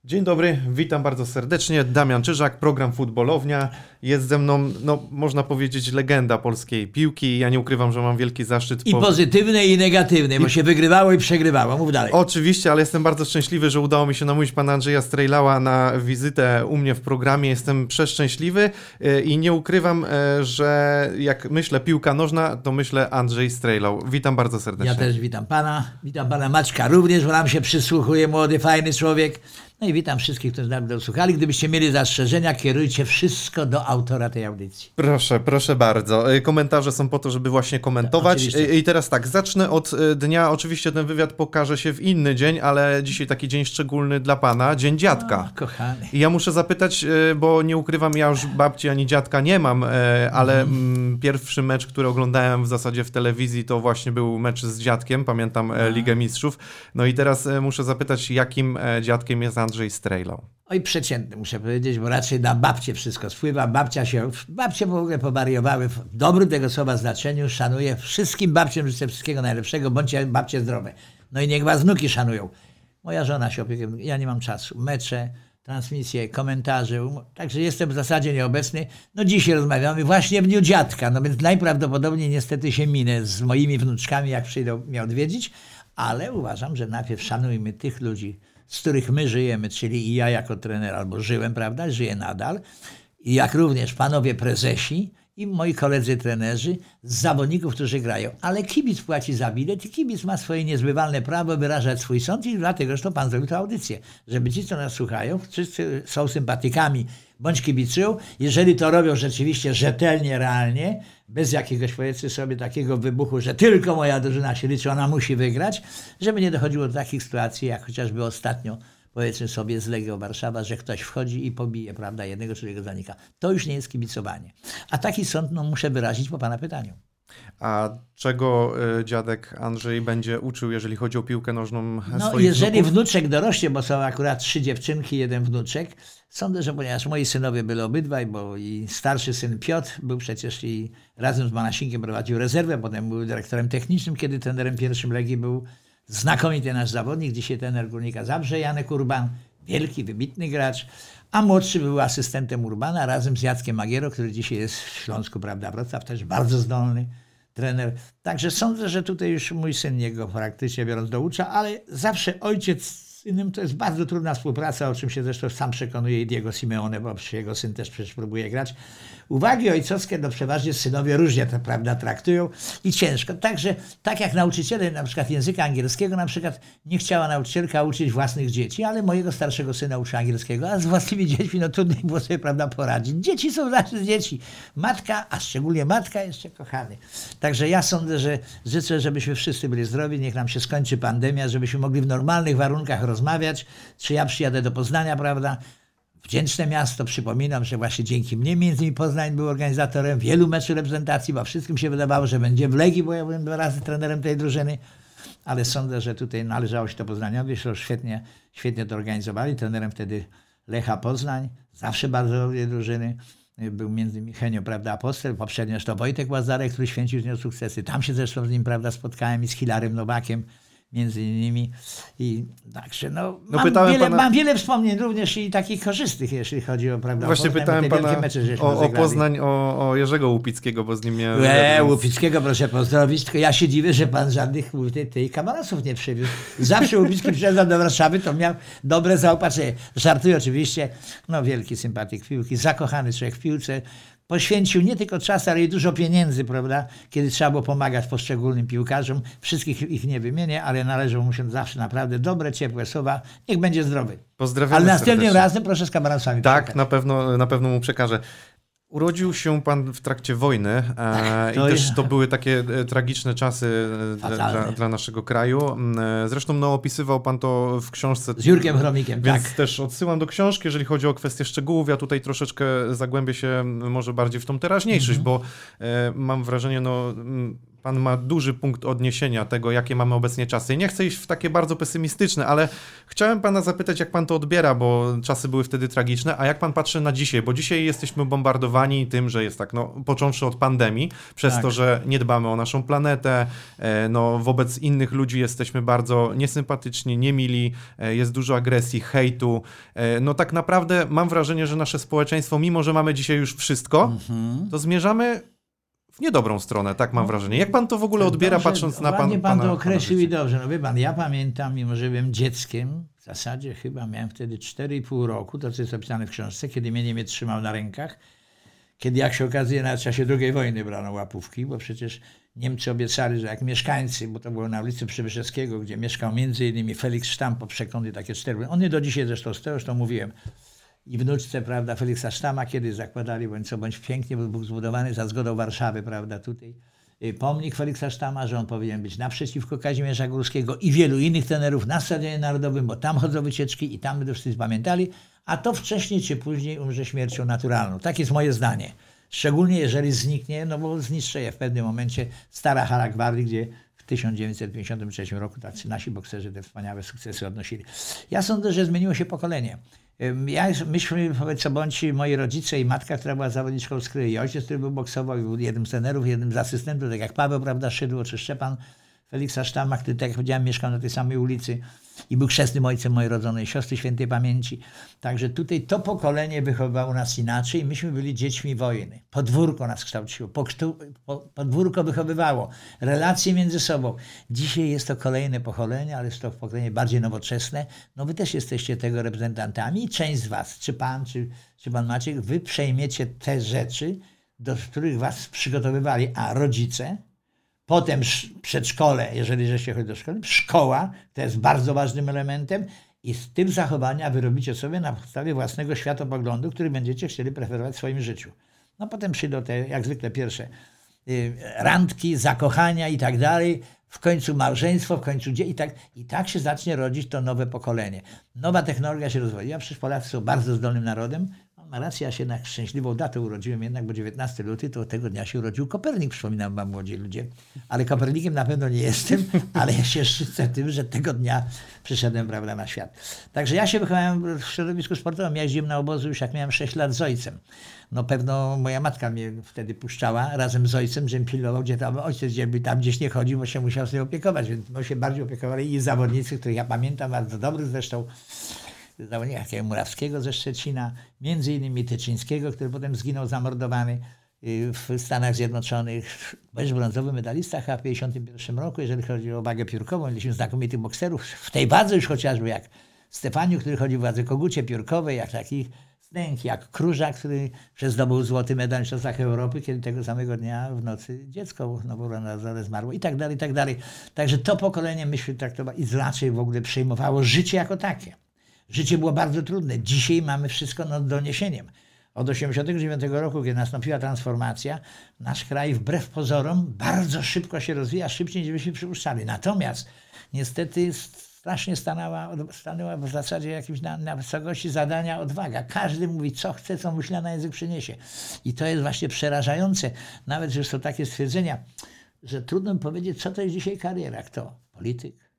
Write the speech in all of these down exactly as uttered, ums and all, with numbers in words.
Dzień dobry, witam bardzo serdecznie. Damian Czyżak, program Futbolownia. Jest ze mną, no można powiedzieć, legenda polskiej piłki. Ja nie ukrywam, że mam wielki zaszczyt. I po... pozytywny, i negatywny, I... bo się wygrywało i przegrywało. Mów dalej. Oczywiście, ale jestem bardzo szczęśliwy, że udało mi się namówić pana Andrzeja Strejlała na wizytę u mnie w programie. Jestem przeszczęśliwy i nie ukrywam, że jak myślę piłka nożna, to myślę Andrzej Strejlał. Witam bardzo serdecznie. Ja też witam pana. Witam pana Maćka również, bo nam się przysłuchuje, młody, fajny człowiek. No i witam wszystkich, którzy nam dosłuchali. Gdybyście mieli zastrzeżenia, kierujcie wszystko do autora tej audycji. Proszę, proszę bardzo. Komentarze są po to, żeby właśnie komentować. Oczywiście. I teraz tak, zacznę od dnia. Oczywiście ten wywiad pokaże się w inny dzień, ale dzisiaj taki dzień szczególny dla pana, Dzień Dziadka. O, kochany. I ja muszę zapytać, bo nie ukrywam, ja już babci ani dziadka nie mam, ale mm. pierwszy mecz, który oglądałem w zasadzie w telewizji, to właśnie był mecz z dziadkiem, pamiętam A. Ligę Mistrzów. No i teraz muszę zapytać, jakim dziadkiem jest Andrzej Strejlał? Oj, przeciętny muszę powiedzieć, bo raczej na babcię wszystko spływa. Babcia się, babcie w ogóle powariowały w dobrym tego słowa znaczeniu. Szanuję wszystkim babciom, życzę wszystkiego najlepszego, bądźcie babcie zdrowe. No i niech was wnuki szanują. Moja żona się opiekuje, ja nie mam czasu. Mecze, transmisje, komentarze, także jestem w zasadzie nieobecny. No dzisiaj rozmawiamy właśnie w dniu dziadka, no więc najprawdopodobniej niestety się minę z moimi wnuczkami, jak przyjdą mnie odwiedzić, ale uważam, że najpierw szanujmy tych ludzi, z których my żyjemy, czyli i ja jako trener, albo żyłem, prawda, żyję nadal, i jak również panowie prezesi i moi koledzy trenerzy z zawodników, którzy grają. Ale kibic płaci za bilet i kibic ma swoje niezbywalne prawo wyrażać swój sąd i dlatego zresztą pan zrobił tę audycję, żeby ci, co nas słuchają, wszyscy są sympatykami bądź kibicują, jeżeli to robią rzeczywiście rzetelnie, realnie, bez jakiegoś, powiedzmy sobie, takiego wybuchu, że tylko moja drużyna się liczy, ona musi wygrać, żeby nie dochodziło do takich sytuacji, jak chociażby ostatnio, powiedzmy sobie, z Legią Warszawa, że ktoś wchodzi i pobije, prawda, jednego czy drugiego zanika. To już nie jest kibicowanie. A taki sąd, no, muszę wyrazić po pana pytaniu. A czego y, dziadek Andrzej będzie uczył, jeżeli chodzi o piłkę nożną no, swoich jeżeli wnuków? Wnuczek dorośnie, bo są akurat trzy dziewczynki, jeden wnuczek, sądzę, że ponieważ moi synowie byli obydwaj, bo i starszy syn Piotr był przecież i razem z Manasinkiem prowadził rezerwę, potem był dyrektorem technicznym, kiedy trenerem pierwszym Legii był znakomity nasz zawodnik, dzisiaj trener Górnika Zabrze, Janek Urban, wielki, wybitny gracz, a młodszy był asystentem Urbana razem z Jackiem Magiero, który dzisiaj jest w Śląsku, prawda, Wrocław, też bardzo zdolny trener. Także sądzę, że tutaj już mój syn jego praktycznie biorąc doucza, ale zawsze ojciec z synem to jest bardzo trudna współpraca, o czym się zresztą sam przekonuje i Diego Simeone, bo jego syn też przecież próbuje grać. Uwagi ojcowskie no przeważnie synowie różnie to, prawda, traktują i ciężko. Także tak jak nauczyciele na przykład języka angielskiego, na przykład nie chciała nauczycielka uczyć własnych dzieci, ale mojego starszego syna uczy angielskiego, a z własnymi dziećmi no trudniej było sobie, prawda, poradzić. Dzieci są zawsze dzieci. Matka, a szczególnie matka jeszcze kochany. Także ja sądzę, że życzę, żebyśmy wszyscy byli zdrowi, niech nam się skończy pandemia, żebyśmy mogli w normalnych warunkach rozmawiać. Czy ja przyjadę do Poznania, prawda? Wdzięczne miasto, przypominam, że właśnie dzięki mnie między innymi Poznań był organizatorem wielu meczów reprezentacji, bo wszystkim się wydawało, że będzie w Legii, bo ja byłem dwa razy trenerem tej drużyny, ale sądzę, że tutaj należało się to Poznaniowi, że świetnie, świetnie to organizowali. Trenerem wtedy Lecha Poznań, zawsze bardzo dobre drużyny. Był między innymi Henio, prawda, Apostel, poprzednio jeszcze Wojtek Łazarek, który święcił z nią sukcesy. Tam się zresztą z nim, prawda, spotkałem i z Hilarym Nowakiem, między innymi. I także no, no mam, wiele, pana... mam wiele wspomnień również i takich korzystnych, jeśli chodzi o, prawda, Właśnie o Poznań, pytałem pana mecze, o, o Poznań, o, o Jerzego Łupickiego, bo z nim miałem... E, Łupickiego proszę pozdrowić, tylko ja się dziwię, że pan żadnych tej, tej kamerasów nie przywiózł. Zawsze Łupicki przyjeżdżał do Warszawy, to miał dobre zaopatrzenie. Żartuję oczywiście, no wielki sympatyk piłki, zakochany człowiek w piłce. Poświęcił nie tylko czas, ale i dużo pieniędzy, prawda, kiedy trzeba było pomagać poszczególnym piłkarzom. Wszystkich ich nie wymienię, ale należą mu się zawsze naprawdę dobre, ciepłe słowa. Niech będzie zdrowy. Pozdrawiamy Ale następnym serdecznie. razem proszę z kamerasami. Tak, na pewno, na pewno mu przekażę. Urodził się pan w trakcie wojny tak, e, i też to były takie e, tragiczne czasy e, dla, dla naszego kraju. E, zresztą no, opisywał pan to w książce. Z Jurkiem Chromikiem, więc tak. też odsyłam do książki, jeżeli chodzi o kwestie szczegółów. Ja tutaj troszeczkę zagłębię się może bardziej w tą teraźniejszość, mm-hmm. bo e, mam wrażenie, no... Pan ma duży punkt odniesienia tego, jakie mamy obecnie czasy. I nie chcę iść w takie bardzo pesymistyczne, ale chciałem pana zapytać, jak pan to odbiera, bo czasy były wtedy tragiczne, a jak pan patrzy na dzisiaj? Bo dzisiaj jesteśmy bombardowani tym, że jest tak, no, począwszy od pandemii, przez Tak. to, że nie dbamy o naszą planetę, e, no, wobec innych ludzi jesteśmy bardzo niesympatyczni, niemili, e, jest dużo agresji, hejtu. E, no tak naprawdę mam wrażenie, że nasze społeczeństwo, mimo że mamy dzisiaj już wszystko, Mhm. to zmierzamy w niedobrą stronę, tak mam wrażenie. Jak pan to w ogóle odbiera, Dobrze, patrząc na pan, ładnie pan pana, to określił pana i dobrze. No wie pan, ja pamiętam, mimo że byłem dzieckiem, w zasadzie chyba miałem wtedy cztery i pół roku, to co jest opisane w książce, kiedy mnie Niemiec trzymał na rękach, kiedy jak się okazuje na czasie drugiej wojny brano łapówki, bo przecież Niemcy obiecali, że jak mieszkańcy, bo to było na ulicy Przybyszewskiego, gdzie mieszkał między innymi Felix Stamm, po przekątnie takie cztery, on do dzisiaj zresztą z tego, zresztą mówiłem, i wnuczce, prawda, Feliksa Stamma, kiedy zakładali, bądź co bądź pięknie, był zbudowany za zgodą Warszawy, prawda, tutaj pomnik Feliksa Stamma, że on powinien być naprzeciwko Kazimierza Górskiego i wielu innych trenerów na Stadionie Narodowym, bo tam chodzą wycieczki i tam będą wszyscy pamiętali, a to wcześniej czy później umrze śmiercią naturalną. Tak jest moje zdanie. Szczególnie jeżeli zniknie, no bo zniszczy je w pewnym momencie stara hala gwardii, gdzie w tysiąc dziewięćset pięćdziesiątym trzecim roku tacy nasi bokserzy te wspaniałe sukcesy odnosili. Ja sądzę, że zmieniło się pokolenie. Ja, myśmy, powiedz co bądź, moi rodzice i matka, która była zawodniczką skry, i ojciec, który był boksował, i był jednym z trenerów, jednym z asystentów, tak jak Paweł, prawda, Szydło, czy Szczepan Feliksa Stamma, który, tak jak powiedziałem, mieszkał na tej samej ulicy i był chrzestnym ojcem mojej rodzonej siostry świętej pamięci. Także tutaj to pokolenie wychowywało nas inaczej. Myśmy byli dziećmi wojny. Podwórko nas kształciło, podwórko wychowywało, relacje między sobą. Dzisiaj jest to kolejne pokolenie, ale jest to pokolenie bardziej nowoczesne. No wy też jesteście tego reprezentantami i część z was, czy pan, czy, czy pan Maciek, wy przejmiecie te rzeczy, do których was przygotowywali, a rodzice, potem przedszkole, jeżeli żeście chodzi do szkoły, szkoła, to jest bardzo ważnym elementem i z tym zachowania wy robicie sobie na podstawie własnego światopoglądu, który będziecie chcieli preferować w swoim życiu. No potem przyjdą te, jak zwykle, pierwsze y, randki, zakochania i tak dalej, w końcu małżeństwo, w końcu dzieci i tak, i tak się zacznie rodzić to nowe pokolenie. Nowa technologia się rozwija, przecież Polacy są bardzo zdolnym narodem. Ma rację, ja się na szczęśliwą datę urodziłem jednak, bo dziewiętnastego lutego to tego dnia się urodził Kopernik, przypominam wam, młodzi ludzie. Ale Kopernikiem na pewno nie jestem, ale ja się szczycę tym, że tego dnia przyszedłem, prawda, na świat. Także ja się wychowałem w środowisku sportowym, ja jeździłem na obozy już jak miałem sześć lat z ojcem. No pewno moja matka mnie wtedy puszczała razem z ojcem, żebym pilnował, gdzie tam ojciec żeby tam gdzieś nie chodził, bo się musiał sobie opiekować, więc no się bardziej opiekowali i zawodnicy, których ja pamiętam, bardzo dobrych zresztą, zawodnika takiego Murawskiego ze Szczecina, między innymi Tyczyńskiego, który potem zginął zamordowany w Stanach Zjednoczonych. Byłeś brązowy medalista chyba w pięćdziesiątym pierwszym roku, jeżeli chodzi o wagę piórkową. Mieliśmy znakomitych bokserów w tej wadze już chociażby jak Stefaniu, który chodzi w wadze kogucie piórkowej, jak takich Stęk, jak Kruża, który zdobył złoty medal w Mistrzostwach Europy, kiedy tego samego dnia w nocy dziecko nowonarodzone zmarło i tak dalej, i tak dalej. Także to pokolenie myśmy traktowali i raczej w ogóle przejmowało życie jako takie. Życie było bardzo trudne. Dzisiaj mamy wszystko no, doniesieniem. Od osiemdziesiątego dziewiątego roku, kiedy nastąpiła transformacja, nasz kraj wbrew pozorom bardzo szybko się rozwija, szybciej niż byśmy przypuszczali. Natomiast niestety strasznie stanęła, stanęła w zasadzie jakimś na, na wysokości zadania odwaga. Każdy mówi, co chce, co myśli, na język przyniesie. I to jest właśnie przerażające. Nawet, że są takie stwierdzenia, że trudno mi powiedzieć, co to jest dzisiaj kariera. Kto? Polityk?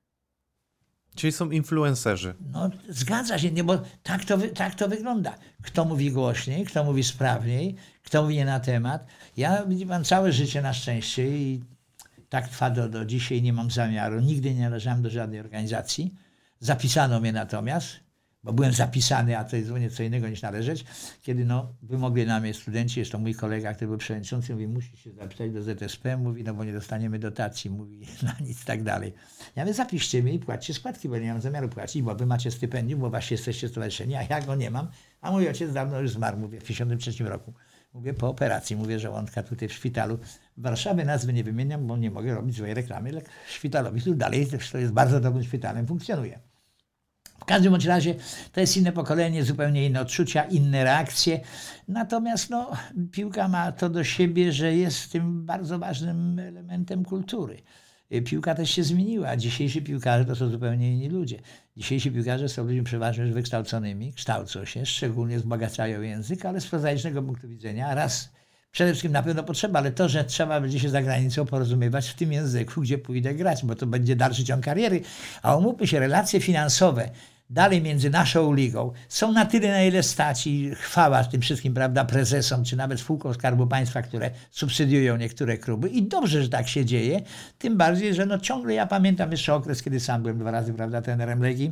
Czyli są influencerzy. No zgadza się, nie, bo tak to, tak to wygląda. Kto mówi głośniej, kto mówi sprawniej, kto mówi nie na temat. Ja, widzi pan, całe życie na szczęście i tak trwa do, do dzisiaj, nie mam zamiaru. Nigdy nie należałem do żadnej organizacji. Zapisano mnie natomiast, bo byłem zapisany, a to jest zupełnie co innego niż należeć, kiedy no, wymogli na mnie studenci, jest to mój kolega, który był przewodniczący, mówi, musi się zapisać do Z S P, mówi, no bo nie dostaniemy dotacji, mówi, na nic, tak dalej. Ja mówię, zapiszcie mnie i płaccie składki, bo nie mam zamiaru płacić, bo wy macie stypendium, bo właśnie jesteście stowarzyszeni, a ja go nie mam, a mój ojciec dawno już zmarł, mówię, w tysiąc dziewięćset pięćdziesiątym trzecim roku. Mówię, po operacji, mówię, żołądka tutaj w szpitalu. W Warszawie nazwy nie wymieniam, bo nie mogę robić złej reklamy, ale szpitalowi tu dalej, to jest bardzo dobrym szpitalem, funkcjonuje. W każdym bądź razie to jest inne pokolenie, zupełnie inne odczucia, inne reakcje. Natomiast no, piłka ma to do siebie, że jest tym bardzo ważnym elementem kultury. Piłka też się zmieniła. Dzisiejsi piłkarze to są zupełnie inni ludzie. Dzisiejsi piłkarze są ludźmi przeważnie już wykształconymi, kształcą się, szczególnie wzbogacają język, ale z prozaicznego punktu widzenia raz Przede wszystkim na pewno potrzeba, ale to, że trzeba będzie się za granicą porozumiewać w tym języku, gdzie pójdę grać, bo to będzie dalszy ciąg kariery. A umówmy się, relacje finansowe dalej między naszą ligą są na tyle, na ile stać i chwała tym wszystkim, prawda, prezesom, czy nawet spółkom Skarbu Państwa, które subsydiują niektóre kluby. I dobrze, że tak się dzieje, tym bardziej, że no ciągle ja pamiętam jeszcze okres, kiedy sam byłem dwa razy, prawda, trenerem Legii,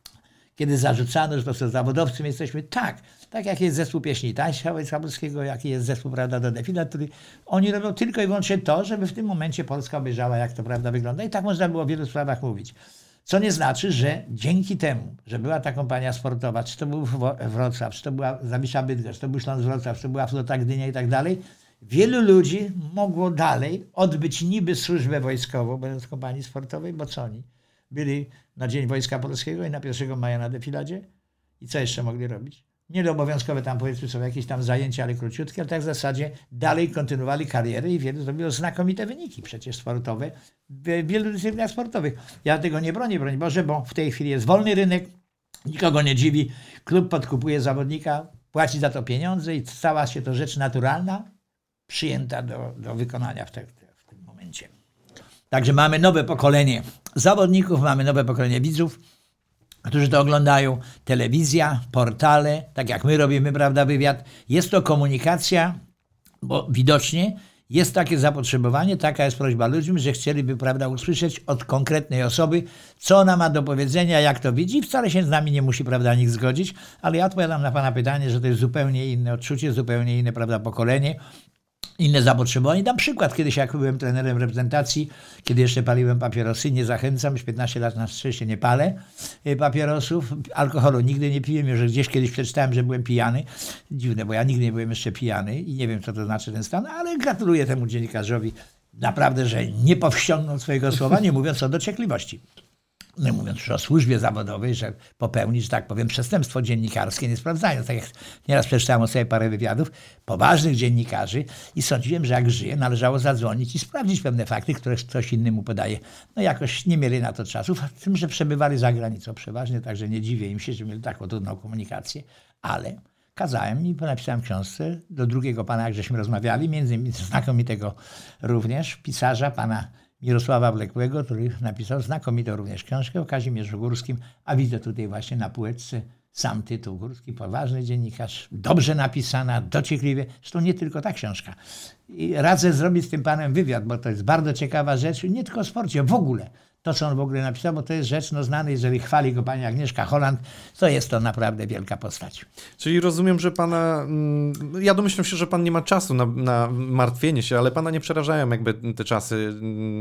kiedy zarzucano, że to są zawodowcy, my jesteśmy tak, tak jak jest zespół pieśni tańsza Wojska Polskiego, jaki jest zespół, prawda, do defilat, który oni robią tylko i wyłącznie to, żeby w tym momencie Polska obejrzała, jak to, prawda, wygląda. I tak można było o wielu sprawach mówić. Co nie znaczy, że dzięki temu, że była ta kompania sportowa, czy to był Wrocław, czy to była Zawisza Bydgoszcz, czy to był Śląsk Wrocław, czy to była Flota Gdynia i tak dalej, wielu ludzi mogło dalej odbyć niby służbę wojskową, będąc w kompanii sportowej, bo co oni? Byli na Dzień Wojska Polskiego i na pierwszego maja na defiladzie. I co jeszcze mogli robić? Nie obowiązkowe tam, powiedzmy sobie, jakieś tam zajęcia, ale króciutkie, ale tak w zasadzie dalej kontynuowali karierę i wielu zrobiło znakomite wyniki przecież sportowe w wielu dyscyplinach sportowych. Ja tego nie bronię, broń Boże, bo w tej chwili jest wolny rynek, nikogo nie dziwi, klub podkupuje zawodnika, płaci za to pieniądze i stała się to rzecz naturalna, przyjęta do, do wykonania w, te, w tym momencie. Także mamy nowe pokolenie zawodników, mamy nowe pokolenie widzów, którzy to oglądają. Telewizja, portale, tak jak my robimy, prawda, wywiad. Jest to komunikacja, bo widocznie jest takie zapotrzebowanie, taka jest prośba ludzi, że chcieliby, prawda, usłyszeć od konkretnej osoby, co ona ma do powiedzenia, jak to widzi. I wcale się z nami nie musi, prawda, nikt zgodzić, ale ja odpowiadam na pana pytanie, że to jest zupełnie inne odczucie, zupełnie inne, prawda, pokolenie. Inne zapotrzebowanie. Dam przykład, kiedyś jak byłem trenerem reprezentacji, kiedy jeszcze paliłem papierosy, nie zachęcam, już piętnaście lat na szczęście nie palę papierosów, alkoholu nigdy nie piłem, już gdzieś kiedyś przeczytałem, że byłem pijany. Dziwne, bo ja nigdy nie byłem jeszcze pijany i nie wiem, co to znaczy ten stan, ale gratuluję temu dziennikarzowi naprawdę, że nie powściągnął swojego słowa, nie mówiąc o dociekliwości. Nie mówiąc już o służbie zawodowej, że popełnić, że tak powiem, przestępstwo dziennikarskie, nie sprawdzając. Tak jak nieraz przeczytałem sobie parę wywiadów poważnych dziennikarzy i sądziłem, że jak żyje, należało zadzwonić i sprawdzić pewne fakty, które ktoś innemu podaje. No jakoś nie mieli na to czasów, w tym, że przebywali za granicą przeważnie, także nie dziwię im się, że mieli taką trudną komunikację, ale kazałem i napisałem w książce do drugiego pana, jak żeśmy rozmawiali, między innymi znakomitego również pisarza, pana Mirosława Wlekłego, który napisał znakomitą również książkę o Kazimierzu Górskim, a widzę tutaj właśnie na półeczce sam tytuł Górski, poważny dziennikarz, dobrze napisana, dociekliwie, zresztą nie tylko ta książka. I radzę zrobić z tym panem wywiad, bo to jest bardzo ciekawa rzecz, nie tylko o sporcie, w ogóle. To, co on w ogóle napisał, bo to jest rzecz no, znana, jeżeli chwali go pani Agnieszka Holland, to jest to naprawdę wielka postać. Czyli rozumiem, że pana, ja domyślam się, że pan nie ma czasu na, na martwienie się, ale pana nie przerażają jakby te czasy,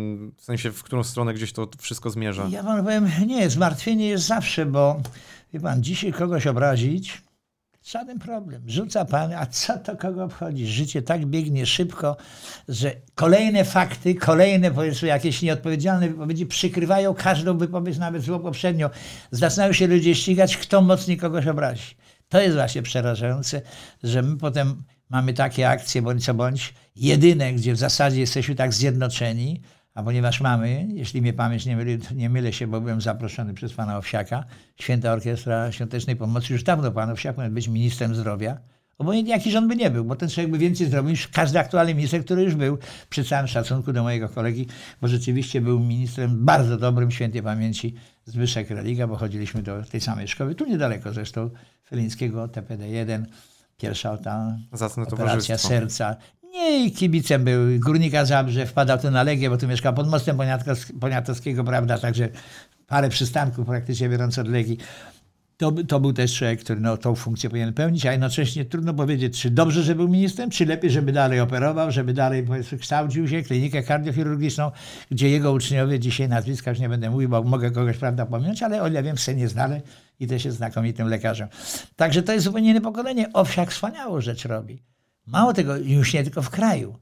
w sensie w którą stronę gdzieś to wszystko zmierza? Ja panu powiem, nie, zmartwienie jest zawsze, bo wie pan, dzisiaj kogoś obrazić, żaden problem. Rzuca pan, a co to kogo obchodzi? Życie tak biegnie szybko, że kolejne fakty, kolejne powiedzmy jakieś nieodpowiedzialne wypowiedzi przykrywają każdą wypowiedź, nawet złą poprzednią. Zaczynają się ludzie ścigać, kto mocniej kogoś obrazi. To jest właśnie przerażające, że my potem mamy takie akcje, bądź co bądź, jedyne, gdzie w zasadzie jesteśmy tak zjednoczeni, a ponieważ mamy, jeśli mnie pamięć nie myli, nie mylę się, bo byłem zaproszony przez pana Owsiaka, Święta Orkiestra Świątecznej Pomocy, już dawno pan Owsiak powinien być ministrem zdrowia, obojętnie jaki rząd by nie był, bo ten człowiek by więcej zrobił niż każdy aktualny minister, który już był, przy całym szacunku do mojego kolegi, bo rzeczywiście był ministrem bardzo dobrym, świętej pamięci Zbyszek Religa, bo chodziliśmy do tej samej szkoły, tu niedaleko zresztą, Felińskiego, T P D jeden, pierwsza ta Zacne operacja serca. Nie, i kibicem był Górnika Zabrze, wpadał tu na Legię, bo tu mieszkał pod mostem Poniatowskiego, prawda, także parę przystanków praktycznie biorąc od Legii. To, to był też człowiek, który no, tą funkcję powinien pełnić, a jednocześnie trudno powiedzieć, czy dobrze, że był ministrem, czy lepiej, żeby dalej operował, żeby dalej powiedzmy kształcił się, klinikę kardiochirurgiczną, gdzie jego uczniowie, dzisiaj nazwiska już nie będę mówił, bo mogę kogoś, prawda, pominąć, ale o ile wiem, w scenie znale i też jest znakomitym lekarzem. Także to jest zupełnie inne pokolenie. Owsiak wspaniałą rzecz robi. Mało tego, już nie tylko w kraju.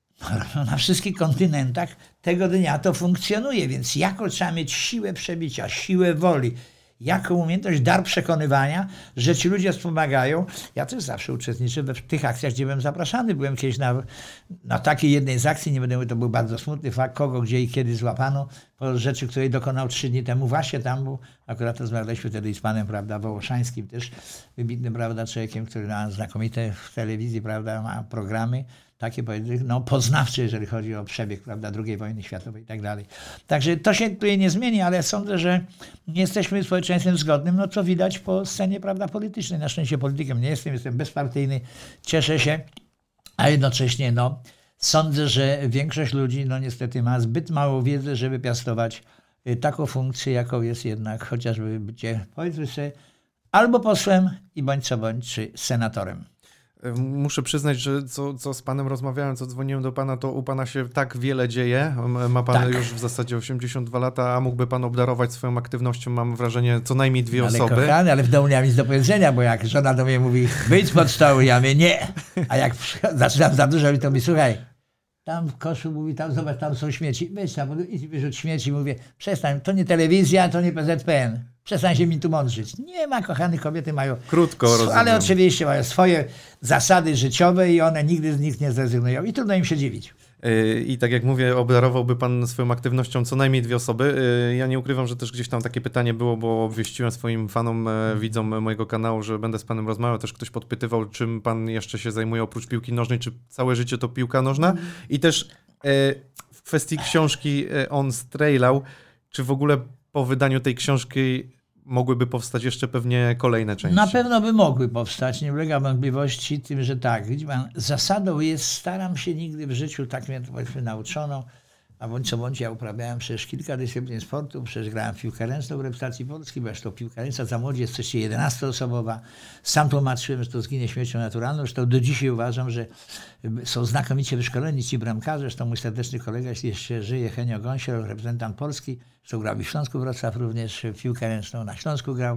Na wszystkich kontynentach tego dnia to funkcjonuje, więc jako trzeba mieć siłę przebicia, siłę woli, jaką umiejętność, dar przekonywania, że ci ludzie wspomagają. Ja też zawsze uczestniczę w tych akcjach, gdzie byłem zapraszany. Byłem kiedyś na, na takiej jednej z akcji, nie będę mówił, to był bardzo smutny fakt, kogo, gdzie i kiedy złapano, po rzeczy, której dokonał trzy dni temu. Właśnie tam był, akurat rozmawialiśmy wtedy z panem, prawda, Wołoszańskim też, wybitnym, prawda, człowiekiem, który ma znakomite w telewizji, prawda, ma programy. takie no, poznawcze, jeżeli chodzi o przebieg, prawda, drugiej wojny światowej i tak dalej. Także to się tutaj nie zmieni, ale sądzę, że nie jesteśmy społeczeństwem zgodnym, no co widać po scenie, prawda, politycznej. Na szczęście politykiem nie jestem, jestem bezpartyjny, cieszę się, a jednocześnie no, sądzę, że większość ludzi no niestety ma zbyt mało wiedzy, żeby piastować taką funkcję, jaką jest jednak chociażby bycie, powiedzmy sobie, albo posłem i bądź co bądź, czy senatorem. Muszę przyznać, że co, co z panem rozmawiałem, co dzwoniłem do pana, to u pana się tak wiele dzieje. Ma pan tak. już w zasadzie osiemdziesiąt dwa lata, a mógłby pan obdarować swoją aktywnością, mam wrażenie, co najmniej dwie ale osoby. Kochany, ale w domu nie mam nic do powiedzenia, bo jak żona do mnie mówi, wyjdź pod stoły, ja mówię nie. A jak zaczynam za dużo, to mi słuchaj, tam w koszu mówi, tam zobacz, tam są śmieci. Weź tam, idź wyrzuć śmieci. Mówię, przestań, to nie telewizja, to nie P Z P N. Przestań się mi tu mądrzyć. Nie ma, kochane, kobiety mają... Krótko, sw- rozumiem. Ale oczywiście mają swoje zasady życiowe i one nigdy z nich nie zrezygnują. I trudno im się dziwić. I tak jak mówię, obdarowałby pan swoją aktywnością co najmniej dwie osoby. Ja nie ukrywam, że też gdzieś tam takie pytanie było, bo obwieściłem swoim fanom, widzom mojego kanału, że będę z panem rozmawiał. Też ktoś podpytywał, czym pan jeszcze się zajmuje oprócz piłki nożnej, czy całe życie to piłka nożna. I też w kwestii książki On Strejlał, czy w ogóle po wydaniu tej książki mogłyby powstać jeszcze pewnie kolejne części? Na pewno by mogły powstać, nie ulega wątpliwości, tym, że tak, widzi pan, zasadą jest, staram się nigdy w życiu, tak mnie powiedzmy nauczono, a bądź co bądź ja uprawiałem przecież kilka dyscyplin sportu, przecież grałem w piłkę ręczną w reprezentacji Polski, bo to piłka ręczna za młodzi jest przecież jedenastoosobowa. Sam tłumaczyłem, że to zginie śmiercią naturalną, zresztą do dzisiaj uważam, że są znakomicie wyszkoleni ci bramkarze, zresztą mój serdeczny kolega, jeśli jeszcze żyje, Henio Gąsior, reprezentant Polski, zresztą grał w Śląsku Wrocław również, w piłkę ręczną na Śląsku grał,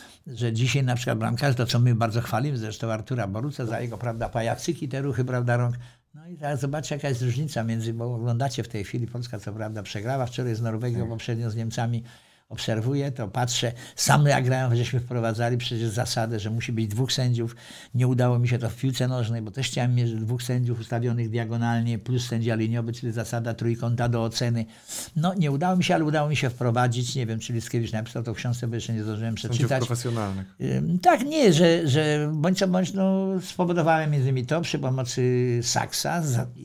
że dzisiaj na przykład bramkarze, to co my bardzo chwalimy, zresztą Artura Boruca za jego, prawda, pajacyki, te ruchy, prawda, rąk. No i teraz zobaczcie, jaka jest różnica między, bo oglądacie w tej chwili, Polska co prawda przegrała wczoraj z Norwegią, poprzednio z Niemcami, obserwuję to, patrzę, sam jak grają, żeśmy wprowadzali przecież zasadę, że musi być dwóch sędziów. Nie udało mi się to w piłce nożnej, bo też chciałem mieć dwóch sędziów ustawionych diagonalnie plus sędzia liniowy, czyli zasada trójkąta do oceny. No nie udało mi się, ale udało mi się wprowadzić, nie wiem, czy Liskiewicz napisał to w książce, bo jeszcze nie zdążyłem przeczytać. Sędziów profesjonalnych. Tak, nie, że, że bądź co bądź, no, spowodowałem między innymi to przy pomocy Saksa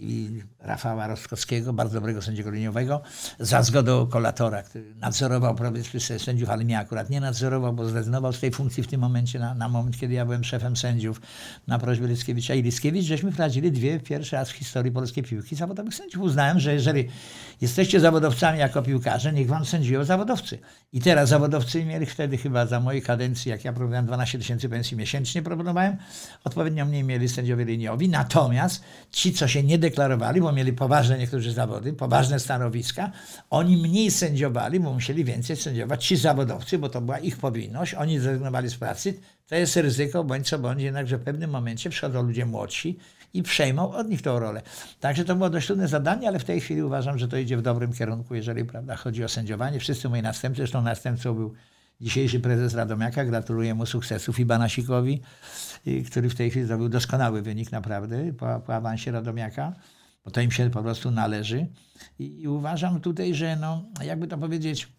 i Rafała Rostkowskiego, bardzo dobrego sędziego liniowego, za zgodą kolatora, który nadzorował powiedzmy sędziów, ale mnie akurat nie nadzorował, bo zrezygnował z tej funkcji w tym momencie, na, na moment, kiedy ja byłem szefem sędziów, na prośbę Liskiewicza i Liskiewicz, żeśmy wprowadzili dwie pierwszy raz w historii polskiej piłki zawodowych sędziów. Uznałem, że jeżeli jesteście zawodowcami jako piłkarze, niech wam sędziują zawodowcy. I teraz zawodowcy mieli wtedy chyba za mojej kadencji, jak ja proponowałem dwanaście tysięcy pensji miesięcznie, proponowałem, odpowiednio mniej mieli sędziowie liniowi, natomiast ci, co się nie deklarowali, bo mieli poważne niektórzy zawody, poważne stanowiska, oni mniej sędziowali, bo musieli więcej sędziować ci zawodowcy, bo to była ich powinność, oni zrezygnowali z pracy, to jest ryzyko, bądź co bądź, jednakże w pewnym momencie przychodzą ludzie młodsi i przejmą od nich tą rolę. Także to było dość trudne zadanie, ale w tej chwili uważam, że to idzie w dobrym kierunku, jeżeli prawda, chodzi o sędziowanie. Wszyscy moi następcy, zresztą następcą był dzisiejszy prezes Radomiaka, gratuluję mu sukcesów i Banasikowi, który w tej chwili zrobił doskonały wynik naprawdę po, po awansie Radomiaka, bo to im się po prostu należy. I, i uważam tutaj, że no, jakby to powiedzieć,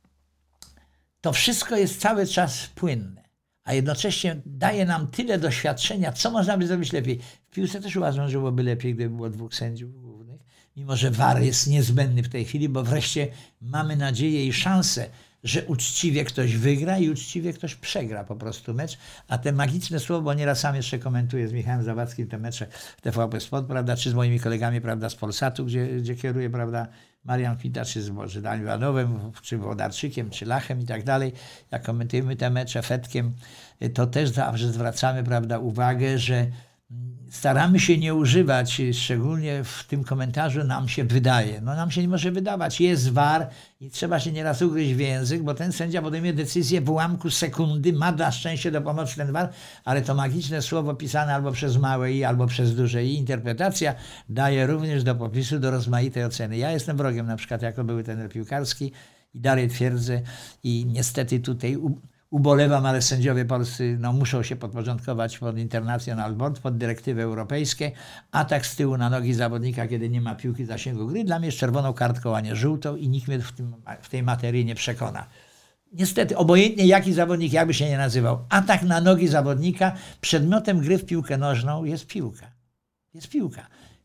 to wszystko jest cały czas płynne, a jednocześnie daje nam tyle doświadczenia, co można by zrobić lepiej. W piłce też uważam, że byłoby lepiej, gdyby było dwóch sędziów głównych, mimo że V A R jest niezbędny w tej chwili, bo wreszcie mamy nadzieję i szansę, że uczciwie ktoś wygra i uczciwie ktoś przegra po prostu mecz, a te magiczne słowo, bo nieraz sam jeszcze komentuję z Michałem Zawadzkim te mecze w T V P Sport, prawda, czy z moimi kolegami, prawda, z Polsatu, gdzie, gdzie kieruje, prawda, Marian Kwita, czy z Bożydałem Iwanowem, czy Włodarczykiem, czy Lachem i tak dalej. Jak komentujemy te mecze Fetkiem, to też zawsze zwracamy, prawda, uwagę, że staramy się nie używać, szczególnie w tym komentarzu nam się wydaje. No nam się nie może wydawać. Jest V A R i trzeba się nieraz ugryźć w język, bo ten sędzia podejmie decyzję w ułamku sekundy, ma na szczęście do pomocy ten V A R, ale to magiczne słowo pisane albo przez małe i, albo przez duże i interpretacja daje również do popisu, do rozmaitej oceny. Ja jestem wrogiem na przykład jako były trener piłkarski i dalej twierdzę i niestety tutaj u, ubolewam, ale sędziowie polscy no, muszą się podporządkować pod International Board, pod dyrektywy europejskie. Atak z tyłu na nogi zawodnika, kiedy nie ma piłki zasięgu gry, dla mnie jest czerwoną kartką, a nie żółtą i nikt mnie w, tym, w tej materii nie przekona. Niestety, obojętnie jaki zawodnik, jakby się nie nazywał, atak na nogi zawodnika, przedmiotem gry w piłkę nożną jest piłka. Jest piłka.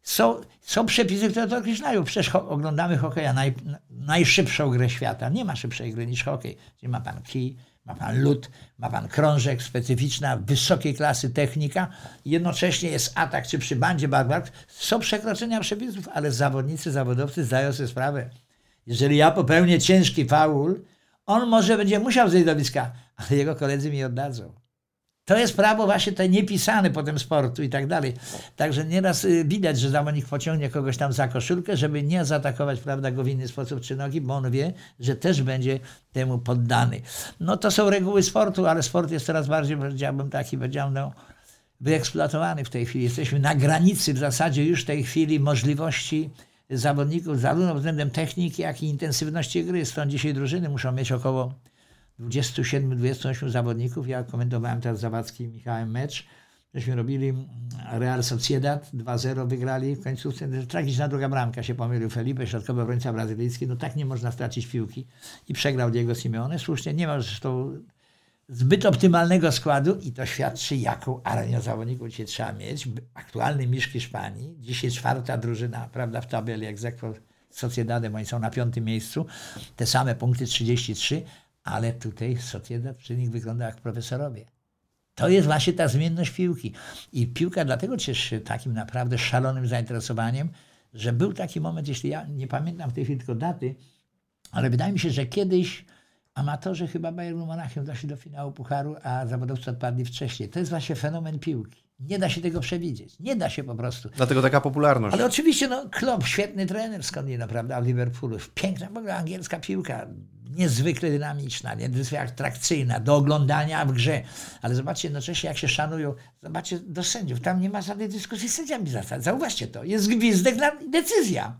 Są, są przepisy, które to określają. Przecież ho- oglądamy hokeja, naj, najszybszą grę świata. Nie ma szybszej gry niż hokej. Gdzie ma pan kij, ma pan lód, ma pan krążek, specyficzna, wysokiej klasy technika. Jednocześnie jest atak, czy przy bandzie barbar. Są przekroczenia przepisów, ale zawodnicy, zawodowcy zdają sobie sprawę. Jeżeli ja popełnię ciężki faul, on może będzie musiał zejść do bliska, ale jego koledzy mi oddadzą. To jest prawo właśnie te niepisane potem sportu i tak dalej. Także nieraz widać, że zawodnik pociągnie kogoś tam za koszulkę, żeby nie zaatakować, prawda, go w inny sposób czy nogi, bo on wie, że też będzie temu poddany. No to są reguły sportu, ale sport jest coraz bardziej, powiedziałbym, taki, powiedziałbym, no, wyeksploatowany w tej chwili. Jesteśmy na granicy w zasadzie już w tej chwili możliwości zawodników, zarówno pod względem techniki, jak i intensywności gry. Stąd dzisiaj drużyny muszą mieć około dwudziestu siedmiu dwudziestu ośmiu zawodników. Ja komentowałem teraz z Zawadzkim i Michałem mecz. Żeśmy robili Real Sociedad, dwa zero wygrali w końcówce. Tragiczna druga bramka, się pomylił Felipe, środkowy obrońca brazylijski. No tak nie można stracić piłki. I przegrał Diego Simeone. Słusznie, nie ma zresztą zbyt optymalnego składu i to świadczy, jaką armię zawodników dzisiaj trzeba mieć. Aktualny mistrz Hiszpanii, dzisiaj czwarta drużyna, prawda, w tabeli ex aequo z Sociedadem, oni są na piątym miejscu. Te same punkty, trzydzieści trzy. Ale tutaj Sociedad przy nich wygląda jak profesorowie. To jest właśnie ta zmienność piłki. I piłka dlatego cieszy się takim naprawdę szalonym zainteresowaniem, że był taki moment, jeśli ja nie pamiętam w tej chwili tylko daty, ale wydaje mi się, że kiedyś amatorzy chyba Bayernu Monachium doszli do finału Pucharu, a zawodowcy odpadli wcześniej. To jest właśnie fenomen piłki. Nie da się tego przewidzieć. Nie da się po prostu. Dlatego taka popularność. Ale oczywiście, no, Klopp, świetny trener skądinąd, prawda, w Liverpoolu. Piękna, w ogóle angielska piłka. Niezwykle dynamiczna, niezwykle atrakcyjna, do oglądania w grze. Ale zobaczcie jednocześnie, jak się szanują. Zobaczcie do sędziów. Tam nie ma żadnej dyskusji z sędziami zasad. Zauważcie to. Jest gwizdek na decyzja.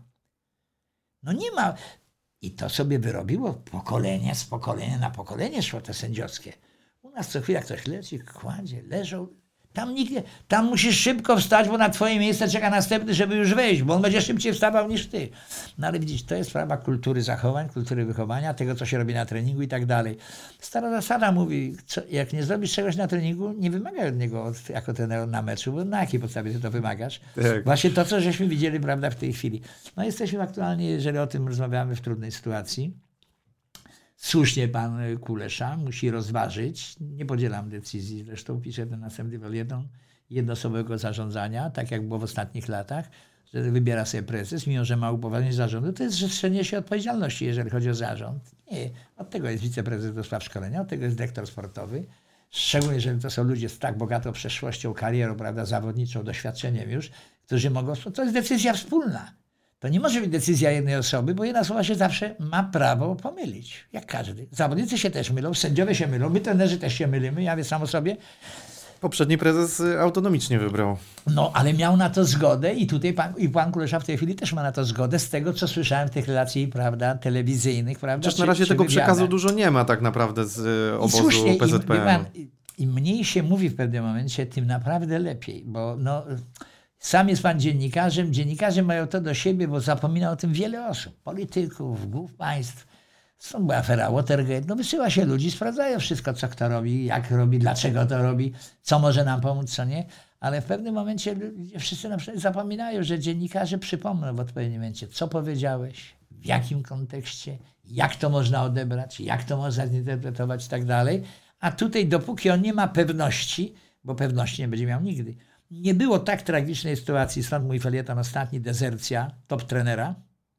No nie ma. I to sobie wyrobiło pokolenie z pokolenia na pokolenie szło to sędziowskie. U nas co chwila ktoś leci, kładzie, leżą. Tam nikt nie, tam musisz szybko wstać, bo na twoje miejsce czeka następny, żeby już wejść, bo on będzie szybciej wstawał niż ty. No ale widzisz, to jest sprawa kultury zachowań, kultury wychowania, tego, co się robi na treningu i tak dalej. Stara zasada mówi, co, jak nie zrobisz czegoś na treningu, nie wymagaj od niego od, jako trener na meczu, bo na jakiej podstawie ty to wymagasz? Tak. Właśnie to, co żeśmy widzieli, prawda, w tej chwili. No jesteśmy aktualnie, jeżeli o tym rozmawiamy, w trudnej sytuacji. Słusznie pan Kulesza musi rozważyć, nie podzielam decyzji, zresztą piszę ten następny felieton jednoosobowego zarządzania, tak jak było w ostatnich latach, że wybiera sobie prezes, mimo że ma upoważnienie zarządu, to jest zrzeczenie się odpowiedzialności, jeżeli chodzi o zarząd. Nie, od tego jest wiceprezes do spraw szkolenia, od tego jest dyrektor sportowy, szczególnie jeżeli to są ludzie z tak bogatą przeszłością, karierą, prawda, zawodniczą, doświadczeniem już, którzy mogą, to jest decyzja wspólna. To nie może być decyzja jednej osoby, bo jedna osoba się zawsze ma prawo pomylić, jak każdy. Zawodnicy się też mylą, sędziowie się mylą, my trenerzy też się mylimy, ja wiem sam o sobie. Poprzedni prezes autonomicznie wybrał. No, ale miał na to zgodę i tutaj pan, i pan Kulesza w tej chwili też ma na to zgodę z tego, co słyszałem w tych relacji, prawda, telewizyjnych, prawda. Chociaż na razie czy, tego czy przekazu dużo nie ma tak naprawdę z obozu słusznie, P Z P M. Im, Im mniej się mówi w pewnym momencie, tym naprawdę lepiej, bo no... Sam jest pan dziennikarzem. Dziennikarze mają to do siebie, bo zapomina o tym wiele osób. Polityków, głów państw. Są była afera Watergate. No wysyła się ludzi, sprawdzają wszystko, co kto robi, jak robi, dlaczego to robi, co może nam pomóc, co nie. Ale w pewnym momencie ludzie wszyscy na przykład zapominają, że dziennikarze przypomną w odpowiednim momencie, co powiedziałeś, w jakim kontekście, jak to można odebrać, jak to można zinterpretować i tak dalej. A tutaj dopóki on nie ma pewności, bo pewności nie będzie miał nigdy, nie było tak tragicznej sytuacji, stąd mój felieton ostatni, dezercja top trenera.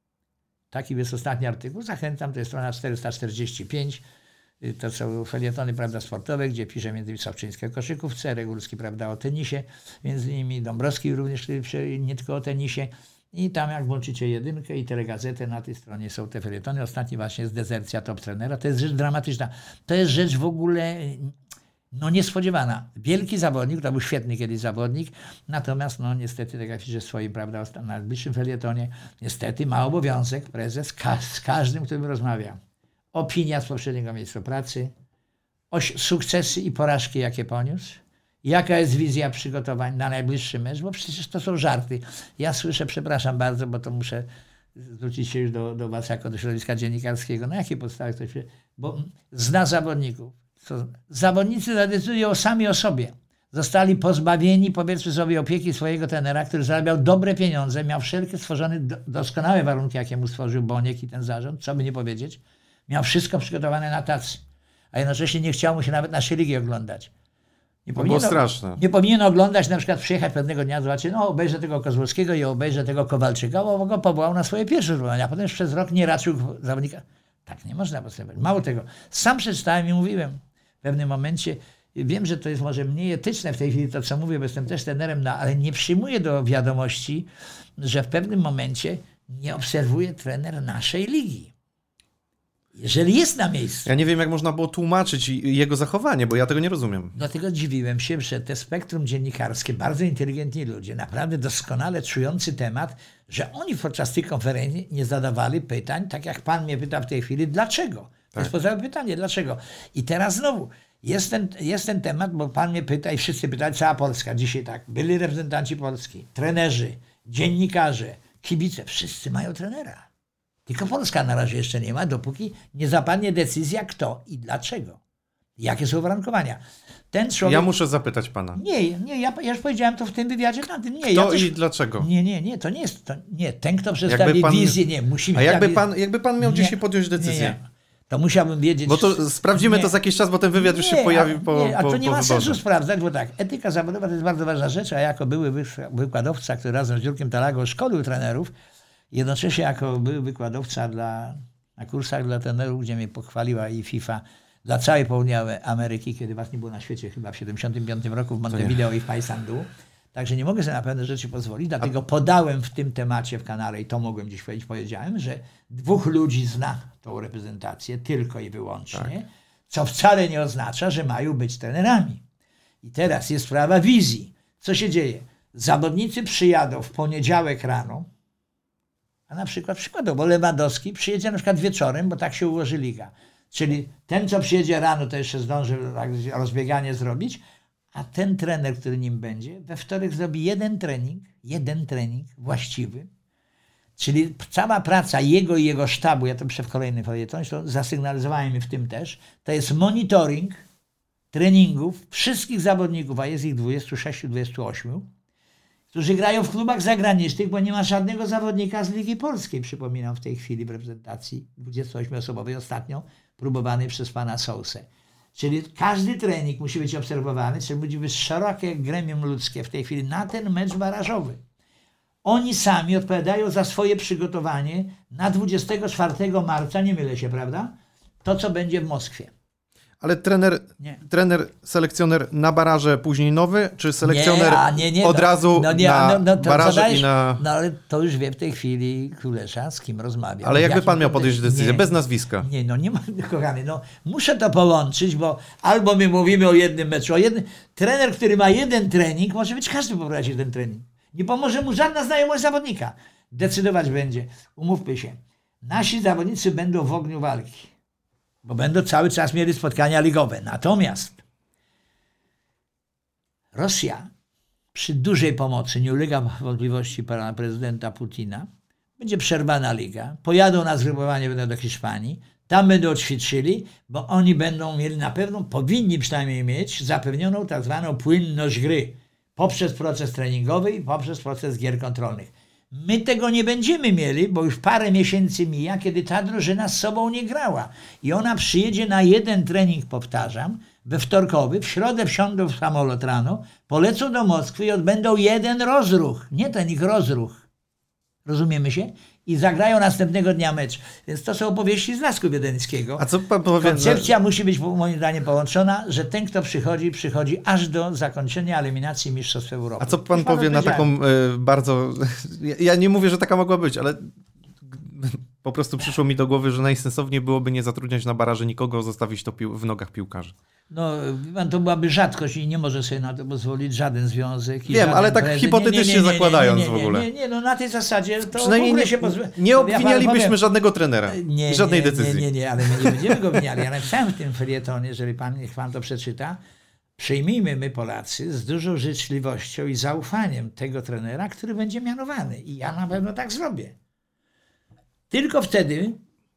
Taki jest ostatni artykuł. Zachęcam, to jest strona czterysta czterdzieści pięć. To są felietony, prawda, sportowe, gdzie pisze między innymi Sawczyński o koszykówce, Regulski, prawda, o tenisie, między innymi Dąbrowski również nie tylko o tenisie. I tam jak włączycie jedynkę i telegazetę, na tej stronie są te felietony. Ostatni właśnie jest dezercja top trenera. To jest rzecz dramatyczna. To jest rzecz w ogóle... No niespodziewana. Wielki zawodnik, to był świetny kiedyś zawodnik, natomiast no niestety, tak jak pisze w swoim, prawda, na najbliższym felietonie, niestety ma obowiązek prezes ka- z każdym, którym rozmawia. Opinia z poprzedniego miejsca pracy, oś- sukcesy i porażki, jakie poniósł, jaka jest wizja przygotowań na najbliższy mecz, bo przecież to są żarty. Ja słyszę, przepraszam bardzo, bo to muszę zwrócić się już do, do was jako do środowiska dziennikarskiego. Na jakiej podstawie ktoś się... Bo zna zawodników. Co? Zawodnicy zadecydują sami o sobie. zostali pozbawieni, powiedzmy sobie, opieki swojego trenera, który zarabiał dobre pieniądze, miał wszelkie stworzone, do, doskonałe warunki, jakie mu stworzył Boniek i ten zarząd, co by nie powiedzieć. Miał wszystko przygotowane na tacy, a jednocześnie nie chciał mu się nawet naszej ligi oglądać. Nie To było straszne. Nie powinien oglądać, na przykład przyjechać pewnego dnia, zobaczyć, no obejrzę tego Kozłowskiego i obejrzę tego Kowalczyka, bo go powołał na swoje pierwsze zwołania, a potem już przez rok nie raczył zawodnika. Tak nie można postępować. Mało tego, sam przeczytałem i mówiłem w pewnym momencie, wiem, że to jest może mniej etyczne w tej chwili to, co mówię, bo jestem też trenerem, no, ale nie przyjmuję do wiadomości, że w pewnym momencie nie obserwuje trener naszej ligi. Jeżeli jest na miejscu. Ja nie wiem, jak można było tłumaczyć jego zachowanie, bo ja tego nie rozumiem. Dlatego dziwiłem się, że te spektrum dziennikarskie, bardzo inteligentni ludzie, naprawdę doskonale czujący temat, że oni podczas tych konferencji nie zadawali pytań, tak jak pan mnie pyta w tej chwili, dlaczego? To Tak. jest podstawowe pytanie, dlaczego? I teraz znowu, jest ten, jest ten temat, bo pan mnie pyta i wszyscy pytają, cała Polska dzisiaj tak, byli reprezentanci Polski, trenerzy, dziennikarze, kibice, wszyscy mają trenera. Tylko Polska na razie jeszcze nie ma, dopóki nie zapadnie decyzja kto i dlaczego. Jakie są warunkowania. Ten człowiek... Ja muszę zapytać pana. Nie, nie, ja, ja już powiedziałem to w tym wywiadzie. Na tym. Nie, Kto ja też... i dlaczego? Nie, nie, nie, to nie jest... To, nie, ten kto przedstawi Jakby pan- wizję, nie, musi mieć... A jakby wizję. pan, jakby pan miał Nie, dzisiaj podjąć decyzję? Nie, nie. To musiałbym wiedzieć... Bo to sprawdzimy nie. to za jakiś czas, bo ten wywiad już się Nie, pojawi a, po, nie, a po, to nie po ma wyborze. sensu sprawdzać, bo tak, etyka zawodowa to jest bardzo ważna rzecz, a jako były wy- wykładowca, który razem z Jurkiem Talagą szkolił trenerów, jednocześnie jako były wykładowca dla, na kursach dla trenerów, gdzie mnie pochwaliła i FIFA dla całej południowej Ameryki, kiedy was nie było na świecie chyba w siedemdziesiątym piątym roku w Montevideo i w Paysandu. Także nie mogę sobie na pewne rzeczy pozwolić, dlatego podałem w tym temacie w kanale i to mogłem dziś powiedzieć, powiedziałem, że dwóch ludzi zna tą reprezentację tylko i wyłącznie, Tak. co wcale nie oznacza, że mają być trenerami. I teraz jest sprawa wizji. Co się dzieje? Zawodnicy przyjadą w poniedziałek rano, a na przykład przykładowo Lewandowski przyjedzie na przykład wieczorem, bo tak się ułoży liga. Czyli ten, co przyjedzie rano, to jeszcze zdąży rozbieganie zrobić, a ten trener, który nim będzie, we wtorek zrobi jeden trening, jeden trening właściwy, czyli cała praca jego i jego sztabu, ja to piszę w kolejnym felietonie, to zasygnalizowałem mi w tym też, to jest monitoring treningów wszystkich zawodników, a jest ich dwadzieścia sześć dwadzieścia osiem, którzy grają w klubach zagranicznych, bo nie ma żadnego zawodnika z Ligi Polskiej, przypominam w tej chwili w reprezentacji dwudziestoośmioosobowej, ostatnio próbowanej przez pana Sousę. Czyli każdy trening musi być obserwowany, czyli musi być szerokie gremium ludzkie w tej chwili na ten mecz barażowy. Oni sami odpowiadają za swoje przygotowanie na dwudziestego czwartego marca, nie mylę się, prawda? To, co będzie w Moskwie. Ale trener, Nie. trener, selekcjoner na baraże, później nowy, czy selekcjoner Nie, a nie, nie, od no, razu no nie, na no, no, to baraże zadajesz, i na... No ale to już wie w tej chwili Kulesza, z kim rozmawia. Ale w jakby jakim pan miał kontekście. podjąć decyzję, Nie. bez nazwiska. Nie, no nie ma, kochany, no muszę to połączyć, bo albo my mówimy o jednym meczu, o jednym... Trener, który ma jeden trening, może być każdy poprowadzić ten trening. Nie pomoże mu żadna znajomość zawodnika. Decydować będzie. Umówmy się. Nasi zawodnicy będą w ogniu walki, bo będą cały czas mieli spotkania ligowe. Natomiast Rosja przy dużej pomocy, nie ulega wątpliwości pana prezydenta Putina, będzie przerwana liga, pojadą na zgrupowanie, będą do Hiszpanii, tam będą ćwiczyli, bo oni będą mieli na pewno, powinni przynajmniej mieć zapewnioną tak zwaną płynność gry poprzez proces treningowy i poprzez proces gier kontrolnych. My tego nie będziemy mieli, bo już parę miesięcy mija, kiedy ta drużyna z sobą nie grała. I ona przyjedzie na jeden trening, powtarzam, we wtorkowy, w środę wsiądą w samolot rano, polecą do Moskwy i odbędą jeden rozruch. Nie trening, rozruch. Rozumiemy się? I zagrają następnego dnia mecz. Więc to są opowieści z Lasku Wiedeńskiego. A co pan powie? Koncepcja musi być moim zdaniem połączona, że ten, kto przychodzi, przychodzi aż do zakończenia eliminacji Mistrzostw Europy. A co pan Już panu powie na powiedziałem. taką y, bardzo... Ja, ja nie mówię, że taka mogła być, ale po prostu przyszło mi do głowy, że najsensowniej byłoby nie zatrudniać na baraży nikogo, zostawić to pił- w nogach piłkarzy. No, to byłaby rzadkość i nie może sobie na to pozwolić żaden związek. I Wiem, żaden ale tak prezydent. hipotetycznie Nie, nie, nie, nie, zakładając nie, nie, nie, w ogóle. Nie, nie, no na tej zasadzie to Przynajmniej w ogóle nie, się pozwoli. nie obwinialibyśmy żadnego trenera nie, i żadnej nie, decyzji. Nie, nie, nie, ale my nie będziemy go obwiniali. Ja napisałem w tym felietonie, jeżeli pan, niech pan to przeczyta, przyjmijmy my Polacy z dużą życzliwością i zaufaniem tego trenera, który będzie mianowany. I ja na pewno tak zrobię. Tylko wtedy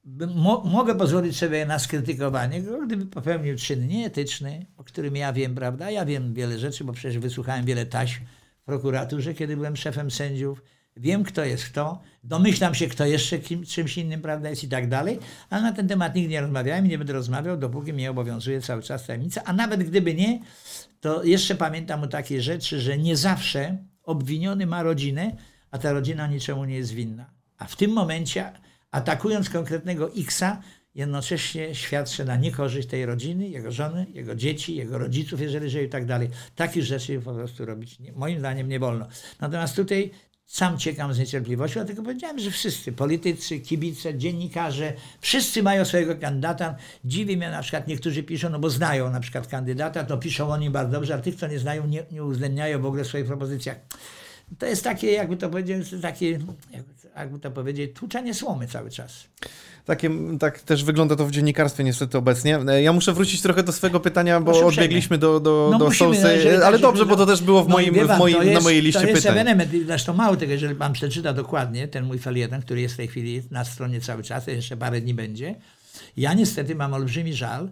mo, mogę pozwolić sobie na skrytykowanie go, gdyby popełnił czyn nieetyczny, o którym ja wiem, prawda? Ja wiem wiele rzeczy, bo przecież wysłuchałem wiele taśm w prokuraturze, kiedy byłem szefem sędziów. Wiem, kto jest kto, domyślam się, kto jeszcze kim, czymś innym, prawda, jest i tak dalej, ale na ten temat nigdy nie rozmawiałem i nie będę rozmawiał, dopóki mnie obowiązuje cały czas tajemnica, a nawet gdyby nie, to jeszcze pamiętam o takiej rzeczy, że nie zawsze obwiniony ma rodzinę, a ta rodzina niczemu nie jest winna. A w tym momencie, atakując konkretnego X-a, jednocześnie świadczy na niekorzyść tej rodziny, jego żony, jego dzieci, jego rodziców, jeżeli żyją i tak dalej. Takich rzeczy po prostu robić nie, moim zdaniem nie wolno. Natomiast tutaj sam ciekam z niecierpliwością, dlatego powiedziałem, że wszyscy, politycy, kibice, dziennikarze, wszyscy mają swojego kandydata. Dziwi mnie na przykład, niektórzy piszą, no bo znają na przykład kandydata, to piszą o nim bardzo dobrze, a tych, co nie znają, nie, nie uwzględniają w ogóle w swoich propozycjach. To jest takie, jakby to powiedzieć, takie, jakby to powiedzieć, tłuczenie słomy cały czas. Takie, tak też wygląda to w dziennikarstwie niestety obecnie. Ja muszę wrócić trochę do swojego pytania, bo Proszę odbiegliśmy do, do, no do musimy, Sousy, no jeżeli ale tak dobrze, się- bo to też było w, no moim, wie pan, w moim, to na jest- mojej liście to jest pytań. ewenement. Zresztą mało tego, jeżeli pan przeczyta dokładnie ten mój felieton, który jest w tej chwili na stronie cały czas, jeszcze parę dni będzie. Ja niestety mam olbrzymi żal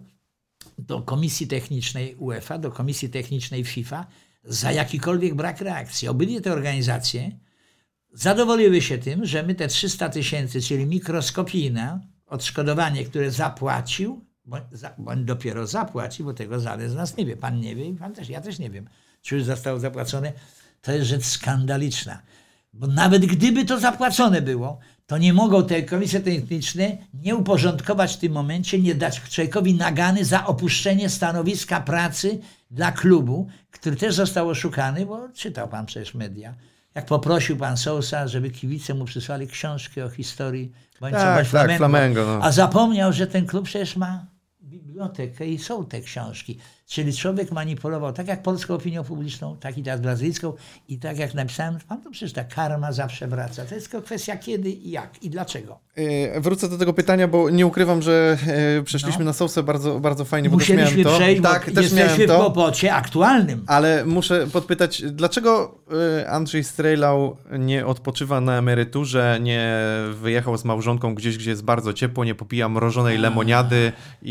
do Komisji Technicznej UEFA, do Komisji Technicznej FIFA za jakikolwiek brak reakcji. Obydwie te organizacje zadowoliły się tym, że my te trzysta tysięcy, czyli mikroskopijne odszkodowanie, które zapłacił, bądź, za, bądź dopiero zapłaci, bo tego żaden z nas nie wie. Pan nie wie i pan też, ja też nie wiem, czy już zostało zapłacone. To jest rzecz skandaliczna. Bo nawet gdyby to zapłacone było, to nie mogą te komisje techniczne nie uporządkować w tym momencie, nie dać człowiekowi nagany za opuszczenie stanowiska pracy dla klubu, który też został oszukany, bo czytał pan przecież media. Jak poprosił pan Sousa, żeby kibice mu przysłali książki o historii bądź Tak, bądź tak, Flamengo, Flamengo, no. a zapomniał, że ten klub przecież ma bibliotekę i są te książki. Czyli człowiek manipulował tak jak polską opinią publiczną, tak i teraz brazylijską i tak jak napisałem, pan to przecież ta karma zawsze wraca. To jest tylko kwestia kiedy i jak i dlaczego. Yy, Wrócę do tego pytania, bo nie ukrywam, że yy, przeszliśmy No. na Sousę bardzo, bardzo fajnie, bo też Musieliśmy miałem to. przejść, bo Tak, też jesteśmy miałem w to. kłopocie aktualnym. Ale muszę podpytać, dlaczego y, Andrzej Strejlau nie odpoczywa na emeryturze, nie wyjechał z małżonką gdzieś, gdzie jest bardzo ciepło, nie popija mrożonej lemoniady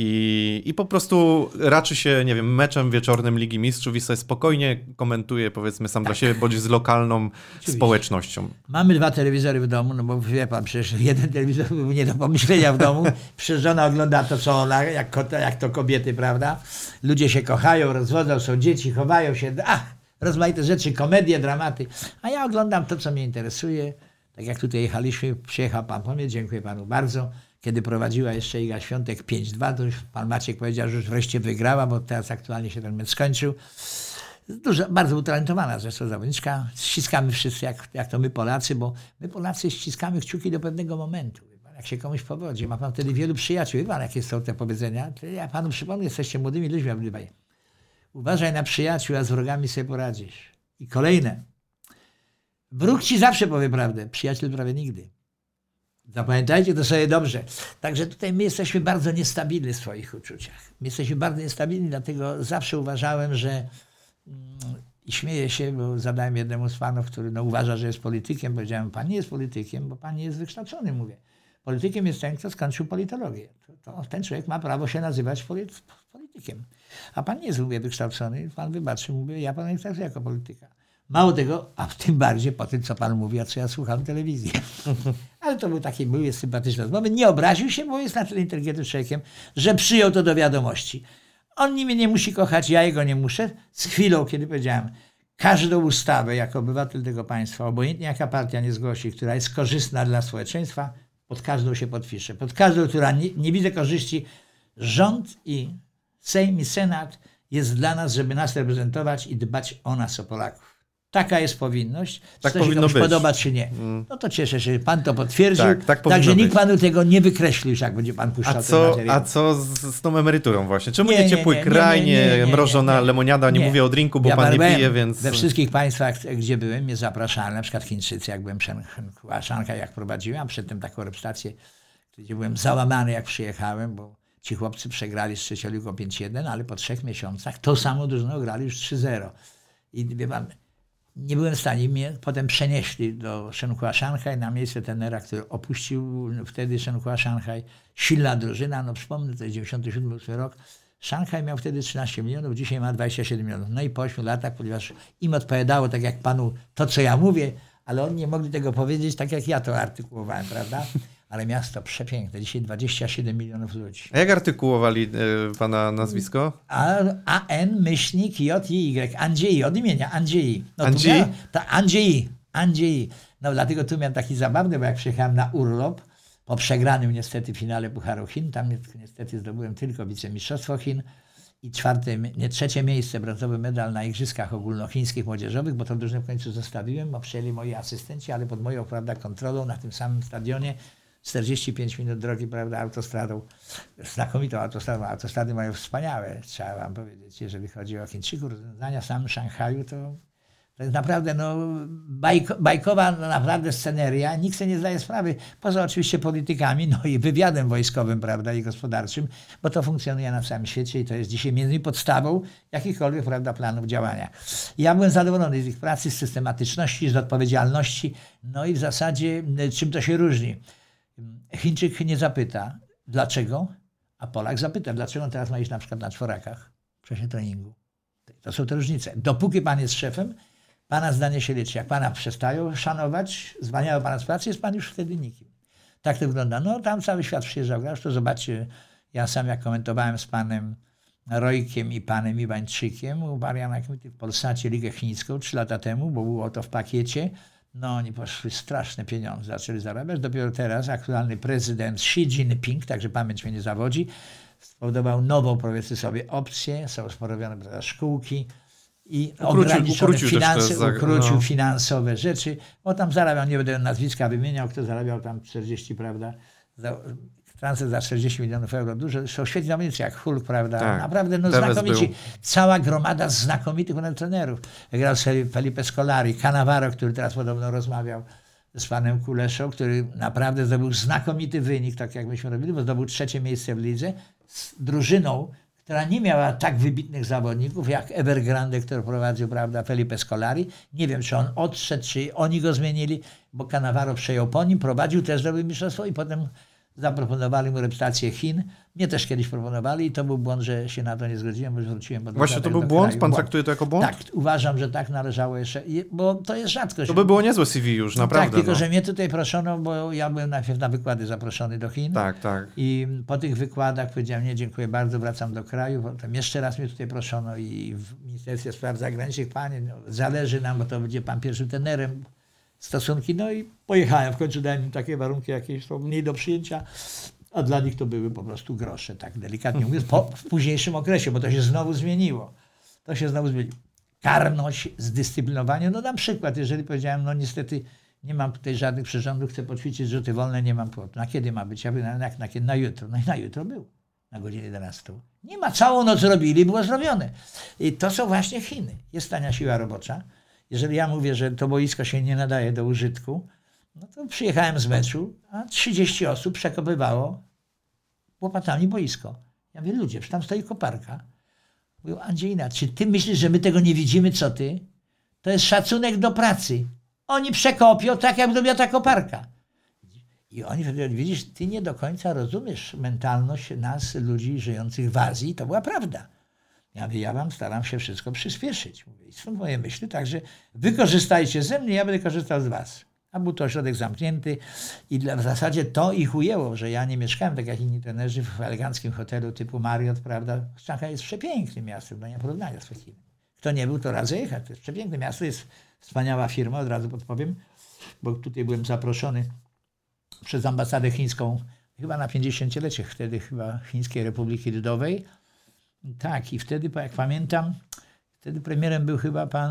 i, i po prostu raczy się, nie wiem, meczem wieczornym Ligi Mistrzów i sobie spokojnie komentuje, powiedzmy, sam dla siebie, bądź z lokalną społecznością. Mamy dwa telewizory w domu, no bo wie pan, przecież jeden telewizor był nie do pomyślenia w domu. Przecież żona ogląda to, co ona, jak, ko- jak to kobiety, prawda? Ludzie się kochają, rozwodzą, są dzieci, chowają się, ach, rozmaite rzeczy, komedie, dramaty. A ja oglądam to, co mnie interesuje. Tak jak tutaj jechaliśmy, przyjechał pan po mnie, dziękuję panu bardzo. Kiedy prowadziła jeszcze Iga Świątek pięć dwa, to już pan Maciek powiedział, że już wreszcie wygrała, bo teraz aktualnie się ten mecz skończył. Dużo, bardzo utalentowana zresztą zawodniczka. Ściskamy wszyscy, jak, jak to my Polacy, bo my Polacy ściskamy kciuki do pewnego momentu. Wie pan, jak się komuś powodzi, ma pan wtedy wielu przyjaciół. Wie pan, jakie są te powiedzenia? To ja panu przypomnę, jesteście młodymi ludźmi obydwaj. Uważaj na przyjaciół, a z wrogami sobie poradzisz. I kolejne. Wróg ci zawsze powie prawdę, przyjaciel prawie nigdy. Zapamiętajcie to sobie dobrze. Także tutaj my jesteśmy bardzo niestabilni w swoich uczuciach. My jesteśmy bardzo niestabilni, dlatego zawsze uważałem, że i śmieję się, bo zadałem jednemu z panów, który no, uważa, że jest politykiem. Powiedziałem, pan nie jest politykiem, bo pan nie jest wykształcony, mówię. Politykiem jest ten, kto skończył politologię. To, to ten człowiek ma prawo się nazywać polit, politykiem. A pan nie jest, mówię, wykształcony. Pan wybaczy, mówię, ja pana nie traktuję jako polityka. Mało tego, a tym bardziej po tym, co pan mówi, a co ja słucham telewizji. Ale to był taki, był jest sympatyczny rozmowy. Nie obraził się, bo jest na tyle inteligentnym człowiekiem, że przyjął to do wiadomości. On mnie nie musi kochać, ja jego nie muszę. Z chwilą, kiedy powiedziałem, każdą ustawę jako obywatel tego państwa, obojętnie jaka partia nie zgłosi, która jest korzystna dla społeczeństwa, pod każdą się podpiszę. Pod każdą, która nie, nie widzę korzyści, rząd i Sejm i Senat jest dla nas, żeby nas reprezentować i dbać o nas, o Polaków. Taka jest powinność. Czy Tak to się powinno komuś być. podoba, czy nie. No to cieszę się, że pan to potwierdził. Tak, tak powinno Także nikt być. panu tego nie wykreślił, jak będzie pan puszczał A ten co, materiał. a co z, z tą emeryturą właśnie? Czemu Nie, nie, nie, ciepły nie, nie, kraj, nie, nie, nie, nie, nie, mrożona nie. lemoniada? Nie, Nie. mówię o drinku, bo Ja pan nie byłem pije, więc... we wszystkich państwach, gdzie byłem, mnie zapraszali, na przykład Chińczycy, jak byłem w Szankaj, jak prowadziłem, a przedtem taką reprezentację, gdzie byłem załamany, jak przyjechałem, bo ci chłopcy przegrali z Trzecioligą pięć jeden, ale po trzech miesiącach to samo drużyną grali już trzy zero. I wie pan, nie byłem w stanie. Mnie potem przenieśli do Shenhua Shanghai na miejsce tenera, który opuścił wtedy Shenhua Shanghai. Silna drużyna, no przypomnę, to jest dziewięćdziesiąty siódmy rok. Szanghaj miał wtedy trzynaście milionów, dzisiaj ma dwadzieścia siedem milionów. No i po ośmiu latach, ponieważ im odpowiadało tak jak panu to, co ja mówię, ale oni nie mogli tego powiedzieć tak jak ja to artykułowałem, prawda? Ale miasto przepiękne. Dzisiaj dwadzieścia siedem milionów ludzi. A jak artykułowali y, pana nazwisko? A N myślnik J I Y. Andrzej, od imienia Andrzej. No, Andrzej? Ta Andrzej. Andrzej. No dlatego tu miałem taki zabawny, bo jak przyjechałem na urlop, po przegranym niestety finale Pucharu Chin, tam niestety zdobyłem tylko wicemistrzostwo Chin i czwarte, nie trzecie miejsce, brązowy medal na Igrzyskach Ogólnochińskich Młodzieżowych, bo to drużynę w końcu zostawiłem, bo przyjęli moi asystenci, ale pod moją, prawda, kontrolą na tym samym stadionie. czterdzieści pięć minut drogi, prawda, autostradą, znakomitą autostradą. Autostrady mają wspaniałe, trzeba wam powiedzieć, jeżeli chodzi o Chińczyków. Rozwiązania w samym Szanghaju to, to jest naprawdę no, bajko, bajkowa no, naprawdę sceneria. Nikt sobie nie zdaje sprawy, poza oczywiście politykami, no i wywiadem wojskowym, prawda, i gospodarczym, bo to funkcjonuje na całym świecie i to jest dzisiaj między innymi podstawą jakichkolwiek, prawda, planów działania. Ja byłem zadowolony z ich pracy, z systematyczności, z odpowiedzialności, no i w zasadzie czym to się różni. Chińczyk nie zapyta, dlaczego, a Polak zapyta, dlaczego on teraz ma iść na przykład na czworakach w czasie treningu. To są te różnice. Dopóki pan jest szefem, pana zdanie się liczy. Jak pana przestają szanować, zwalniają pana z pracy, jest pan już wtedy nikim. Tak to wygląda. No tam cały świat przyjeżdżał, grać, to zobaczcie, ja sam jak komentowałem z panem Rojkiem i panem Iwańczykiem u Mariana Kmity w Polsacie Ligę Chińską trzy lata temu, bo było to w pakiecie. No oni poszły straszne pieniądze, zaczęli zarabiać. Dopiero teraz aktualny prezydent Xi Jinping, także pamięć mnie nie zawodzi, spowodował nową, powiedzmy sobie, opcję, są sporobione szkółki i ukrócił, ograniczone ukrócił finanse, za, ukrócił no. finansowe rzeczy, bo tam zarabiał, nie będę nazwiska wymieniał, kto zarabiał tam czterdzieści, prawda, za, transfer za czterdzieści milionów euro, dużo, są świetni zawodnicy jak Hulk, prawda, tak, naprawdę no, znakomici, był. Cała gromada znakomitych trenerów. Grał Felipe Scolari, Cannavaro, który teraz podobno rozmawiał z panem Kuleszą, który naprawdę zdobył znakomity wynik, tak jak myśmy robili, bo zdobył trzecie miejsce w lidze z drużyną, która nie miała tak wybitnych zawodników jak Evergrande, który prowadził, prawda, Felipe Scolari. Nie wiem, czy on odszedł, czy oni go zmienili, bo Cannavaro przejął po nim, prowadził, też zdobył mistrzostwo i potem zaproponowali mu reprezentację Chin. Mnie też kiedyś proponowali i to był błąd, że się na to nie zgodziłem, bo wróciłem. Właśnie to był błąd? Kraju. Pan traktuje to jako błąd? Tak, uważam, że tak należało jeszcze, bo to jest rzadkość. To by było niezłe C V już, naprawdę. Tak, tylko no. że mnie tutaj proszono, bo ja byłem najpierw na wykłady zaproszony do Chin. Tak, tak. I po tych wykładach powiedziałem, nie, dziękuję bardzo, wracam do kraju. Potem jeszcze raz mnie tutaj proszono i w Ministerstwie Spraw Zagranicznych, panie, no, zależy nam, bo to będzie pan pierwszym trenerem. Stosunki, no i pojechałem. W końcu dałem im takie warunki, jakieś są mniej do przyjęcia, a dla nich to były po prostu grosze, tak delikatnie mówiąc, po, w późniejszym okresie, bo to się znowu zmieniło. To się znowu zmieniło. Karność, zdyscyplinowanie, no dam przykład, jeżeli powiedziałem, no niestety nie mam tutaj żadnych przyrządów, chcę poćwiczyć rzuty wolne, nie mam płotu. Na kiedy ma być? Ja mówię, na, na, kiedy? Na jutro. No i na jutro był, na godzinę jedenastą. Nie ma, całą noc robili, było zrobione. I to są właśnie Chiny. Jest tania siła robocza. Jeżeli ja mówię, że to boisko się nie nadaje do użytku, no to przyjechałem z meczu, a trzydzieści osób przekopywało łopatami boisko. Ja mówię, ludzie, przecież tam stoi koparka. Mówią, Andrzejna, czy ty myślisz, że my tego nie widzimy, co ty? To jest szacunek do pracy. Oni przekopią tak, jak robiła ta koparka. I oni wtedy, widzisz, ty nie do końca rozumiesz mentalność nas, ludzi żyjących w Azji. To była prawda. Ja mówię, ja wam staram się wszystko przyspieszyć. Mówię, i stąd moje myśli, także wykorzystajcie ze mnie, ja będę korzystał z was. A był to ośrodek zamknięty i dla, w zasadzie to ich ujęło, że ja nie mieszkałem tak jak inni trenerzy w eleganckim hotelu typu Marriott, prawda. Szanghaj jest przepięknym miastem, no nie porównania z Pekinem. Kto nie był, to radzę jechać. To jest przepiękne miasto, jest wspaniała firma, od razu podpowiem, bo tutaj byłem zaproszony przez ambasadę chińską, chyba na pięćdziesięciolecie wtedy chyba Chińskiej Republiki Ludowej. Tak, i wtedy, jak pamiętam, wtedy premierem był chyba pan,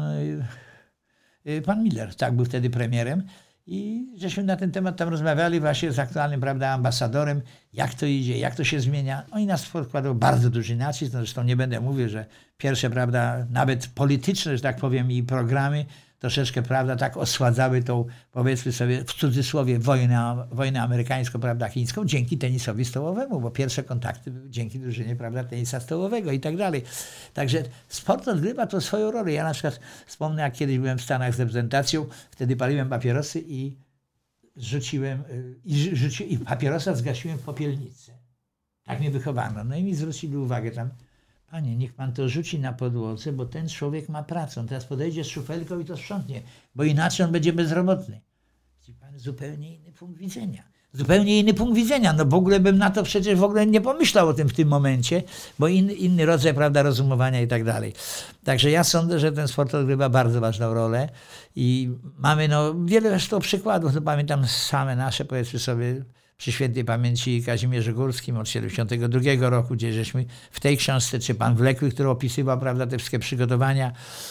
pan Miller, tak, był wtedy premierem. I żeśmy na ten temat tam rozmawiali właśnie z aktualnym, prawda, ambasadorem, jak to idzie, jak to się zmienia. Oni nas podkładają bardzo duży nacisk. No zresztą nie będę mówił, że pierwsze, prawda, nawet polityczne, że tak powiem, i programy troszeczkę, prawda, tak osładzały tą, powiedzmy sobie, w cudzysłowie, wojnę, wojnę amerykańską, prawda, chińską, dzięki tenisowi stołowemu, bo pierwsze kontakty były dzięki drużynie, prawda, tenisa stołowego i tak dalej. Także sport odgrywa to swoją rolę. Ja na przykład wspomnę, jak kiedyś byłem w Stanach z reprezentacją, wtedy paliłem papierosy i rzuciłem, i, rzuci, i papierosa zgasiłem w popielnicy. Tak mnie wychowano. No i mi zwrócili uwagę tam, panie, niech pan to rzuci na podłodze, bo ten człowiek ma pracę. On teraz podejdzie z szufelką i to sprzątnie, bo inaczej on będzie bezrobotny. Widzi pan, zupełnie inny punkt widzenia. Zupełnie inny punkt widzenia. No w ogóle bym na to przecież w ogóle nie pomyślał o tym w tym momencie, bo in, inny rodzaj, prawda, rozumowania i tak dalej. Także ja sądzę, że ten sport odgrywa bardzo ważną rolę i mamy no wiele zresztą przykładów. No pamiętam same nasze, powiedzmy sobie, przy świętej pamięci Kazimierzu Górskim od siedemdziesiątego drugiego roku, gdzie żeśmy w tej książce, czy pan Wlekły, który opisywał, prawda, te wszystkie przygotowania.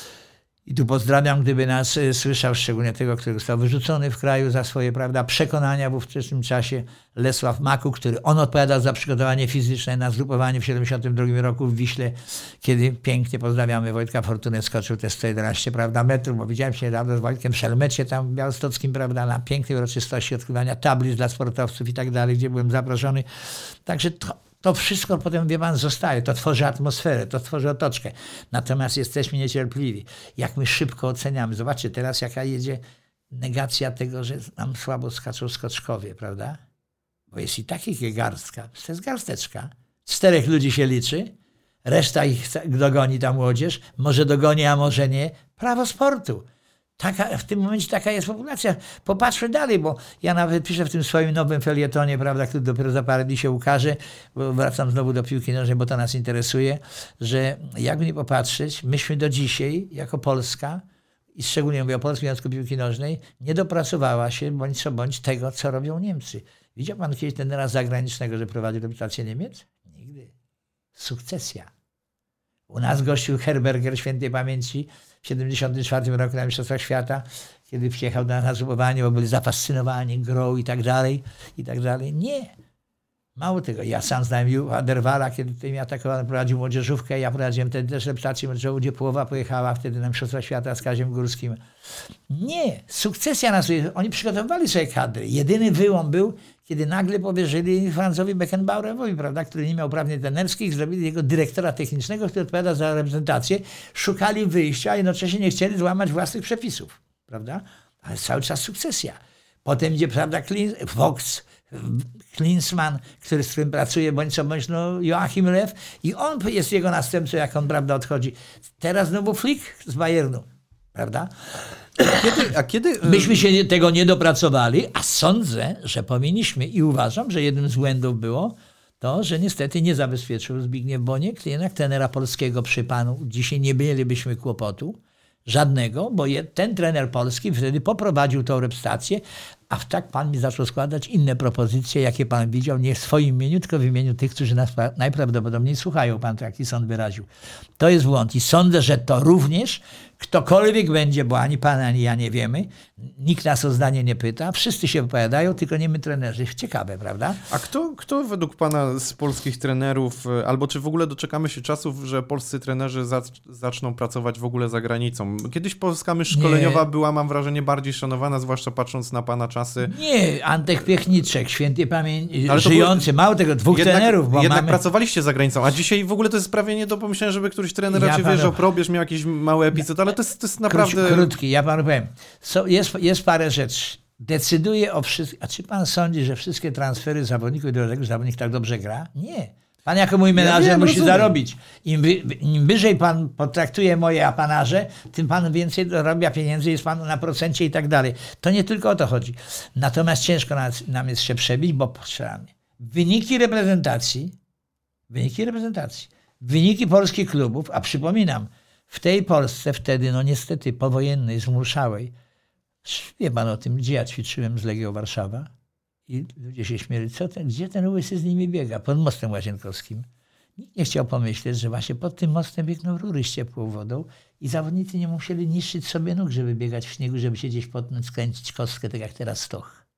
I tu pozdrawiam, gdyby nas y, słyszał, szczególnie tego, który został wyrzucony w kraju za swoje, prawda, przekonania w ówczesnym czasie, Lesław Maku, który on odpowiadał za przygotowanie fizyczne na zgrupowanie w siedemdziesiątym drugim roku w Wiśle, kiedy pięknie, pozdrawiamy, Wojtka Fortunę, skoczył te sto jedenaście, prawda, metrów, bo widziałem się niedawno z Wojtkiem w Szelmecie tam w Białostockim, prawda, na pięknej uroczystości odkrywania tablic dla sportowców i tak dalej, gdzie byłem zaproszony. Także to To wszystko potem, wie pan, zostaje. To tworzy atmosferę, to tworzy otoczkę. Natomiast jesteśmy niecierpliwi. Jak my szybko oceniamy. Zobaczcie teraz, jaka jedzie negacja tego, że nam słabo skaczą skoczkowie, prawda? Bo jest i takiej garstka. To jest garsteczka. Czterech ludzi się liczy. Reszta ich dogoni, ta młodzież. Może dogoni, a może nie. Prawo sportu. Taka, w tym momencie taka jest populacja. Popatrzmy dalej, bo ja nawet piszę w tym swoim nowym felietonie, prawda, który dopiero za parę dni się ukaże, bo wracam znowu do piłki nożnej, bo to nas interesuje, że jakby nie popatrzeć, myśmy do dzisiaj, jako Polska, i szczególnie mówię o Polskim Związku Piłki Nożnej, nie dopracowała się bądź co bądź tego, co robią Niemcy. Widział pan kiedyś trenera zagranicznego, że prowadzi reprezentację Niemiec? Nigdy. Sukcesja. U nas gościł Herberger świętej pamięci w siedemdziesiątym czwartym roku na Mistrzostwach Świata, kiedy przyjechał do nas na zgrupowanie, bo byli zafascynowani grą i tak dalej, i tak dalej. Nie. Mało tego. Ja sam znałem Juha Derwala, kiedy tutaj mnie atakowano, prowadził młodzieżówkę. Ja prowadziłem wtedy też reprezentację młodzieżową, gdzie połowa pojechała wtedy na Mistrzostwa Świata z Kaziem Górskim. Nie. Sukcesja nas. Oni przygotowywali sobie kadry. Jedyny wyłom był, kiedy nagle powierzyli Franzowi Beckenbauerowi, prawda, który nie miał uprawnień trenerskich, zrobili jego dyrektora technicznego, który odpowiada za reprezentację. Szukali wyjścia, a jednocześnie nie chcieli złamać własnych przepisów. Prawda? Ale cały czas sukcesja. Potem idzie, prawda, Klin, Fox, Klinsmann, który z którym pracuje, bądź co bądź, no, Joachim Löw, i on jest jego następcą, jak on, prawda, odchodzi. Teraz znowu Flick z Bayernu, prawda? Kiedy, a kiedy... Myśmy się tego nie dopracowali, a sądzę, że powinniśmy, i uważam, że jednym z błędów było to, że niestety nie zabezpieczył Zbigniew Boniek, jednak trenera polskiego przy panu. Dzisiaj nie mielibyśmy kłopotu żadnego, bo je, ten trener polski wtedy poprowadził tą reprezentację, a tak pan mi zaczął składać inne propozycje, jakie pan widział, nie w swoim imieniu, tylko w imieniu tych, którzy nas najprawdopodobniej słuchają. Pan taki sąd wyraził. To jest błąd i sądzę, że to również ktokolwiek będzie, bo ani pan, ani ja nie wiemy, nikt nas o zdanie nie pyta, wszyscy się wypowiadają, tylko nie my trenerzy. Ciekawe, prawda? A kto, kto według pana z polskich trenerów, albo czy w ogóle doczekamy się czasów, że polscy trenerzy zac- zaczną pracować w ogóle za granicą? Kiedyś polska myśl szkoleniowa nie. była, mam wrażenie, bardziej szanowana, zwłaszcza patrząc na pana czasy. Nie, Antek Piechniczek, świętej pamięci, żyjący, było... mało tego, dwóch jednak, trenerów. Bo jednak mamy... pracowaliście za granicą, a dzisiaj w ogóle to jest prawie nie do pomyślenia, żeby któryś trener ja raczej panu... wyjeżdżał, probierz, miał jakiś mały epizod, ale to jest, to jest naprawdę... Krótki, ja panu powiem. So, jest, jest parę rzeczy. Decyduje o wszystkim. A czy pan sądzi, że wszystkie transfery zawodników do tego zawodnik tak dobrze gra? Nie. Pan jako mój menadżer ja wiem, musi rozumiem. zarobić. Im, wy, Im wyżej pan potraktuje moje apanarze, tym pan więcej dorabia pieniędzy, jest pan na procencie i tak dalej. To nie tylko o to chodzi. Natomiast ciężko nam, nam jest się przebić, bo potrzebujemy. Wyniki reprezentacji, wyniki reprezentacji, wyniki polskich klubów, a przypominam, w tej Polsce wtedy, no niestety powojennej, zmuszałej, wie pan o tym, gdzie ja ćwiczyłem z Legią Warszawa i ludzie się śmieli, co ten, gdzie ten łysy z nimi biega? Pod mostem Łazienkowskim. Nikt nie chciał pomyśleć, że właśnie pod tym mostem biegną rury z ciepłą wodą i zawodnicy nie musieli niszczyć sobie nóg, żeby biegać w śniegu, żeby się gdzieś potnąć, skręcić kostkę, tak jak teraz Stoch.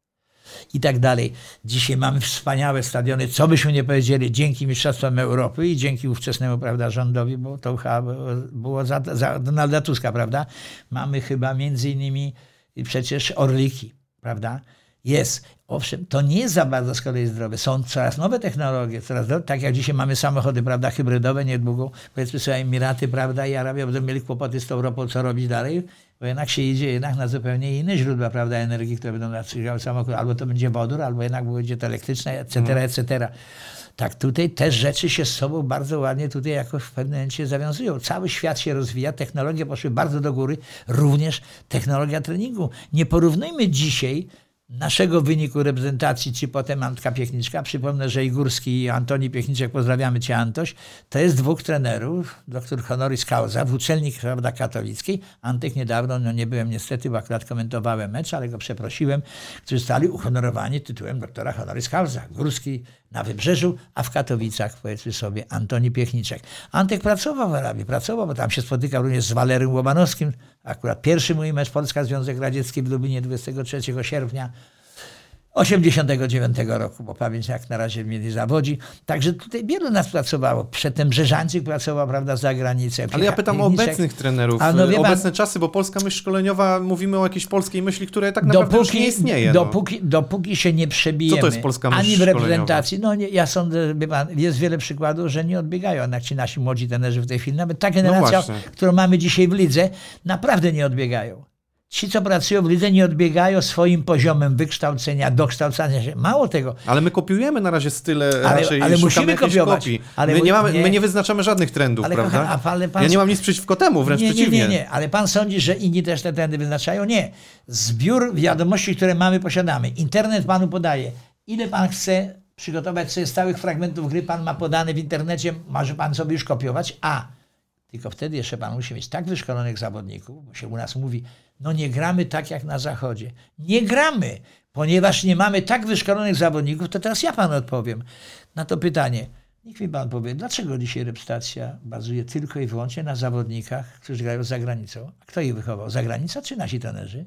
i tak dalej. Dzisiaj mamy wspaniałe stadiony, co byśmy nie powiedzieli, dzięki Mistrzostwom Europy i dzięki ówczesnemu, prawda, rządowi, bo to chyba było za, za Donalda Tuska, prawda? Mamy chyba między innymi przecież Orliki, prawda? Jest. Owszem, to nie jest za bardzo z kolei zdrowe. Są coraz nowe technologie, coraz do, tak jak dzisiaj mamy samochody, prawda, hybrydowe, niedługo, powiedzmy sobie Emiraty, prawda, i Arabia będą mieli kłopoty z tą ropą, co robić dalej, bo jednak się idzie jednak na zupełnie inne źródła, prawda, energii, które będą nastrzygały samochód. Albo to będzie wodór, albo jednak będzie to elektryczne, et cetera, et cetera. Tak, tutaj te rzeczy się z sobą bardzo ładnie tutaj jakoś w pewnym momencie zawiązują. Cały świat się rozwija, technologie poszły bardzo do góry, również technologia treningu. Nie porównujmy dzisiaj naszego wyniku reprezentacji, czy potem Antka Piechniczka. Przypomnę, że i Górski i Antoni Piechniczek, pozdrawiamy cię Antoś, to jest dwóch trenerów, doktor honoris causa w uczelni, prawda, katolickiej. Antek niedawno, no nie byłem niestety, bo akurat komentowałem mecz, ale go przeprosiłem, którzy zostali uhonorowani tytułem doktora honoris causa. Górski na Wybrzeżu, a w Katowicach, powiedzmy sobie, Antoni Piechniczek. Antek pracował w Arabii, pracował, bo tam się spotykał również z Walerym Łobanowskim. Akurat pierwszy mój mecz Polska-Związek Radziecki w Lublinie dwudziestego trzeciego sierpnia osiemdziesiątego dziewiątego roku, bo pamięć jak na razie mnie nie zawodzi. Także tutaj wielu nas pracowało. Przedtem Brzeżańczyk pracował, prawda, za granicę. Ale ja pytam o obecnych trenerów, no, obecne pan, czasy, bo polska myśl szkoleniowa, mówimy o jakiejś polskiej myśli, która tak naprawdę dopóki, już nie istnieje. Dopóki, no. dopóki się nie przebijemy, Co to jest polska myśl ani w reprezentacji, szkoleniowa? no nie, ja sądzę, wie pan, jest wiele przykładów, że nie odbiegają jednak ci nasi młodzi trenerzy w tej chwili. Nawet ta generacja, no którą mamy dzisiaj w lidze, naprawdę nie odbiegają. Ci, co pracują w lidze, nie odbiegają swoim poziomem wykształcenia, dokształcania się. Mało tego. Ale my kopiujemy na razie style, ale, raczej ale musimy jakiejś kopiować. kopii. Ale my, nie mamy, nie, my nie wyznaczamy żadnych trendów, ale, prawda? Kocham, ale pan, ja nie mam nic przeciwko temu, wręcz nie, przeciwnie. Nie, nie, nie, ale pan sądzi, że inni też te trendy wyznaczają? Nie. Zbiór wiadomości, które mamy, posiadamy. Internet panu podaje. Ile pan chce przygotować sobie stałych fragmentów gry, pan ma podane w internecie, może pan sobie już kopiować, a tylko wtedy jeszcze pan musi mieć tak wyszkolonych zawodników, bo się u nas mówi, no nie gramy tak jak na Zachodzie. Nie gramy, ponieważ nie mamy tak wyszkolonych zawodników, to teraz ja panu odpowiem na to pytanie. Niech mi pan powie, dlaczego dzisiaj reprezentacja bazuje tylko i wyłącznie na zawodnikach, którzy grają za granicą? A kto ich wychował? Zagranica czy nasi trenerzy?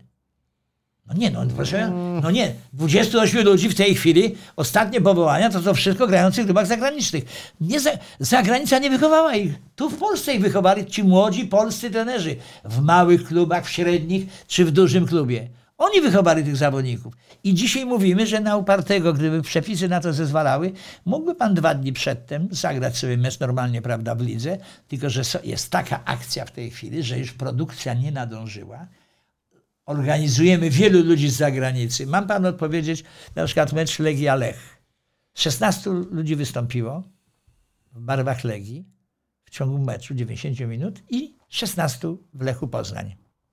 No nie, no proszę, no nie. dwudziestu ośmiu ludzi w tej chwili, ostatnie powołania, to są wszystko grających w klubach zagranicznych. Nie za, zagranica nie wychowała ich. Tu w Polsce ich wychowali ci młodzi polscy trenerzy. W małych klubach, w średnich czy w dużym klubie. Oni wychowali tych zawodników. I dzisiaj mówimy, że na upartego, gdyby przepisy na to zezwalały, mógłby pan dwa dni przedtem zagrać sobie mecz normalnie, prawda, w lidze, tylko że jest taka akcja w tej chwili, że już produkcja nie nadążyła. Organizujemy wielu ludzi z zagranicy. Mam panu odpowiedzieć, na przykład mecz Legia Lech. szesnastu ludzi wystąpiło w barwach Legii w ciągu meczu dziewięćdziesięciu minut i szesnastu w Lechu Poznań.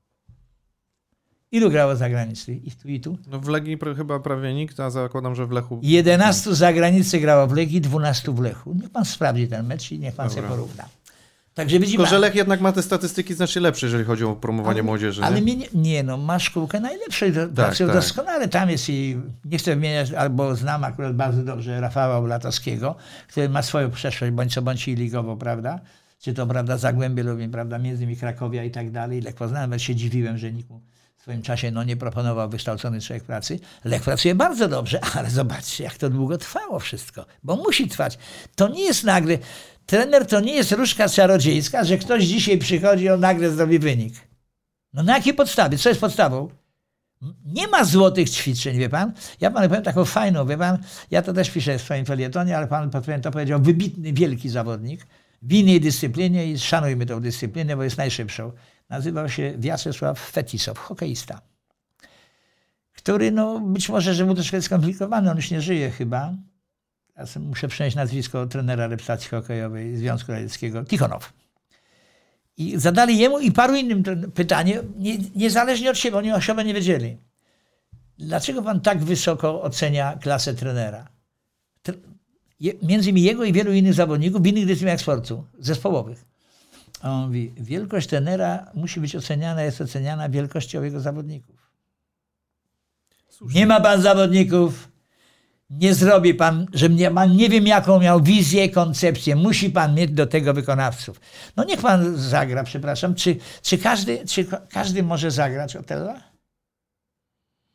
Ilu grało zagranicy? I tu, i tu? No w Legii chyba prawie nikt, a zakładam, że w Lechu... jedenastu zagranicy grało w Legii, dwunastu w Lechu. Niech pan sprawdzi ten mecz i niech pan Dobra. sobie porówna. Także widzi Tylko, pan, że Lech jednak ma te statystyki znacznie lepsze, jeżeli chodzi o promowanie ale, młodzieży. Ale nie? nie, nie, no ma szkółkę najlepszej, tak, pracują tak. doskonale. Tam jest i, nie chcę wymieniać, albo znam akurat bardzo dobrze Rafała Ulatowskiego, który ma swoją przeszłość, bądź co bądź i ligową, prawda? Czy to, prawda, Zagłębie Lubin, prawda, między innymi Krakowia i tak dalej. Lech Poznań, nawet się dziwiłem, że nikt mu w swoim czasie no, nie proponował wykształcony człowiek pracy. Lech pracuje bardzo dobrze, ale zobaczcie, jak to długo trwało wszystko, bo musi trwać. To nie jest nagle... Trener to nie jest różdżka czarodziejska, że ktoś dzisiaj przychodzi i on nagle zrobi wynik. No na jakiej podstawie? Co jest podstawą? Nie ma złotych ćwiczeń, wie pan. Ja panu powiem taką fajną, wie pan. Ja to też piszę w swoim felietonie, ale pan powiem, to powiedział wybitny, wielki zawodnik w innej dyscyplinie i szanujmy tą dyscyplinę, bo jest najszybszą. Nazywał się Wiaczesław Fetisow, hokeista, który no być może, że był troszkę skomplikowany, on już nie żyje chyba. Ja muszę przynieść nazwisko trenera reprezentacji hokejowej Związku Radzieckiego, Tichonow. I zadali jemu i paru innym pytanie, nie, niezależnie od siebie, oni o siebie nie wiedzieli. Dlaczego pan tak wysoko ocenia klasę trenera? Tre, je, między innymi jego i wielu innych zawodników w innych dyscyplinach sportu, zespołowych. A on mówi, wielkość trenera musi być oceniana, jest oceniana wielkością jego zawodników. Słusznie. Nie ma pan zawodników, nie zrobi pan, że mnie, pan nie wiem jaką miał wizję, koncepcję. Musi pan mieć do tego wykonawców. No niech pan zagra, przepraszam. Czy, czy, każdy, czy każdy może zagrać Otella?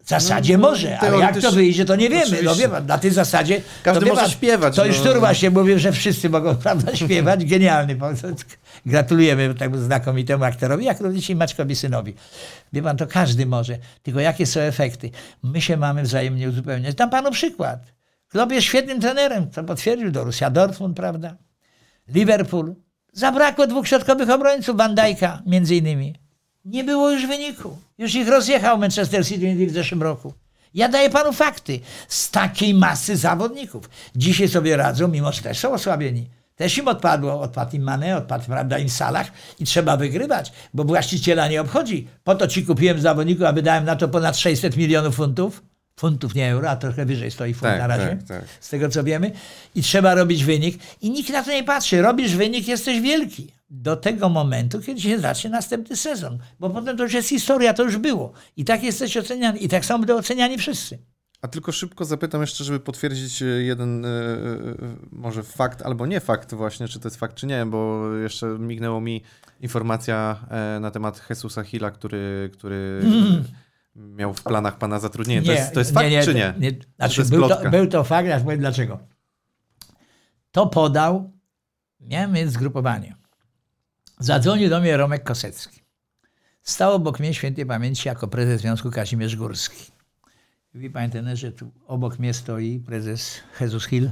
W zasadzie no, może, ale jak to wyjdzie, to nie wiemy. Oczywiście. No wie pan, na tej zasadzie... Każdy to, wie może pan, śpiewać. To no. już tu właśnie mówił, że wszyscy mogą, prawda, śpiewać. Genialny pomysł. Gratulujemy tak znakomitemu aktorowi, jak również i Maćkowi synowi. Wie pan, to każdy może. Tylko jakie są efekty? My się mamy wzajemnie uzupełniać. Dam panu przykład. Klopp jest świetnym trenerem, co potwierdził Borussia Dortmund, prawda? Liverpool. Zabrakło dwóch środkowych obrońców, Van Dijk'a między innymi. Nie było już wyniku. Już ich rozjechał Manchester City w zeszłym roku. Ja daję panu fakty. Z takiej masy zawodników. Dzisiaj sobie radzą, mimo że też są osłabieni. Też im odpadło, odpadł im Mane, odpadł, prawda, im Salah i trzeba wygrywać, bo właściciela nie obchodzi. Po to ci kupiłem zawodników, a wydałem na to ponad sześćset milionów funtów. Funtów, nie euro, a trochę wyżej stoi funt tak, na razie, tak, tak. z tego co wiemy. I trzeba robić wynik. I nikt na to nie patrzy. Robisz wynik, jesteś wielki. Do tego momentu, kiedy się zacznie następny sezon. Bo potem to już jest historia, to już było. I tak jesteś oceniany. I tak są będą oceniani wszyscy. A tylko szybko zapytam jeszcze, żeby potwierdzić jeden e, e, może fakt albo nie fakt właśnie, czy to jest fakt, czy nie, bo jeszcze mignęło mi informacja e, na temat Jesusa Hilla, który, który mm. miał w planach pana zatrudnienie. To, Nie, jest, to jest fakt, nie, nie, czy nie? nie. Znaczy, to jest był, to, plotka? był to fakt, ja powiem dlaczego. To podał, miałem mieć zgrupowanie. Zadzwonił do mnie Romek Kosecki. Stał obok mnie świętej pamięci jako prezes Związku Kazimierz Górski. Wie panie trenerze, tu obok mnie stoi prezes Jesus Hill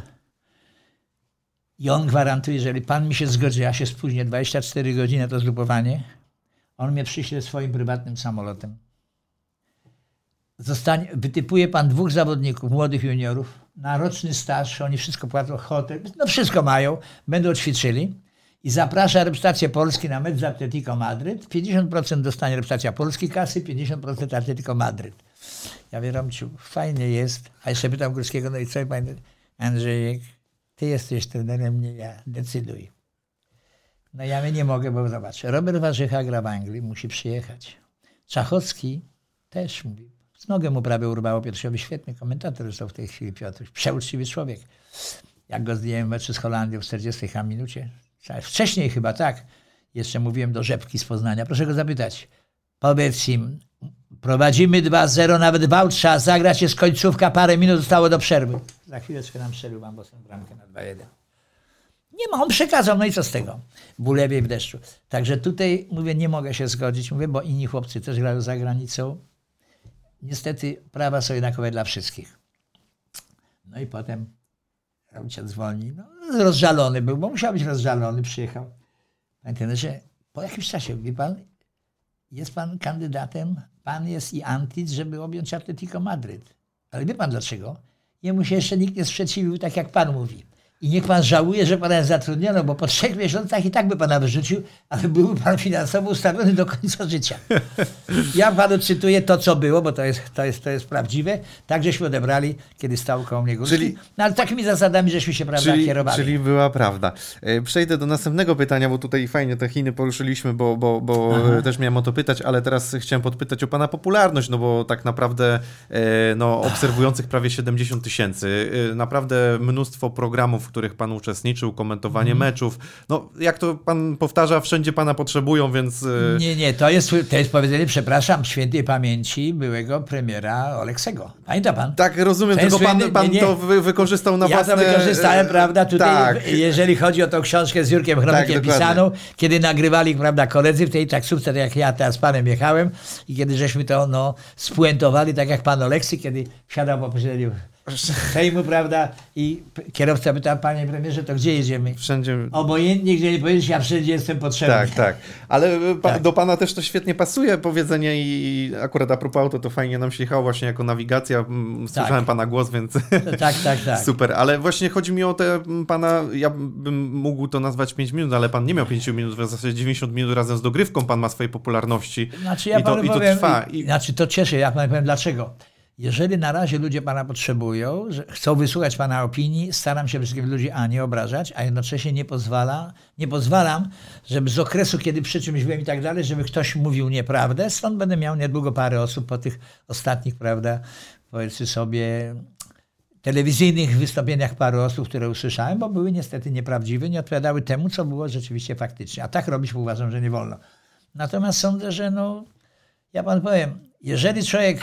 i on gwarantuje, jeżeli pan mi się zgodzi, ja się spóźnię dwadzieścia cztery godziny na to zgrupowanie, on mnie przyśle swoim prywatnym samolotem. Zostanie, wytypuje pan dwóch zawodników, młodych juniorów, na roczny staż, oni wszystko płacą, hotel, no wszystko mają, będą ćwiczyli i zaprasza reprezentację Polski na mecz z Atletico Madryt. pięćdziesiąt procent dostanie reprezentacja Polski kasy, pięćdziesiąt procent Atletico Madryt. Ja mówię, Romciu, fajnie jest. A jeszcze pytam Górskiego, no i co, panie Andrzejek, ty jesteś trenerem, nie ja, decyduj. No ja nie mogę, bo zobacz, Robert Warzycha gra w Anglii, musi przyjechać. Czachowski też mówi, z nogę mu prawie urwało piersiowy, świetny komentator został w tej chwili Piotr, przeuczciwy człowiek. Jak go zdjąłem w meczu z Holandią w czterdziestej minucie, wcześniej chyba tak, jeszcze mówiłem do Rzepki z Poznania, proszę go zapytać, powiedz im, prowadzimy dwa zero, nawet wał trzeba zagrać, jest końcówka, parę minut zostało do przerwy. Za chwileczkę nam strzelił Van Bossen bramkę na dwa jeden. Nie ma, on przekazał, no i co z tego? W ulewie i w deszczu. Także tutaj, mówię, nie mogę się zgodzić, mówię, bo inni chłopcy też grają za granicą. Niestety prawa są jednakowe dla wszystkich. No i potem ojciec zwolni. No, rozżalony był, bo musiał być rozżalony, przyjechał. Panie trenerze, po jakimś czasie, wie pan, jest pan kandydatem, pan jest i Antic, żeby objąć Atletico Madryt. Ale wie pan dlaczego? Jemu się jeszcze nikt nie sprzeciwił, tak jak pan mówi. I niech pan żałuje, że pana zatrudniono, bo po trzech miesiącach i tak by pana wyrzucił, ale byłby pan finansowo ustawiony do końca życia. Ja panu cytuję to, co było, bo to jest, to jest, to jest prawdziwe. Tak żeśmy odebrali, kiedy stał koło mnie Górski. Czyli, no ale takimi zasadami, żeśmy się, prawda, czyli, kierowali. Czyli była prawda. Przejdę do następnego pytania, bo tutaj fajnie te Chiny poruszyliśmy, bo, bo, bo też miałem o to pytać, ale teraz chciałem podpytać o pana popularność, no bo tak naprawdę no, obserwujących prawie siedemdziesiąt tysięcy, naprawdę mnóstwo programów, w których pan uczestniczył, komentowanie mm. meczów. No, jak to pan powtarza, wszędzie pana potrzebują, więc... Nie, nie, to jest, to jest powiedzenie, przepraszam, świętej pamięci byłego premiera Oleksego. Pamięta pan? Tak, rozumiem, tylko pan, słynny, pan nie, nie. to wy, wykorzystał na ja własne... Ja to wykorzystałem, prawda, tutaj, tak. jeżeli chodzi o tą książkę z Jurkiem Chromykiem tak, pisaną, kiedy nagrywali, prawda, koledzy w tej taksówce, tak jak ja teraz z panem jechałem i kiedy żeśmy to, no, spuentowali, tak jak pan Oleksy, kiedy wsiadał po posiedzeniu Sejmu, prawda, i kierowca pyta, panie premierze, to gdzie jedziemy? Wszędzie. Obojętnie, gdzie nie pojedziesz, ja wszędzie jestem potrzebny. Tak, tak. Ale pa, tak. do pana też to świetnie pasuje powiedzenie i akurat a propos auto, to fajnie nam się jechało właśnie jako nawigacja. Słyszałem tak. pana głos, więc tak, tak, tak. super. Ale właśnie chodzi mi o te pana, ja bym mógł to nazwać pięć minut, ale pan nie miał pięć minut, w zasadzie dziewięćdziesiąt minut razem z dogrywką pan ma swojej popularności. Znaczy ja I, to, i to powiem, trwa. I... Znaczy to cieszę, ja panu powiem dlaczego. Jeżeli na razie ludzie pana potrzebują, że chcą wysłuchać pana opinii, staram się wszystkich ludzi a nie obrażać, a jednocześnie nie pozwala, nie pozwalam, żeby z okresu, kiedy przy czymś byłem i tak dalej, żeby ktoś mówił nieprawdę. Stąd będę miał niedługo parę osób po tych ostatnich, prawda, powiedzmy sobie, telewizyjnych wystąpieniach paru osób, które usłyszałem, bo były niestety nieprawdziwe, nie odpowiadały temu, co było rzeczywiście faktycznie. A tak robić uważam, że nie wolno. Natomiast sądzę, że no, ja panu powiem, jeżeli człowiek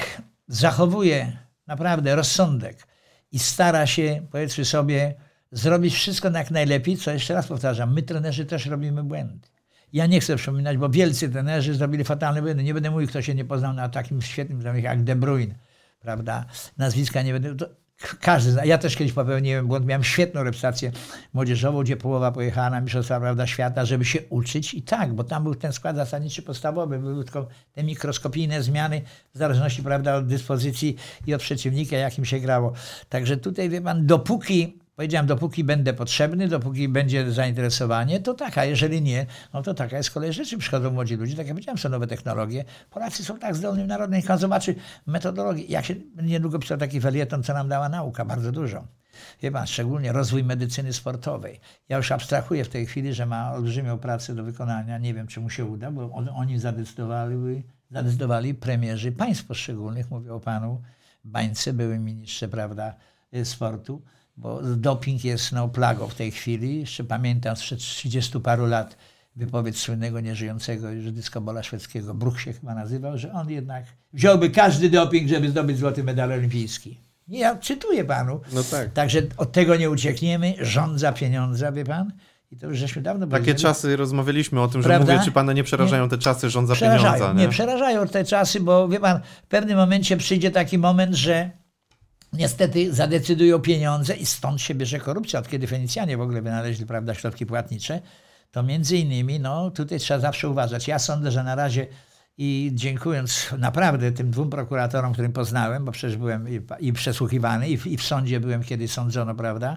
zachowuje naprawdę rozsądek i stara się, powiedzmy sobie, zrobić wszystko jak najlepiej, co jeszcze raz powtarzam, my trenerzy też robimy błędy. Ja nie chcę przypominać, bo wielcy trenerzy zrobili fatalne błędy. Nie będę mówił, kto się nie poznał na takim świetnym zawodniku jak De Bruyne, prawda? Nazwiska nie będę... To każdy zna. Ja też kiedyś popełniłem błąd. Miałem świetną reputację młodzieżową, gdzie połowa pojechała na mistrzostwa, prawda, świata, żeby się uczyć. I tak, bo tam był ten skład zasadniczy podstawowy. Były tylko te mikroskopijne zmiany w zależności, prawda, od dyspozycji i od przeciwnika, jakim się grało. Także tutaj, wie pan, dopóki powiedziałem, dopóki będę potrzebny, dopóki będzie zainteresowanie, to taka, jeżeli nie, no to taka jest z kolei rzeczy. Przychodzą młodzi ludzie, tak jak powiedziałem, są nowe technologie. Polacy są tak zdolnym narodem, niech pan zobaczy metodologię. Jak się niedługo pisał taki felieton, co nam dała nauka, bardzo dużo. Wie pan, szczególnie rozwój medycyny sportowej. Ja już abstrahuję w tej chwili, że ma olbrzymią pracę do wykonania. Nie wiem, czy mu się uda, bo on, oni zadecydowali, zadecydowali premierzy państw poszczególnych. Mówię o panu Bańce, byłym ministrze, prawda, sportu. Bo doping jest no, plagą w tej chwili. Jeszcze pamiętam sprzed trzydziestu paru lat wypowiedź słynnego, nieżyjącego już dyskobola szwedzkiego, Bruch się chyba nazywał, że on jednak wziąłby każdy doping, żeby zdobyć złoty medal olimpijski. Ja czytuję panu. No tak. Także od tego nie uciekniemy. Rządza pieniądza, wie pan? I to już żeśmy dawno Takie powiedzieli. czasy, rozmawialiśmy o tym, Prawda? że mówię, czy pana nie przerażają Nie. te czasy rządza Przerażają. pieniądza, nie? Nie, przerażają te czasy, bo wie pan, w pewnym momencie przyjdzie taki moment, że niestety zadecydują pieniądze i stąd się bierze korupcja. Od kiedy Fenicjanie w ogóle wynaleźli, prawda, środki płatnicze, to między innymi, no tutaj trzeba zawsze uważać. Ja sądzę, że na razie i dziękując naprawdę tym dwóm prokuratorom, którym poznałem, bo przecież byłem i, i przesłuchiwany i w, i w sądzie byłem, kiedy sądzono, prawda,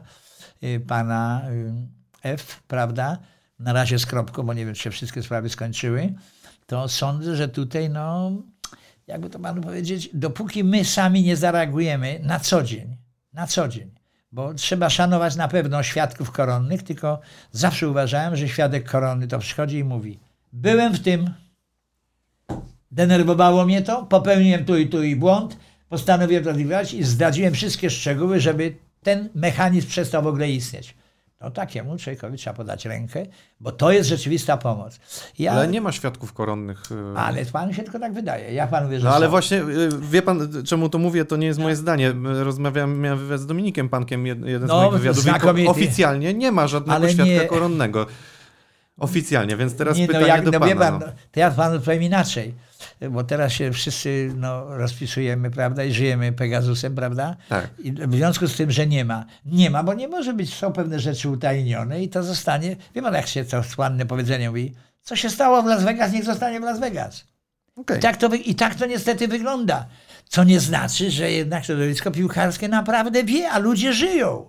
pana F, prawda, na razie z kropką, bo nie wiem, czy się wszystkie sprawy skończyły, to sądzę, że tutaj, no, jakby to panu powiedzieć, dopóki my sami nie zareagujemy na co dzień, na co dzień, bo trzeba szanować na pewno świadków koronnych, tylko zawsze uważałem, że świadek koronny to przychodzi i mówi, byłem w tym, denerwowało mnie to, popełniłem tu i tu i błąd, postanowiłem to zlikwidować i zdradziłem wszystkie szczegóły, żeby ten mechanizm przestał w ogóle istnieć. No takiemu człowiekowi trzeba podać rękę, bo to jest rzeczywista pomoc. Ja, ale nie ma świadków koronnych. Ale panu się tylko tak wydaje. Ja panu wierzę, No że ale są. właśnie, wie pan, czemu to mówię, to nie jest moje zdanie. Rozmawiałem, miałem wywiad z Dominikiem Pankiem, jeden No, z moich wywiadów. znakomity. Oficjalnie nie ma żadnego Ale świadka nie- koronnego. Oficjalnie, więc teraz Nie, no, pytanie jak, do no, pana. wie pan, no. no, to ja panu powiem inaczej, bo teraz się wszyscy no, rozpisujemy, prawda, i żyjemy Pegasusem, prawda? Tak. I w związku z tym, że nie ma. Nie ma, bo nie może być, są pewne rzeczy utajnione i to zostanie, wie pan, jak się to słynne powiedzenie mówi, co się stało w Las Vegas, niech zostanie w Las Vegas. Okay. I, tak to, wy- I tak to niestety wygląda. Co nie znaczy, że jednak środowisko piłkarskie naprawdę wie, a ludzie żyją.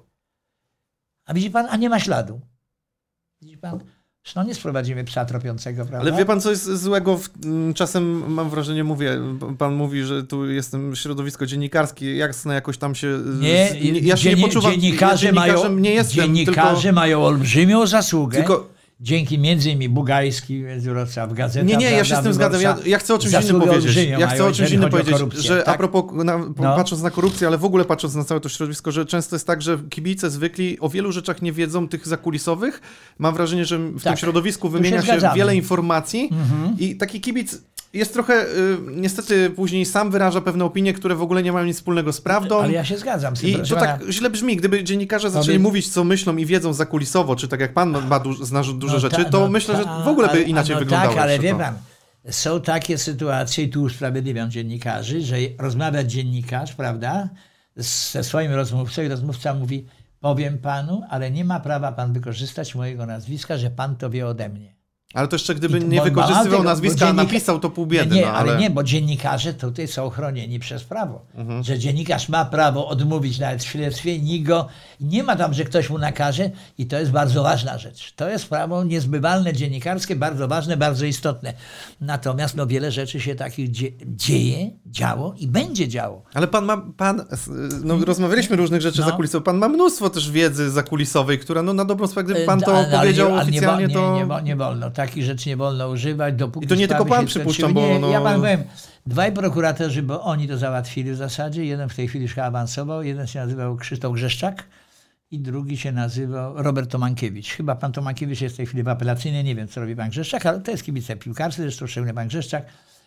A widzi pan, a nie ma śladu. Widzi pan, no nie sprowadzimy psa tropiącego, prawda? Ale wie pan, co jest złego? W, m, czasem mam wrażenie, mówię, pan mówi, że tu jestem środowisko dziennikarskie, jasne, jakoś tam się... Nie, z, nie ja się nie dzienni- poczuwam, dziennikarze ja dziennikarzem mają, nie jestem, dziennikarze tylko... mają olbrzymią zasługę. tylko Dzięki między innymi Bugajski z Wrocław, Gazeta. Nie, nie, ja się prawda, z tym zgadzam. Ja, Wyborcza. ja chcę o czymś innym Zasługę powiedzieć. olbrzymią Ja chcę mają, o czymś jeżeli innym chodzi o powiedzieć, korupcję, że tak? a propos, na, No. patrząc na korupcję, ale w ogóle patrząc na całe to środowisko, że często jest tak, że kibice zwykli o wielu rzeczach nie wiedzą, tych zakulisowych. Mam wrażenie, że w tym Tak. środowisku Tu się wymienia się, zgadzamy. wiele informacji Mhm. i taki kibic jest trochę, y, niestety później sam wyraża pewne opinie, które w ogóle nie mają nic wspólnego z prawdą. Ale ja się zgadzam z tym. I proszę to pana. tak źle brzmi. Gdyby dziennikarze zaczęli Powiedz- mówić, co myślą i wiedzą zakulisowo, czy tak jak pan ma du- zna duże No rzeczy, ta- to no myślę, że ta- w ogóle by ale- inaczej no wyglądało. Tak, ale jeszcze wie to. pan, są takie sytuacje i tu usprawiedliwiam dziennikarzy, że rozmawia dziennikarz, prawda, z- ze swoim rozmówcą i rozmówca mówi, powiem panu, ale nie ma prawa pan wykorzystać mojego nazwiska, że pan to wie ode mnie. Ale to jeszcze gdyby I- nie bo- wykorzystywał bo- bo nazwiska, a dziennika- napisał to pół biedy. Nie, no, ale... ale nie, bo dziennikarze tutaj są chronieni przez prawo. Mhm. Że dziennikarz ma prawo odmówić nawet w śledztwie, nikt go nie ma tam, że ktoś mu nakaże i to jest bardzo ważna rzecz. To jest prawo niezbywalne, dziennikarskie, bardzo ważne, bardzo istotne. Natomiast no, wiele rzeczy się takich dzie- dzieje, działo i będzie działo. Ale pan ma, pan, no rozmawialiśmy różnych rzeczy No. zakulisowych, pan ma mnóstwo też wiedzy zakulisowej, która no na dobrą sprawę, gdyby pan E, to ale- ale powiedział nie- ale nie, oficjalnie, wo- to... Nie, nie, wo- nie wolno. Takich rzeczy nie wolno używać, dopóki I to nie sprawy tylko pan, się przypuszczam, skończyły. bo Nie, ja no- pan powiem, dwaj prokuratorzy, bo oni to załatwili w zasadzie. Jeden w tej chwili już chyba awansował, jeden się nazywał Krzysztof Grzeszczak i drugi się nazywał Robert Tomankiewicz. Chyba pan Tomankiewicz jest w tej chwili w apelacyjnej, nie wiem co robi pan Grzeszczak, ale to jest kibice piłkarscy, zresztą szczególnie pan Grzeszczak.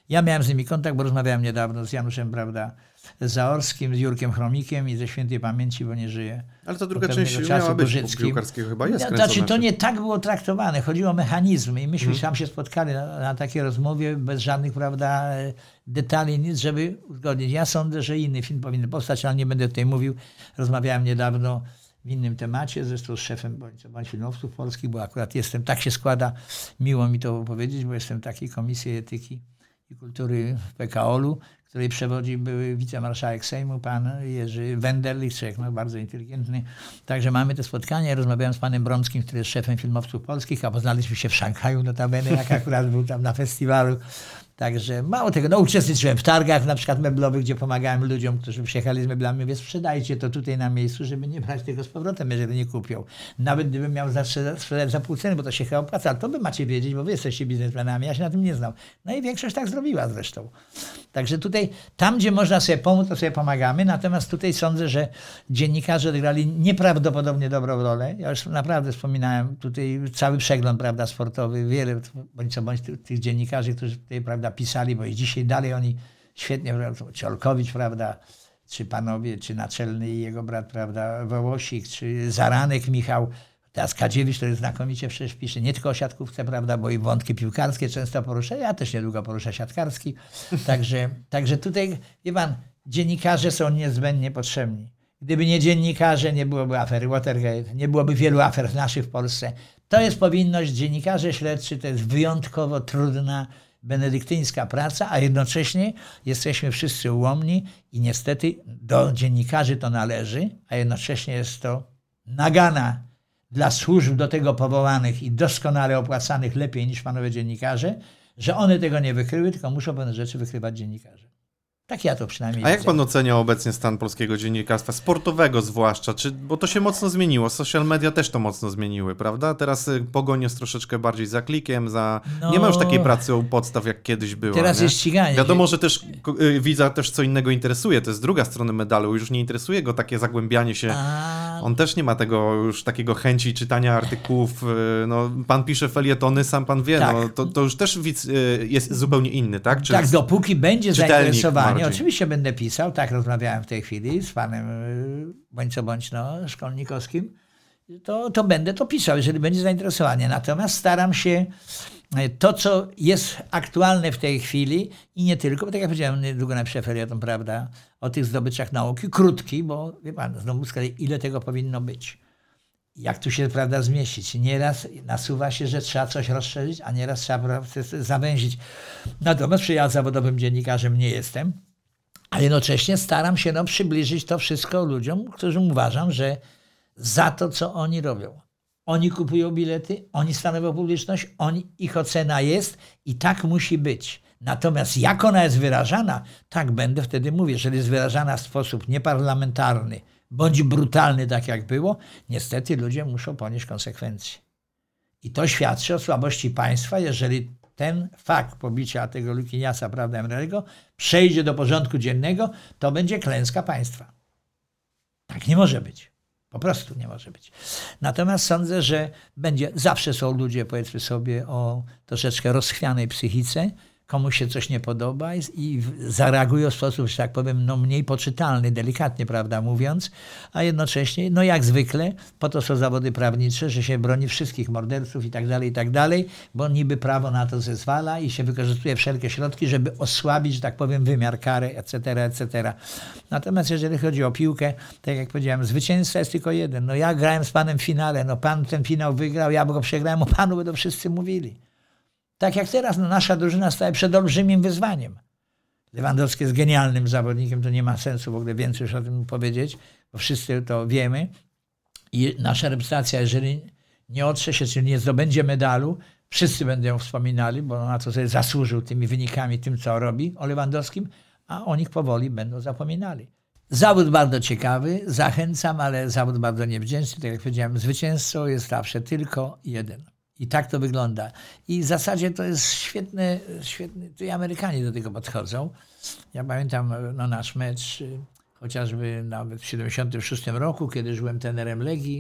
Ja miałem z nimi kontakt, bo rozmawiałem niedawno z Januszem, prawda, Zaorskim, z Jurkiem Chromikiem i ze świętej pamięci, bo nie żyje. Ale to druga część miała być piłkarskiego, chyba jest no, kręcona. Znaczy, to nie tak było traktowane. Chodziło o mechanizmy i myśmy Hmm. tam się spotkali na, na takiej rozmowie bez żadnych, prawda, detali, nic, żeby uzgodnić. Ja sądzę, że inny film powinien powstać, ale nie będę tutaj mówił. Rozmawiałem niedawno w innym temacie, zresztą z szefem bądź, bądź filmowców polskich, bo akurat jestem, tak się składa, miło mi to powiedzieć, bo jestem w takiej Komisji Etyki i Kultury w P K O L-u, której przewodzi były wicemarszałek Sejmu, pan Jerzy Wenderlich, człowiek no, bardzo inteligentny. Także mamy te spotkania. Rozmawiałem z panem Bromskim, który jest szefem filmowców polskich, a poznaliśmy się w Szanghaju notabene, jak akurat był tam na festiwalu. Także mało tego, no uczestniczyłem w targach na przykład meblowych, gdzie pomagałem ludziom, którzy przyjechali z meblami. Mówię, sprzedajcie to tutaj na miejscu, żeby nie brać tego z powrotem, jeżeli nie kupią. Nawet gdybym miał sprzedać za pół ceny, bo to się chyba opłaca, ale to wy macie wiedzieć, bo wy jesteście biznesmenami, ja się na tym nie znam. No i większość tak zrobiła zresztą. Także tutaj, tam gdzie można sobie pomóc, to sobie pomagamy, natomiast tutaj sądzę, że dziennikarze odegrali nieprawdopodobnie dobrą rolę. Ja już naprawdę wspominałem tutaj cały przegląd, prawda, sportowy, wiele, bądź co bądź tych, tych dziennikarzy, którzy tutaj, prawda, pisali, bo i dzisiaj dalej oni świetnie, czy Olkowicz, prawda, czy panowie, czy Naczelny i jego brat, prawda, Wołosik, czy Zaranek Michał, teraz Kadziewicz, który znakomicie przecież pisze nie tylko o siatkówce, prawda, bo i wątki piłkarskie często porusza, ja też niedługo poruszę siatkarski, także, także tutaj, wie pan, dziennikarze są niezbędnie potrzebni. Gdyby nie dziennikarze, nie byłoby afery Watergate, nie byłoby wielu afer naszych w Polsce. To jest powinność, dziennikarze śledczy to jest wyjątkowo trudna, benedyktyńska praca, a jednocześnie jesteśmy wszyscy ułomni i niestety do dziennikarzy to należy, a jednocześnie jest to nagana dla służb do tego powołanych i doskonale opłacanych lepiej niż panowie dziennikarze, że one tego nie wykryły, tylko muszą pewne rzeczy wykrywać dziennikarze. Tak ja to przynajmniej A jak widzę. pan ocenia obecnie stan polskiego dziennikarstwa, sportowego zwłaszcza? Czy, bo to się mocno zmieniło, social media też to mocno zmieniły, prawda? Teraz y, pogoń jest troszeczkę bardziej za klikiem, za... No, nie ma już takiej pracy u podstaw, jak kiedyś była. Teraz nie? jest ściganie. Wiadomo, że też y, widza też co innego interesuje, to jest druga strona medalu, już nie interesuje go takie zagłębianie się. A... On też nie ma tego już takiego chęci czytania artykułów, y, no pan pisze felietony, sam pan wie, Tak. no to, to już też widz y, jest zupełnie inny, tak? Czy Tak, dopóki będzie czytelnik zainteresowanie, bardziej. oczywiście będę pisał, tak rozmawiałem w tej chwili z panem y, bądź co bądź no, Szkolnikowskim, to, to będę to pisał, jeżeli będzie zainteresowanie. Natomiast staram się y, to, co jest aktualne w tej chwili i nie tylko, bo tak jak powiedziałem, niedługo napiszę felieton, prawda, o tych zdobyczach nauki, krótki, bo wie pan, znowu z kolei ile tego powinno być. Jak tu się, prawda, zmieścić. Nieraz nasuwa się, że trzeba coś rozszerzyć, a nieraz trzeba, prawda, zawęzić. Natomiast ja zawodowym dziennikarzem nie jestem, a jednocześnie staram się no, przybliżyć to wszystko ludziom, którym uważam, że za to, co oni robią. Oni kupują bilety, oni stanowią publiczność, oni, ich ocena jest i tak musi być. Natomiast jak ona jest wyrażana, tak będę wtedy mówił. Jeżeli jest wyrażana w sposób nieparlamentarny, bądź brutalny, tak jak było, niestety ludzie muszą ponieść konsekwencje. I to świadczy o słabości państwa, jeżeli ten fakt pobicia tego Lukiniasa, prawda, Emreliego, przejdzie do porządku dziennego, to będzie klęska państwa. Tak nie może być. Po prostu nie może być. Natomiast sądzę, że będzie, zawsze są ludzie, powiedzmy sobie, o troszeczkę rozchwianej psychice, komuś się coś nie podoba i, i zareagują w sposób, że tak powiem, no mniej poczytalny, delikatnie, prawda mówiąc, a jednocześnie, no jak zwykle, po to są zawody prawnicze, że się broni wszystkich morderców i tak dalej, i tak dalej, bo niby prawo na to zezwala i się wykorzystuje wszelkie środki, żeby osłabić, że tak powiem, wymiar kary, et cetera, et cetera. Natomiast jeżeli chodzi o piłkę, tak jak powiedziałem, zwycięzca jest tylko jeden. No ja grałem z panem w finale, no pan ten finał wygrał, ja go przegrałem, o panu będą wszyscy mówili. Tak jak teraz, no nasza drużyna staje przed olbrzymim wyzwaniem. Lewandowski jest genialnym zawodnikiem, to nie ma sensu w ogóle więcej już o tym powiedzieć, bo wszyscy to wiemy. I nasza reprezentacja, jeżeli nie otrze się, czyli nie zdobędzie medalu, wszyscy będą ją wspominali, bo na to sobie zasłużył tymi wynikami, tym co robi o Lewandowskim, a o nich powoli będą zapominali. Zawód bardzo ciekawy, zachęcam, ale zawód bardzo niewdzięczny. Tak jak powiedziałem, zwycięzcą jest zawsze tylko jeden. I tak to wygląda. I w zasadzie to jest świetne, świetne, tu i Amerykanie do tego podchodzą. Ja pamiętam no, nasz mecz, chociażby nawet w siedemdziesiątym szóstym roku, kiedy żyłem trenerem Legii,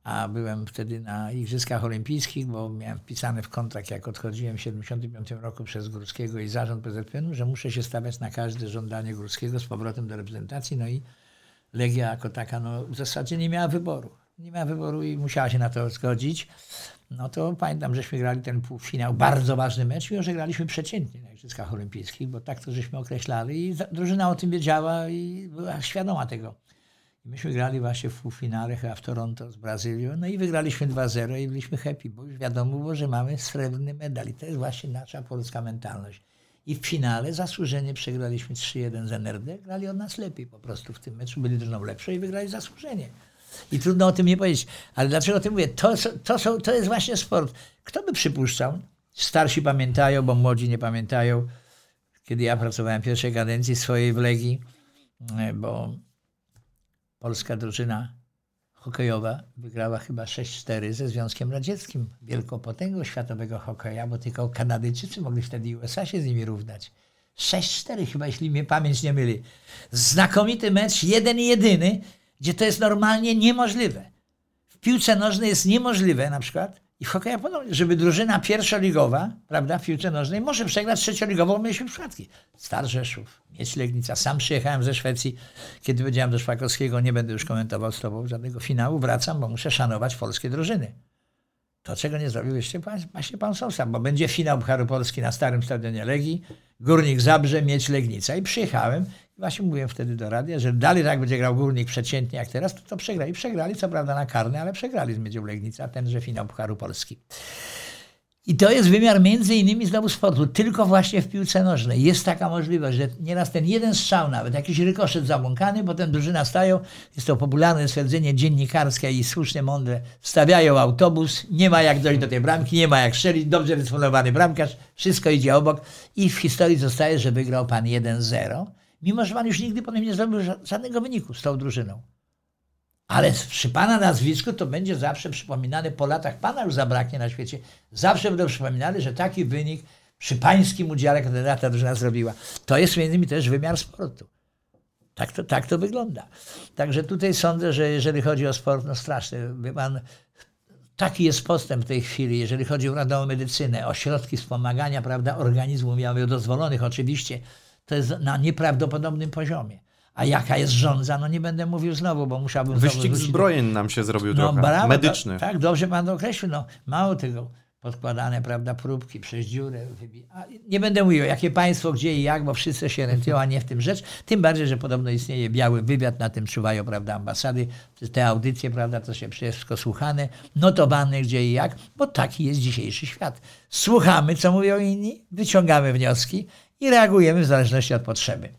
a byłem wtedy na Igrzyskach Olimpijskich, bo miałem wpisane w kontrakt, jak odchodziłem w siedemdziesiątym piątym roku przez Górskiego i zarząd P Z P N u, że muszę się stawiać na każde żądanie Górskiego z powrotem do reprezentacji. No i Legia jako taka no, w zasadzie nie miała wyboru. Nie miała wyboru i musiała się na to zgodzić. No to pamiętam, żeśmy grali ten półfinał, bardzo ważny mecz, mimo że graliśmy przeciętnie na Igrzyskach Olimpijskich, bo tak to żeśmy określali i drużyna o tym wiedziała i była świadoma tego. I myśmy grali właśnie w półfinale chyba w Toronto z Brazylią, no i wygraliśmy dwa zero i byliśmy happy, bo już wiadomo było, że mamy srebrny medal i to jest właśnie nasza polska mentalność. I w finale zasłużenie przegraliśmy trzy jeden z N R D, grali od nas lepiej po prostu w tym meczu, byli drużyną lepszą i wygrali zasłużenie. I trudno o tym nie powiedzieć. Ale dlaczego o tym mówię? To, to, są, to jest właśnie sport. Kto by przypuszczał? Starsi pamiętają, bo młodzi nie pamiętają. Kiedy ja pracowałem w pierwszej kadencji swojej w Legii, bo polska drużyna hokejowa wygrała chyba sześć cztery ze Związkiem Radzieckim, wielką potęgą światowego hokeja, bo tylko Kanadyjczycy mogli wtedy U S A się z nimi równać. sześć cztery chyba, jeśli mnie pamięć nie myli. Znakomity mecz, jeden i jedyny, gdzie to jest normalnie niemożliwe. W piłce nożnej jest niemożliwe na przykład i w hokeju podobnie, żeby drużyna pierwszoligowa, prawda, w piłce nożnej może przegrać trzecioligową, mieliśmy przypadki. Stal Rzeszów, Miedź Legnica. Sam przyjechałem ze Szwecji, kiedy powiedziałem do Szpakowskiego, nie będę już komentował z tobą żadnego finału, wracam, bo muszę szanować polskie drużyny. To, czego nie zrobił jeszcze właśnie pan Sousa, bo będzie finał Pucharu Polski na starym stadionie Legii, Górnik Zabrze, Miedź Legnica. I przyjechałem i właśnie mówiłem wtedy do radia, że dalej tak będzie grał Górnik przeciętnie jak teraz, to, to przegrali. Przegrali, co prawda na karne, ale przegrali z Miedzią Legnica, tenże finał Pucharu Polski. I to jest wymiar między innymi znowu sportu, tylko właśnie w piłce nożnej. Jest taka możliwość, że nieraz ten jeden strzał nawet, jakiś rykoszet zabłąkany, potem drużyna stają, jest to popularne stwierdzenie dziennikarskie i słusznie mądre, stawiają autobus, nie ma jak dojść do tej bramki, nie ma jak strzelić, dobrze wysponowany bramkarz, wszystko idzie obok i w historii zostaje, że wygrał pan jeden zero, mimo że pan już nigdy potem nie zrobił żadnego wyniku z tą drużyną. Ale przy pana nazwisku to będzie zawsze przypominane, po latach pana już zabraknie na świecie, zawsze będą przypominali, że taki wynik przy pańskim udziale kandydata drużyna zrobiła. To jest między innymi też wymiar sportu. Tak to, tak to wygląda. Także tutaj sądzę, że jeżeli chodzi o sport, no straszny. Wie pan, taki jest postęp w tej chwili, jeżeli chodzi o radową medycynę, o środki wspomagania, prawda, organizmu miały dozwolonych oczywiście, to jest na nieprawdopodobnym poziomie. A jaka jest żądza? No nie będę mówił znowu, bo musiałbym... Wyścig zbrojeń nam się zrobił no, trochę, brawo, medyczny. To, tak, dobrze pan to określił. No, mało tego, podkładane, prawda, próbki przez dziurę. A nie będę mówił, jakie państwo, gdzie i jak, bo wszyscy się orientują, a nie w tym rzecz. Tym bardziej, że podobno istnieje biały wywiad, na tym czuwają, prawda, ambasady, te audycje, prawda, to się wszystko słuchane, notowane gdzie i jak, bo taki jest dzisiejszy świat. Słuchamy, co mówią inni, wyciągamy wnioski i reagujemy w zależności od potrzeby.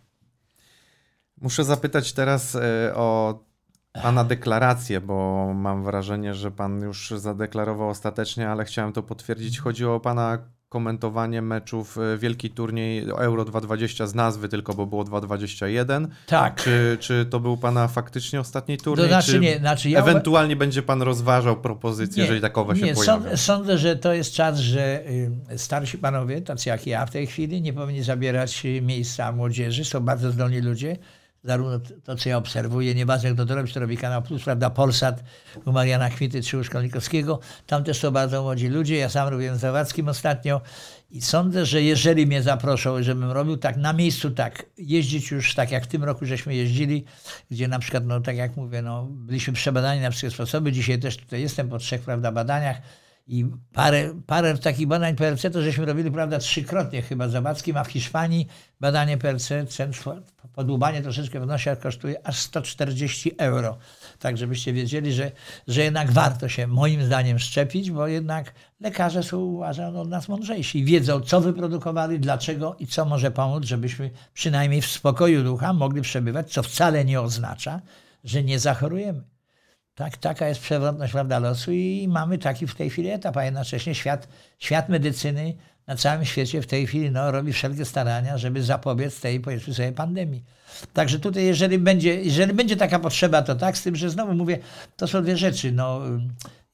Muszę zapytać teraz o pana deklarację, bo mam wrażenie, że pan już zadeklarował ostatecznie, ale chciałem to potwierdzić. Chodzi o pana komentowanie meczów wielki turniej Euro dwa tysiące dwadzieścia z nazwy tylko, bo było dwa tysiące dwadzieścia jeden. Tak. Czy, czy to był pana faktycznie ostatni turniej? To znaczy czy nie, znaczy ja... ewentualnie będzie pan rozważał propozycję, nie, jeżeli takowa się nie, pojawi? Sądzę, sądzę, że to jest czas, że starsi panowie, tacy jak ja w tej chwili, nie powinni zabierać miejsca młodzieży. Są bardzo zdolni ludzie. Zarówno to, co ja obserwuję, nieważne kto to robi, to robi Kanał Plus, prawda, Polsat u Mariana Chwity czy u Szkolnikowskiego, tam też są bardzo młodzi ludzie, ja sam robiłem z Zawadzkim ostatnio i sądzę, że jeżeli mnie zaproszą, żebym robił tak na miejscu, tak, jeździć już tak jak w tym roku żeśmy jeździli, gdzie na przykład, no tak jak mówię, no byliśmy przebadani na wszystkie sposoby, dzisiaj też tutaj jestem po trzech, prawda, badaniach, i parę, parę takich badań P L C to żeśmy robili, prawda, trzykrotnie chyba z Zawadzkim, a w Hiszpanii badanie P L C, podłubanie troszeczkę wynosi, kosztuje aż sto czterdzieści euro. Tak, żebyście wiedzieli, że, że jednak warto się moim zdaniem szczepić, bo jednak lekarze są, uważam, od nas mądrzejsi. Wiedzą, co wyprodukowali, dlaczego i co może pomóc, żebyśmy przynajmniej w spokoju ducha mogli przebywać, co wcale nie oznacza, że nie zachorujemy. Tak, taka jest przewrotność, prawda, losu i mamy taki w tej chwili etap, a jednocześnie świat, świat medycyny na całym świecie w tej chwili no, robi wszelkie starania, żeby zapobiec tej, powiedzmy sobie, pandemii. Także tutaj, jeżeli będzie, jeżeli będzie taka potrzeba, to tak, z tym, że znowu mówię, to są dwie rzeczy. No,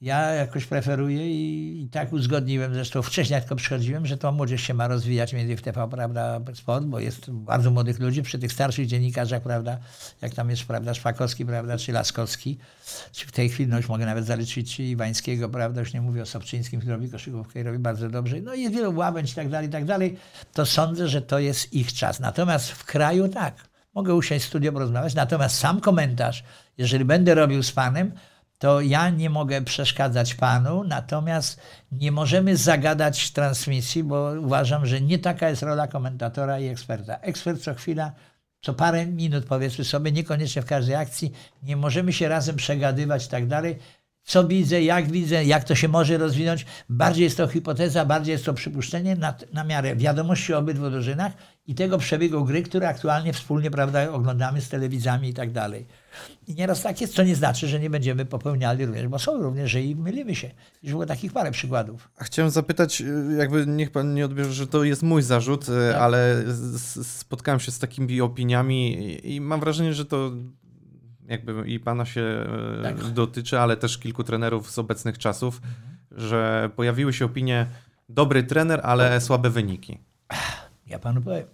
Ja jakoś preferuję i, i tak uzgodniłem, zresztą wcześniej tylko przychodziłem, że to młodzież się ma rozwijać między w T V, prawda, Sport, bo jest bardzo młodych ludzi, przy tych starszych dziennikarzach, prawda, jak tam jest, prawda, Szpakowski, prawda, czy Laskowski, czy w tej chwili, no już mogę nawet zaliczyć Iwańskiego, prawda, już nie mówię o Sobczyńskim, który robi koszykówkę i robi bardzo dobrze, no i jest wielu Łabędź i tak dalej, i tak dalej, to sądzę, że to jest ich czas. Natomiast w kraju tak, mogę usiąść w studio porozmawiać, natomiast sam komentarz, jeżeli będę robił z panem, to ja nie mogę przeszkadzać panu, natomiast nie możemy zagadać transmisji, bo uważam, że nie taka jest rola komentatora i eksperta. Ekspert co chwila, co parę minut powiedzmy sobie, niekoniecznie w każdej akcji, nie możemy się razem przegadywać i tak dalej. Co widzę, jak widzę, jak to się może rozwinąć. Bardziej jest to hipoteza, bardziej jest to przypuszczenie na, na miarę wiadomości o obydwu drużynach i tego przebiegu gry, który aktualnie wspólnie, prawda, oglądamy z telewizjami i tak dalej. I nieraz tak jest, co nie znaczy, że nie będziemy popełniali również, bo są również, że i mylimy się. Już było takich parę przykładów. A chciałem zapytać, jakby niech pan nie odbierze, że to jest mój zarzut, tak. ale z, spotkałem się z takimi opiniami i, i mam wrażenie, że to jakby i pana się tak. dotyczy, ale też kilku trenerów z obecnych czasów, mhm. że pojawiły się opinie dobry trener, ale słabe wyniki. Ja panu powiem.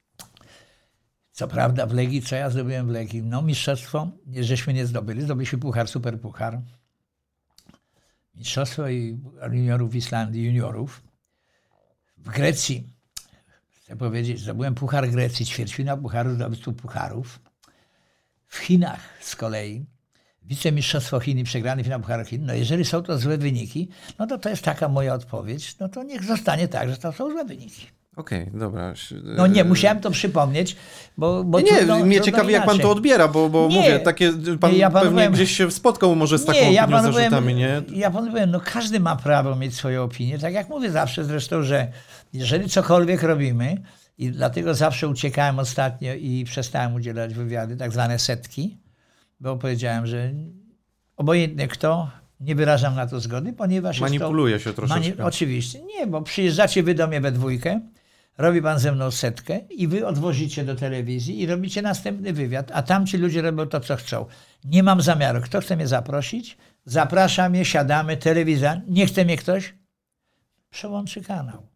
Co prawda w Legii, co ja zdobyłem w Legii? No mistrzostwo, żeśmy nie zdobyli. Zdobyliśmy puchar, super puchar. Mistrzostwo i juniorów Islandii, juniorów. W Grecji, chcę powiedzieć, zdobyłem puchar Grecji, ćwierćfinał pucharu, zdobywstwo pucharów. W Chinach z kolei, wicemistrzostwo Chin i przegrany finał pucharu Chin. No jeżeli są to złe wyniki, no to to jest taka moja odpowiedź. No to niech zostanie tak, że to są złe wyniki. Okej, okay, dobra. No nie, musiałem to przypomnieć, bo... bo nie, trudno, mnie ciekawi, jak pan to odbiera, bo, bo nie, mówię, takie, pan nie, ja pewnie powiem, gdzieś się spotkał może z taką nie, ja opinią, zarzutami, nie? Ja panu powiem, no każdy ma prawo mieć swoją opinię, tak jak mówię zawsze zresztą, że jeżeli cokolwiek robimy, i dlatego zawsze uciekałem ostatnio i przestałem udzielać wywiady, tak zwane setki, bo powiedziałem, że obojętnie kto, nie wyrażam na to zgody, ponieważ manipuluje jest to, się troszeczkę. Mani- oczywiście, nie, bo przyjeżdżacie wy do mnie we dwójkę, robi pan ze mną setkę i wy odwozicie do telewizji i robicie następny wywiad, a tamci ludzie robią to, co chcą. Nie mam zamiaru. Kto chce mnie zaprosić? Zapraszam mnie, siadamy, telewizja. Nie chce mnie ktoś? Przełączy kanał.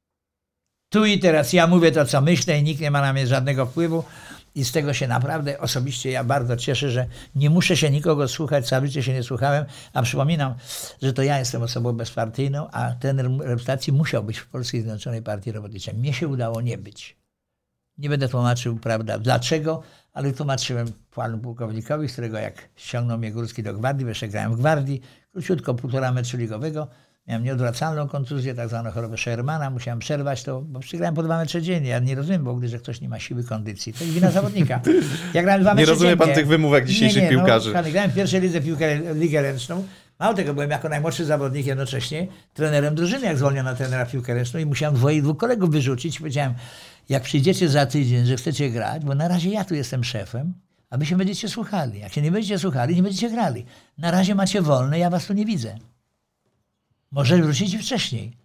Tu i teraz ja mówię to, co myślę i nikt nie ma na mnie żadnego wpływu i z tego się naprawdę osobiście ja bardzo cieszę, że nie muszę się nikogo słuchać, całe życie się nie słuchałem, a przypominam, że to ja jestem osobą bezpartyjną, a ten reprezentacji musiał być w Polskiej Zjednoczonej Partii Robotniczej. Mnie się udało nie być. Nie będę tłumaczył, prawda, dlaczego, ale tłumaczyłem panu pułkownikowi, z którego jak ściągnął mnie Górski do gwardii, bo jeszcze grałem w gwardii, króciutko, półtora meczu ligowego, miałem nieodwracalną kontuzję, tak zwaną chorobę Shermana, musiałem przerwać to, bo przegrałem po dwa mecze dziennie. Ja nie rozumiem w ogóle, że ktoś nie ma siły kondycji. To jest wina zawodnika. Ja grałem dwa mecze nie rozumie dziennie. Pan tych wymówek dzisiejszych nie, nie, piłkarzy. No, grałem w pierwszej lidze piłkę ligę ręczną. Mało tego, byłem jako najmłodszy zawodnik jednocześnie trenerem drużyny, jak zwolniono trenera w piłkę ręczną i musiałem dwoje, dwóch kolegów wyrzucić. Powiedziałem, jak przyjdziecie za tydzień, że chcecie grać, bo na razie ja tu jestem szefem, a wy się będziecie słuchali. Jak się nie będziecie słuchali, nie będziecie grali. Na razie macie wolne, ja was tu nie widzę. Może wrócić wcześniej.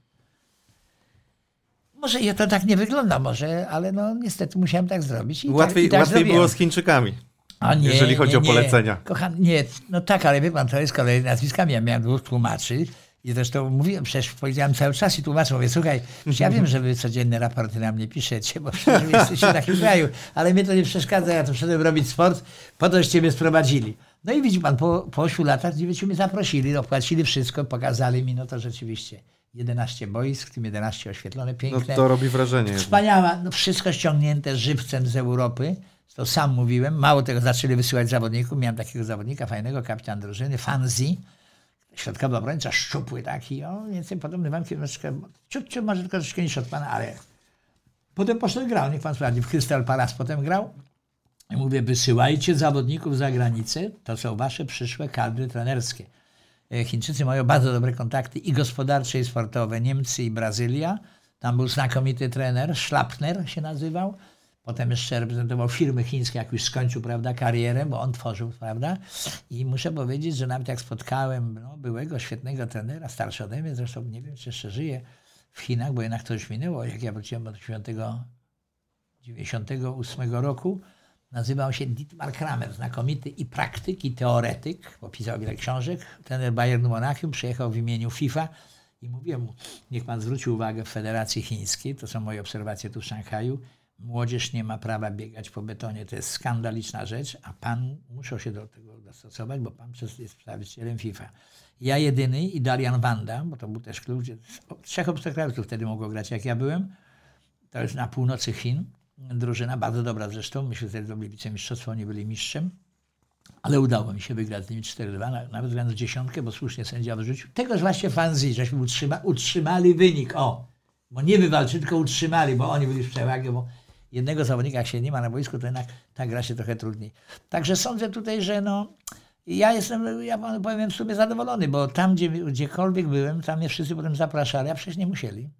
Może ja to tak nie wygląda, może, ale no niestety musiałem tak zrobić. I łatwiej tak, i tak łatwiej było z Chińczykami, A nie, jeżeli chodzi nie, o polecenia. Nie. Kochany, nie, no tak, ale wie pan, to jest kolej nazwiskami. Ja miałem dwóch tłumaczy i zresztą mówiłem, przecież powiedziałem cały czas i tłumaczę, mówię, słuchaj, ja wiem, że wy codzienne raporty na mnie piszecie, bo przecież jesteście w takim kraju, ale mnie to nie przeszkadza, ja tu wszedłem robić sport, po to, żeście mnie sprowadzili. No i widzi pan, po, po ośmiu latach dziewięciu mnie zaprosili, opłacili wszystko, pokazali mi, no to rzeczywiście jedenaście boisk, w tym jedenaście oświetlone, piękne. No to robi wrażenie. Wspaniała, no wszystko ściągnięte żywcem z Europy, to sam mówiłem, mało tego zaczęli wysyłać zawodników, miałem takiego zawodnika fajnego, kapitan drużyny, Fanzi, środkowy obrońca, szczupły taki, o, więcej podobny wam troszeczkę, ciut, ciut, może tylko troszeczkę niż od pana, ale potem poszedł grał, niech pan sprawdzi, w Crystal Palace potem grał. I mówię, wysyłajcie zawodników za granicę, to są wasze przyszłe kadry trenerskie. Chińczycy mają bardzo dobre kontakty i gospodarcze, i sportowe, Niemcy i Brazylia. Tam był znakomity trener, Schlappner się nazywał. Potem jeszcze reprezentował firmy chińskie, jak już skończył, prawda, karierę, bo on tworzył, prawda. I muszę powiedzieć, że nawet jak spotkałem no, byłego, świetnego trenera, starszy ode mnie, zresztą nie wiem, czy jeszcze żyje w Chinach, bo jednak to już minęło, jak ja wróciłem od dziewięćdziesiątego ósmego roku, Nazywał się Dietmar Kramer, znakomity i praktyk, i teoretyk, bo pisał wiele książek. Trener Bayernu Monachium przyjechał w imieniu FIFA i mówię mu, niech pan zwróci uwagę w Federacji Chińskiej, to są moje obserwacje tu w Szanghaju, młodzież nie ma prawa biegać po betonie, to jest skandaliczna rzecz, a pan muszą się do tego dostosować, bo pan jest przedstawicielem FIFA. Ja jedyny i Dalian Wanda, bo to był też klub, gdzie trzech obcokrajowców wtedy mogło grać, jak ja byłem. To jest na północy Chin. Drużyna bardzo dobra zresztą. Myśmy wtedy zdobyli wicemistrzostwo, oni byli mistrzem. Ale udało mi się wygrać z nimi cztery dwa, nawet grając dziesiątkę, bo słusznie sędzia wyrzucił. Tegoż właśnie Fanzi, żeśmy utrzyma, utrzymali wynik. O, bo nie wywalczyli, tylko utrzymali, bo oni byli w przewagie, bo jednego zawodnika, jak się nie ma na boisku, to jednak ta gra się trochę trudniej. Także sądzę tutaj, że no, ja jestem, ja panu powiem, w sumie zadowolony, bo tam, gdzie, gdziekolwiek byłem, tam mnie wszyscy potem zapraszali, a przecież nie musieli.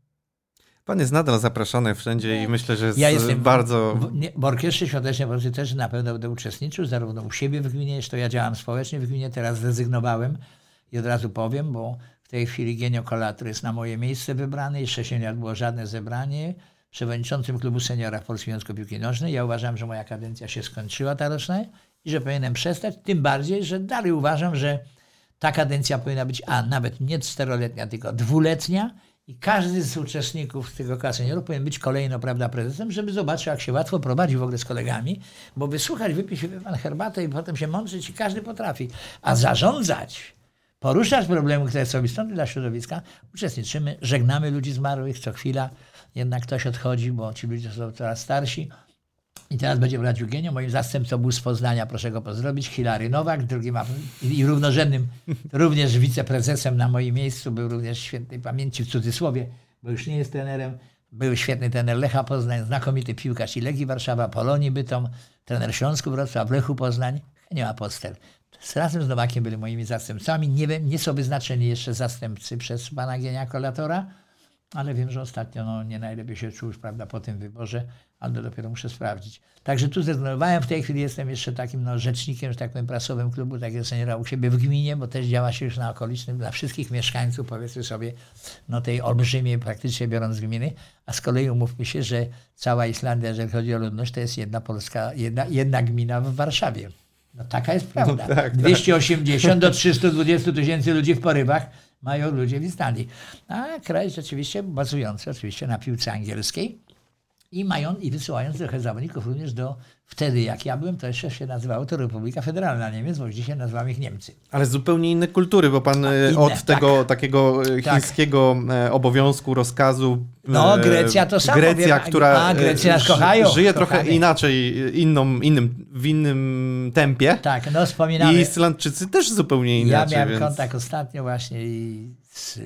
Pan jest nadal zapraszany wszędzie i myślę, że jest ja jestem bardzo... W, nie, w Orkiestrze Świątecznej Pomocy też na pewno będę uczestniczył, zarówno u siebie w gminie, zresztą ja działam społecznie w gminie, teraz zrezygnowałem i od razu powiem, bo w tej chwili Genio Kolator jest na moje miejsce wybrany, jeszcze się nie odbyło żadne zebranie, przewodniczącym klubu seniora w Polskim Związku Piłki Nożnej. Ja uważam, że moja kadencja się skończyła ta roczna i że powinienem przestać, tym bardziej, że dalej uważam, że ta kadencja powinna być, a nawet nie czteroletnia, tylko dwuletnia i każdy z uczestników tego koła seniorów powinien być kolejno, prawda, prezesem, żeby zobaczył, jak się łatwo prowadzi w ogóle z kolegami, bo wysłuchać, wypić pan herbatę i potem się mądrzyć i każdy potrafi, a zarządzać, poruszać problemy, które są istotne dla środowiska, uczestniczymy, żegnamy ludzi zmarłych co chwila, jednak ktoś odchodzi, bo ci ludzie są coraz starsi. I teraz będzie brać Eugenio. Moim zastępcą był z Poznania, proszę go pozdrowić, Hilary Nowak, drugim i, i równorzędnym, również wiceprezesem na moim miejscu, był również świętej pamięci, w cudzysłowie, bo już nie jest trenerem, był świetny trener Lecha Poznań, znakomity piłkarz i Legii Warszawa, Polonii Bytom, trener Śląsku Wrocław, Lechu Poznań, Henio Apostel. Z razem z Nowakiem byli moimi zastępcami. Nie, nie są wyznaczeni jeszcze zastępcy przez pana Genia Kolatora, ale wiem, że ostatnio no, nie najlepiej się czuł już, prawda, po tym wyborze, ale to dopiero muszę sprawdzić. Także tu zrezygnowałem, w tej chwili jestem jeszcze takim no, rzecznikiem, że tak powiem, prasowym klubu takiego seniora u siebie w gminie, bo też działa się już na okolicznym, dla wszystkich mieszkańców, powiedzmy sobie, no tej olbrzymiej praktycznie biorąc gminy, a z kolei umówmy się, że cała Islandia, jeżeli chodzi o ludność, to jest jedna polska, jedna, jedna gmina w Warszawie. No taka jest prawda. No, tak, dwieście osiemdziesiąt do trzystu dwudziestu tysięcy ludzi w porywach mają ludzie w Islandii. A kraj rzeczywiście bazujący oczywiście na piłce angielskiej i mają i wysyłając trochę zawodników również do, wtedy jak ja byłem, to jeszcze się nazywało to Republika Federalna Niemiec, bo dzisiaj nazywamy ich Niemcy. Ale zupełnie inne kultury, bo pan inne, od tak. tego takiego chińskiego tak. obowiązku, rozkazu... No Grecja to samo. Grecja, wiem, która a, Grecja nas kochają, żyje kochamy. trochę inaczej, inną, innym, w innym tempie. Tak, no wspominamy. I Islandczycy też zupełnie inaczej. Ja miałem więc... kontakt ostatnio właśnie i z...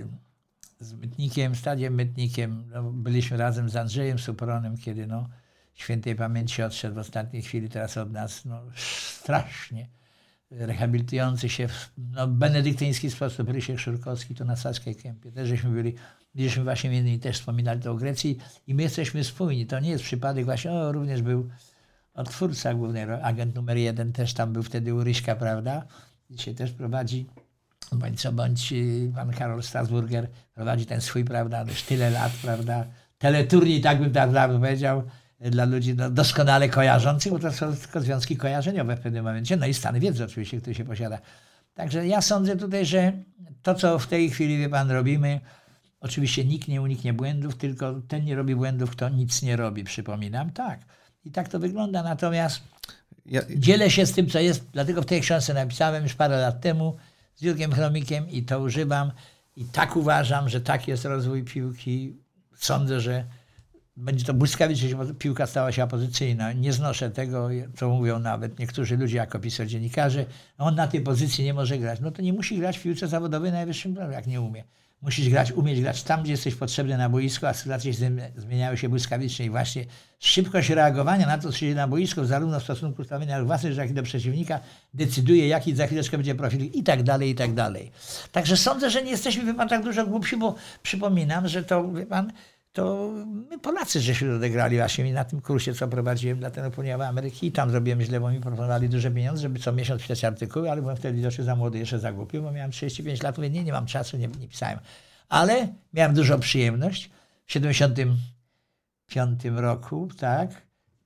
z Mytnikiem, Stadiem Mytnikiem. No, byliśmy razem z Andrzejem Supronem, kiedy no, świętej pamięci odszedł w ostatniej chwili teraz od nas. No, strasznie rehabilitujący się w no, benedyktyński sposób Rysiek Szurkowski, to na Saskiej Kępie. Też żeśmy byli, byliśmy właśnie między innymi też wspominali to o Grecji i my jesteśmy spójni. To nie jest przypadek właśnie, o, również był odtwórca główny, agent numer jeden, też tam był wtedy u Ryśka, prawda? Dzisiaj też prowadzi bądź co bądź pan Karol Strasburger prowadzi ten swój, prawda, już tyle lat, prawda, teleturniej, tak bym tak powiedział, dla ludzi no, doskonale kojarzących, bo to są tylko związki kojarzeniowe w pewnym momencie, no i stany wiedzy oczywiście, które się posiada. Także ja sądzę tutaj, że to, co w tej chwili, wie pan, robimy, oczywiście nikt nie uniknie błędów, tylko ten nie robi błędów, kto nic nie robi, przypominam, tak. I tak to wygląda, natomiast ja... dzielę się z tym, co jest, dlatego w tej książce napisałem już parę lat temu, z Jurgiem Chromikiem i to używam i tak uważam, że tak jest rozwój piłki. Sądzę, że będzie to błyskawicznie, że piłka stała się opozycyjna. Nie znoszę tego, co mówią nawet niektórzy ludzie, jako pisarze, dziennikarze. On na tej pozycji nie może grać. No to nie musi grać w piłce zawodowej na najwyższym poziomie, jak nie umie. Musisz grać, umieć grać tam, gdzie jesteś potrzebny na boisku, a sytuacje zmieniają się błyskawicznie i właśnie szybkość reagowania na to, co się dzieje na boisku, zarówno w stosunku stawienia własnych, jak i do przeciwnika, decyduje, jaki za chwileczkę będzie profil i tak dalej, i tak dalej. Także sądzę, że nie jesteśmy, wie pan, tak dużo głupsi, bo przypominam, że to, wie pan, to my Polacy żeśmy odegrali właśnie na tym kursie, co prowadziłem dla tego ponieważ Ameryki i tam zrobiłem źle, bo mi proponowali duże pieniądze, żeby co miesiąc pisać artykuły, ale byłem wtedy dosyć za młody, jeszcze za głupi, bo miałem trzydzieści pięć lat, mówię, nie, nie mam czasu, nie, nie pisałem. Ale miałem dużą przyjemność w siedemdziesiątym piątym roku, tak,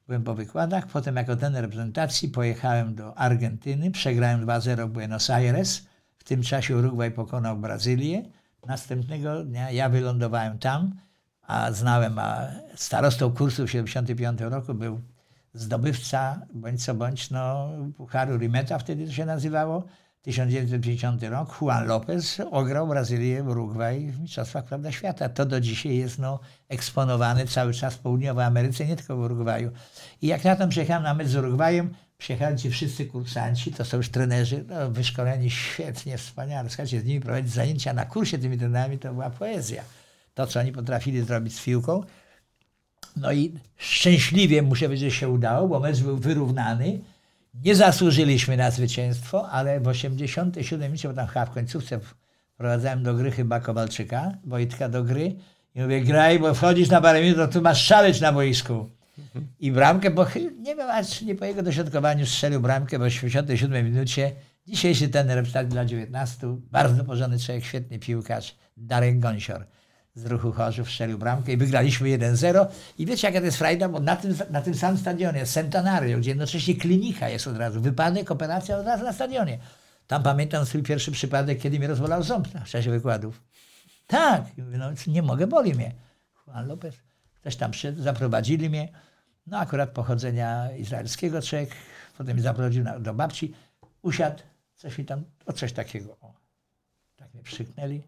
byłem po wykładach. Potem jako ten reprezentacji pojechałem do Argentyny. Przegrałem dwa zero w Buenos Aires. W tym czasie Urugwaj pokonał Brazylię. Następnego dnia ja wylądowałem tam, a znałem, a starostą kursu w siedemdziesiątym piątym roku był zdobywca, bądź co bądź, no, Pucharu Rimeta, wtedy to się nazywało, tysiąc dziewięćset pięćdziesiąty rok. Juan Lopez ograł Brazylię w Urugwaj w Mistrzostwach, prawda, świata. To do dzisiaj jest no, eksponowane cały czas w Południowej Ameryce, nie tylko w Urugwaju. I jak ja tam przyjechałem na mecz z Urugwajem, przyjechali ci wszyscy kursanci, to są już trenerzy, no, wyszkoleni świetnie, wspaniale. Słuchajcie, z nimi prowadzić zajęcia na kursie tymi trenerami, to była poezja. To, co oni potrafili zrobić z piłką. No i szczęśliwie, muszę powiedzieć, że się udało, bo mecz był wyrównany. Nie zasłużyliśmy na zwycięstwo, ale w osiemdziesiątym siódmym minucie, bo tam chyba w końcówce wprowadzałem do gry chyba Kowalczyka, Wojtka do gry i mówię, graj, bo wchodzisz na parę minut, to tu masz szaleć na boisku. I bramkę, bo nie wiem, aż nie po jego dośrodkowaniu strzelił bramkę w osiemdziesiątej siódmej minucie. Dzisiejszy ten reprezentant dla dziewiętnastu, bardzo porządny człowiek, świetny piłkarz, Darek Gąsior z Ruchu Chorzów strzelił bramkę i wygraliśmy jeden zero. I wiecie, jaka to jest frajda, bo na tym, na tym samym stadionie jest Centenario, gdzie jednocześnie klinika jest od razu, wypadek, operacja od razu na stadionie. Tam pamiętam swój pierwszy przypadek, kiedy mi rozbolał ząb w czasie wykładów. Tak, no, nie mogę, boli mnie. Juan Lopez, ktoś tam przyszedł, zaprowadzili mnie. No akurat pochodzenia izraelskiego człowiek, potem mnie zaprowadził na, do babci, usiadł, coś mi tam, o coś takiego. O, tak mnie przyknęli.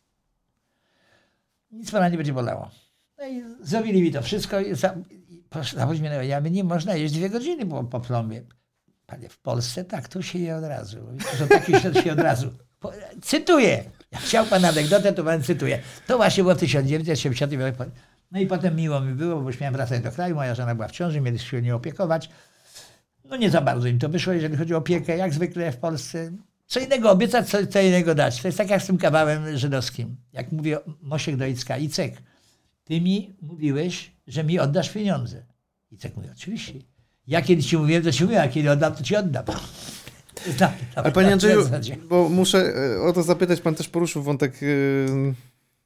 Nic pana nie będzie bolało. No i zrobili mi to wszystko i zaprosili mnie, ja mówię, nie można jeść dwie godziny po, po plombie. Panie, w Polsce tak, tu się je od razu. To taki ślad się od razu. Po, cytuję. Jak chciał pan anegdotę, to pan cytuję. To właśnie było w tysiąc dziewięćset siedemdziesiątym roku. No i potem miło mi było, bo już miałem wracać do kraju, moja żona była w ciąży, mieliśmy się nie opiekować. No nie za bardzo im to wyszło, jeżeli chodzi o opiekę, jak zwykle w Polsce. Co innego obiecać, co, co innego dać. To jest tak jak z tym kawałem żydowskim. Jak mówię Mosiek do Icka, Icek, ty mi mówiłeś, że mi oddasz pieniądze. Icek mówi, oczywiście. Ja kiedy ci mówiłem, to ci mówię, a kiedy oddam, to ci oddam. No, ale panie Andrzeju, bo muszę o to zapytać, pan też poruszył wątek... Yy...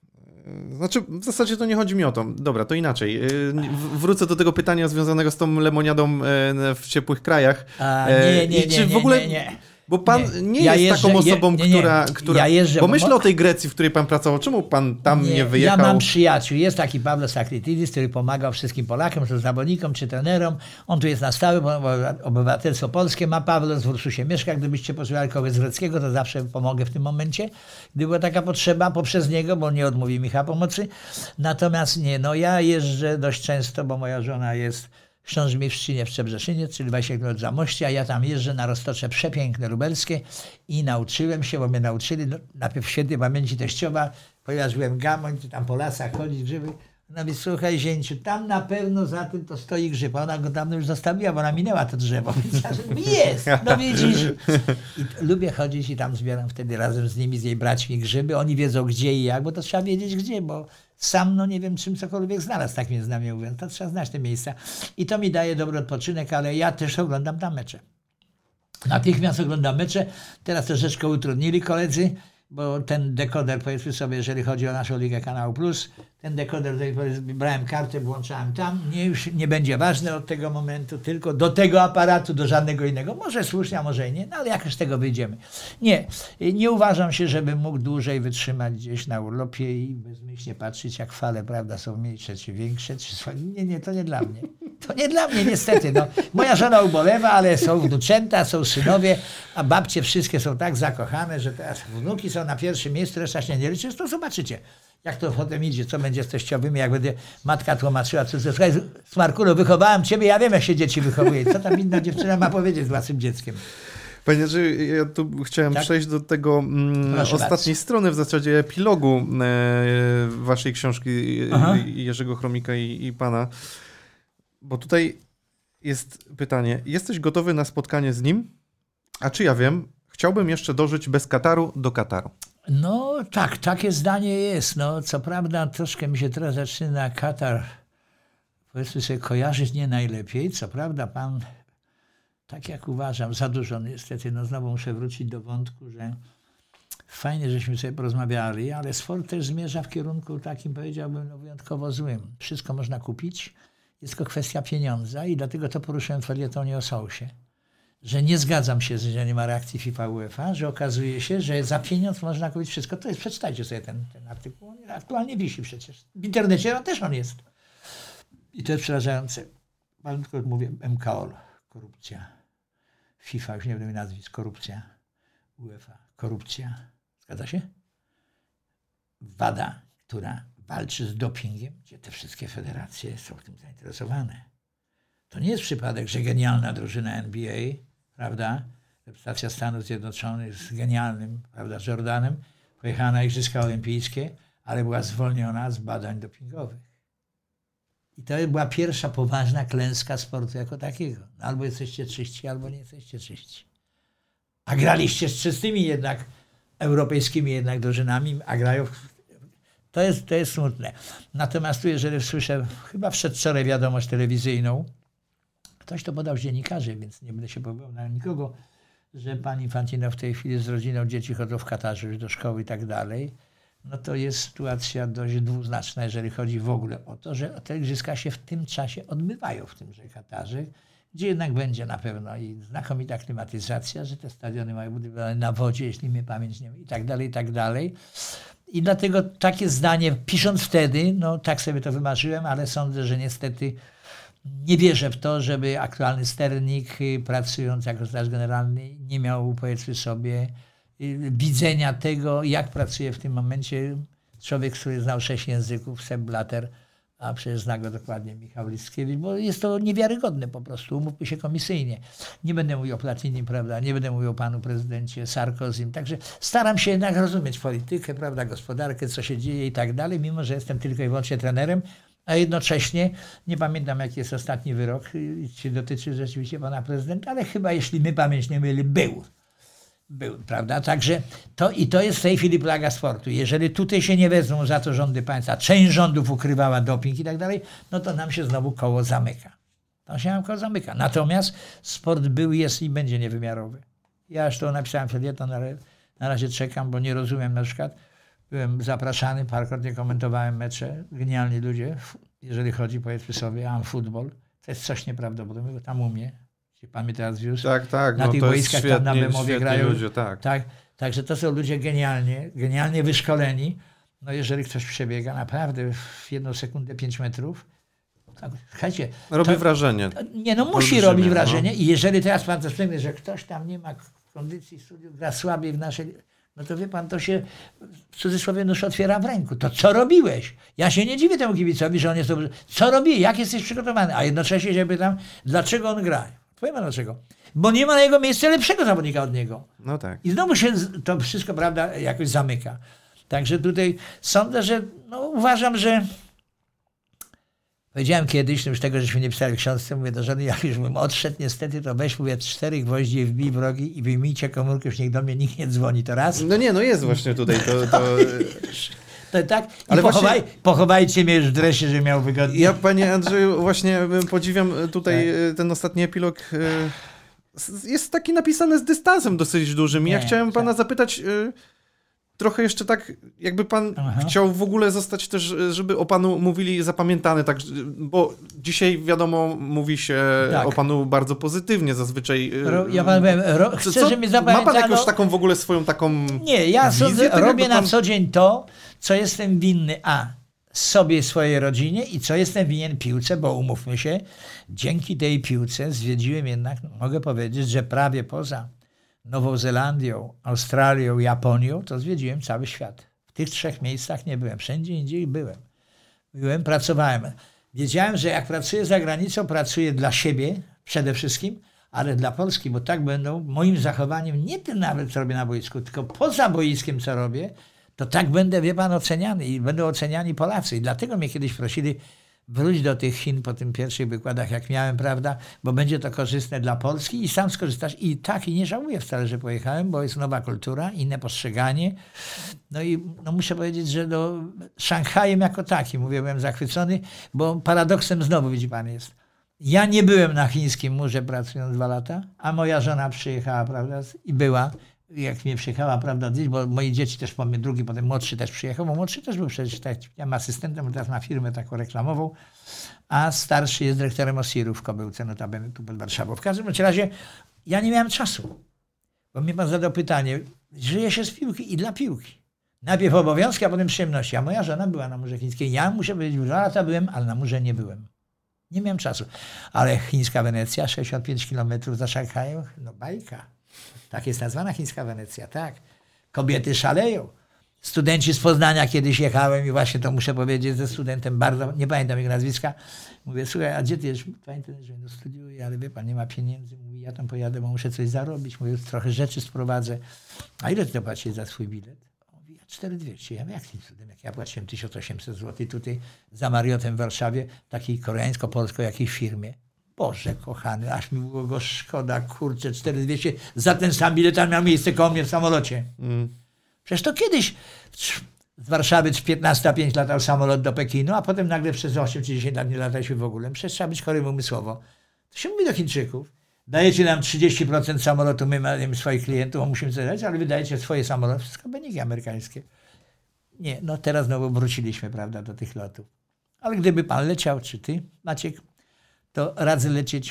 Znaczy, w zasadzie to nie chodzi mi o to. Dobra, to inaczej. Wrócę do tego pytania związanego z tą lemoniadą w ciepłych krajach. A, nie, nie, I czy nie, w ogóle... nie, nie. Bo pan nie, nie ja jest jeżdżę, taką osobą, je, nie, nie. która... która... Ja jeżdżę, bo bo myślę mo... o tej Grecji, w której pan pracował. Czemu pan tam nie, nie wyjechał? Ja mam przyjaciół. Jest taki Pawlos Aklitidis, który pomagał wszystkim Polakom, czy zawodnikom, czy trenerom. On tu jest na stałe, bo obywatelstwo polskie ma. Pawlos w Ursusie mieszka. Gdybyście potrzebowali kogoś z greckiego, to zawsze pomogę w tym momencie. Gdy była taka potrzeba poprzez niego, bo nie odmówi Michała pomocy. Natomiast nie, no ja jeżdżę dość często, bo moja żona jest w Książmieścinie w Szczebrzeszynie, czyli dwadzieścia kilometrów za Moście, a ja tam jeżdżę na roztocze przepiękne lubelskie i nauczyłem się, bo mnie nauczyli, no, najpierw w świętej pamięci teściowa, ponieważ byłem gamoń, tam po lasach chodzić, grzyby. Ona mówi, słuchaj zięciu, tam na pewno za tym to stoi grzyb. A ona go tam już zostawiła, bo ona minęła to drzewo. Więc ja mówię, jest, no widzisz. I t- lubię chodzić i tam zbieram wtedy razem z nimi, z jej braćmi grzyby. Oni wiedzą gdzie i jak, bo to trzeba wiedzieć gdzie, bo sam no nie wiem czym cokolwiek znalazł, tak mnie znamie mówiąc. To trzeba znać te miejsca. I to mi daje dobry odpoczynek, ale ja też oglądam tam mecze. Natychmiast oglądam mecze. Teraz troszeczkę utrudnili koledzy, bo ten dekoder, powiedzmy sobie, jeżeli chodzi o naszą Ligę Kanału Plus, ten dekoder, brałem kartę, włączałem tam, nie, już nie będzie ważny od tego momentu, tylko do tego aparatu, do żadnego innego. Może słusznie, a może i nie, no ale jakoś z tego wyjdziemy. Nie, nie uważam się, żebym mógł dłużej wytrzymać gdzieś na urlopie i bezmyślnie patrzeć, jak fale, prawda, są mniejsze czy większe. Czy... Nie, nie, to nie dla mnie. To nie dla mnie, niestety. No. Moja żona ubolewa, ale są wnuczęta, są synowie, a babcie wszystkie są tak zakochane, że teraz wnuki są na pierwszym miejscu, reszta się nie liczy, to zobaczycie, jak to potem idzie, co będzie z teściowymi, jak będzie matka tłumaczyła, co to słuchaj, Smarkulo, wychowałam ciebie, ja wiem, jak się dzieci wychowuje. Co tam inna dziewczyna ma powiedzieć z własnym dzieckiem? Panie Andrzeju, ja tu chciałem tak? przejść do tego mm, ostatniej bardzo. strony, w zasadzie epilogu e, waszej książki Aha. Jerzego Chromika i, i pana. Bo tutaj jest pytanie, jesteś gotowy na spotkanie z nim? A czy ja wiem, chciałbym jeszcze dożyć bez Kataru do Kataru. No tak, takie zdanie jest. No, co prawda troszkę mi się teraz zaczyna Katar, powiedzmy sobie, kojarzyć nie najlepiej. Co prawda pan, tak jak uważam, za dużo niestety, no znowu muszę wrócić do wątku, że fajnie, żeśmy sobie porozmawiali, ale sport też zmierza w kierunku takim, powiedziałbym, no, wyjątkowo złym. Wszystko można kupić jest tylko kwestia pieniądza i dlatego to poruszyłem w felietonie o Sousie. Że nie zgadzam się, że nie ma reakcji FIFA UEFA, że okazuje się, że za pieniądz można kupić wszystko. To jest, przeczytajcie sobie ten, ten artykuł. On aktualnie wisi przecież. W internecie on też on jest. I to jest przerażające. Pan tylko mówię M K O L, korupcja. FIFA, już nie wiem nazwisk, korupcja. UEFA, korupcja. Zgadza się? WADA, która walczy z dopingiem, gdzie te wszystkie federacje są w tym zainteresowane. To nie jest przypadek, że genialna drużyna N B A, prawda, reprezentacja Stanów Zjednoczonych z genialnym, prawda, Jordanem, pojechała na Igrzyska Olimpijskie, ale była zwolniona z badań dopingowych. I to była pierwsza poważna klęska sportu jako takiego. Albo jesteście czyści, albo nie jesteście czyści. A graliście z czystymi jednak, europejskimi jednak drużynami, a grają... To jest, to jest smutne. Natomiast tu, jeżeli słyszę, chyba przedwczoraj wiadomość telewizyjną, ktoś to podał z dziennikarzy, więc nie będę się powoływał na nikogo, że pan Infantino w tej chwili z rodziną dzieci chodzą w Katarze już do szkoły i tak dalej, no to jest sytuacja dość dwuznaczna, jeżeli chodzi w ogóle o to, że te igrzyska się w tym czasie odbywają w tymże Katarze, gdzie jednak będzie na pewno i znakomita klimatyzacja, że te stadiony mają budowane na wodzie, jeśli mnie pamięć nie myli, i tak dalej, i tak dalej. I dlatego takie zdanie, pisząc wtedy, no tak sobie to wymarzyłem, ale sądzę, że niestety nie wierzę w to, żeby aktualny sternik, pracując jako straż generalny, nie miał, powiedzmy sobie, widzenia tego, jak pracuje w tym momencie człowiek, który znał sześć języków, Sepp Blatter, a przecież zna go dokładnie Michał Listkiewicz, bo jest to niewiarygodne po prostu, umówmy się komisyjnie. Nie będę mówił o Platinim, prawda, nie będę mówił o panu prezydencie Sarkozym, także staram się jednak rozumieć politykę, prawda, gospodarkę, co się dzieje i tak dalej, mimo że jestem tylko i wyłącznie trenerem, a jednocześnie nie pamiętam, jaki jest ostatni wyrok, czy dotyczy rzeczywiście pana prezydenta, ale chyba, jeśli my pamięć nie myli, był. Był, prawda? Także to i to jest w tej chwili plaga sportu. Jeżeli tutaj się nie wezmą za to rządy państwa, część rządów ukrywała doping i tak dalej, no to nam się znowu koło zamyka. To się nam koło zamyka. Natomiast sport był, jest i będzie niewymiarowy. Ja już to napisałem felieton, ale na razie czekam, bo nie rozumiem na przykład. Byłem zapraszany, parkrotnie komentowałem mecze. Genialni ludzie, jeżeli chodzi, powiedzmy sobie, am futbol. To jest coś nieprawdopodobnego. Tam umie. Pan mnie teraz wiózł. Tak, tak. Na no tych to boiskach świetni, tam na Bemowie grają. Ludzie, tak. tak. Także to są ludzie genialnie, genialnie wyszkoleni. No jeżeli ktoś przebiega naprawdę w jedną sekundę pięć metrów, tak, słuchajcie. Robi to, wrażenie. To, nie, no musi Olbrzymie, robić wrażenie. No. I jeżeli teraz pan dostrzegnie, że ktoś tam nie ma kondycji studiów, gra słabiej w naszej... No to wie pan, to się w cudzysłowie nóż otwiera w ręku. To co robiłeś? Ja się nie dziwię temu kibicowi, że on jest dobrze. Co robi? Jak jesteś przygotowany? A jednocześnie się pytam, dlaczego on gra? Powiem dlaczego. Bo nie ma na jego miejscu lepszego zawodnika od niego. No tak. I znowu się to wszystko, prawda, jakoś zamyka. Także tutaj sądzę, że no, uważam, że powiedziałem kiedyś, no już tego, żeśmy nie pisali w książce, mówię do żony, jak już bym odszedł niestety, to weź, mówię, cztery gwoździe wbij w rogi i wyjmijcie komórkę, już niech do mnie nikt nie dzwoni, to raz. No nie, no jest właśnie tutaj to... to... To tak, i Ale pochowaj, właśnie... pochowajcie mnie już w dresie, że miał wygodnie. Ja, panie Andrzeju, właśnie podziwiam tutaj tak. ten ostatni epilog. Jest taki napisany z dystansem dosyć dużym. I ja Nie, chciałem pana tak. zapytać trochę jeszcze tak, jakby pan Aha. chciał w ogóle zostać też, żeby o panu mówili zapamiętany, tak, bo dzisiaj wiadomo, mówi się tak. o panu bardzo pozytywnie zazwyczaj. Ro, ja pan powiem, ro, chcę, co, żeby zapamiętano... Ma pan jakąś taką w ogóle swoją taką Nie, ja wizję sądzę, tego, robię pan... na co dzień to, co jestem winny, a sobie, swojej rodzinie i co jestem winien piłce, bo umówmy się, dzięki tej piłce zwiedziłem jednak, mogę powiedzieć, że prawie poza Nową Zelandią, Australią, Japonią, to zwiedziłem cały świat. W tych trzech miejscach nie byłem, wszędzie indziej byłem. Byłem, pracowałem. Wiedziałem, że jak pracuję za granicą, pracuję dla siebie przede wszystkim, ale dla Polski, bo tak będą moim zachowaniem, nie tym nawet, co robię na boisku, tylko poza boiskiem, co robię, to tak będę, wie pan, oceniany i będą oceniani Polacy. I dlatego mnie kiedyś prosili, wróć do tych Chin po tym pierwszych wykładach, jak miałem, prawda, bo będzie to korzystne dla Polski i sam skorzystasz. I tak, i nie żałuję wcale, że pojechałem, bo jest nowa kultura, inne postrzeganie. No i no muszę powiedzieć, że do Szanghajem jako taki, mówię, byłem zachwycony, bo paradoksem znowu, widzi pan, jest. Ja nie byłem na chińskim murze pracując dwa lata, a moja żona przyjechała, prawda, i była. jak mnie przyjechała, prawda, gdzieś, bo moi dzieci też, drugi, potem młodszy też przyjechał, bo młodszy też był przecież takim asystentem, bo teraz ma firmę taką reklamową, a starszy jest dyrektorem Osiru w Kobyłce, notabene tu pod Warszawą. W każdym razie ja nie miałem czasu, bo mnie pan zadał pytanie, żyje się z piłki i dla piłki. Najpierw obowiązki, a potem przyjemności. A moja żona była na Murze Chińskiej. Ja muszę powiedzieć, dwa lata byłem, ale na Murze nie byłem. Nie miałem czasu. Ale chińska Wenecja, sześćdziesiąt pięć kilometrów za Szanghajem, no bajka. Tak jest nazwana chińska Wenecja, tak. Kobiety szaleją. Studenci z Poznania kiedyś jechałem i właśnie to muszę powiedzieć ze studentem bardzo, nie pamiętam jego nazwiska. Mówię, słuchaj, a gdzie ty jesteś? Pamiętam, że no studiuję, ale wie pan, nie ma pieniędzy. Mówi, ja tam pojadę, bo muszę coś zarobić. Mówię, trochę rzeczy sprowadzę. A ile ty to płacisz za swój bilet? Mówi, ja cztery tysiące dwieście. Ja mówię, jak tym cudem? Jak ja płaciłem tysiąc osiemset złotych tutaj za Marriotem w Warszawie, takiej koreańsko-polskiej jakiejś firmie. Boże kochany, aż mi było go szkoda, kurczę, cztery tysiące dwieście za ten sam bilet, tam miał miejsce koło mnie w samolocie. Mm. Przecież to kiedyś z Warszawy piętnaście pięć latał samolot do Pekinu, a potem nagle przez osiem czy dziesięć lat nie lataliśmy w ogóle. Przecież trzeba być chorym umysłowo. To się mówi do Chińczyków. Dajecie nam trzydzieści procent samolotu, my mamy swoich klientów, musimy coś dać, ale wydajecie swoje samoloty, wszystko beniki amerykańskie. Nie, no teraz znowu wróciliśmy, prawda, do tych lotów. Ale gdyby pan leciał, czy ty, Maciek, to radzę lecieć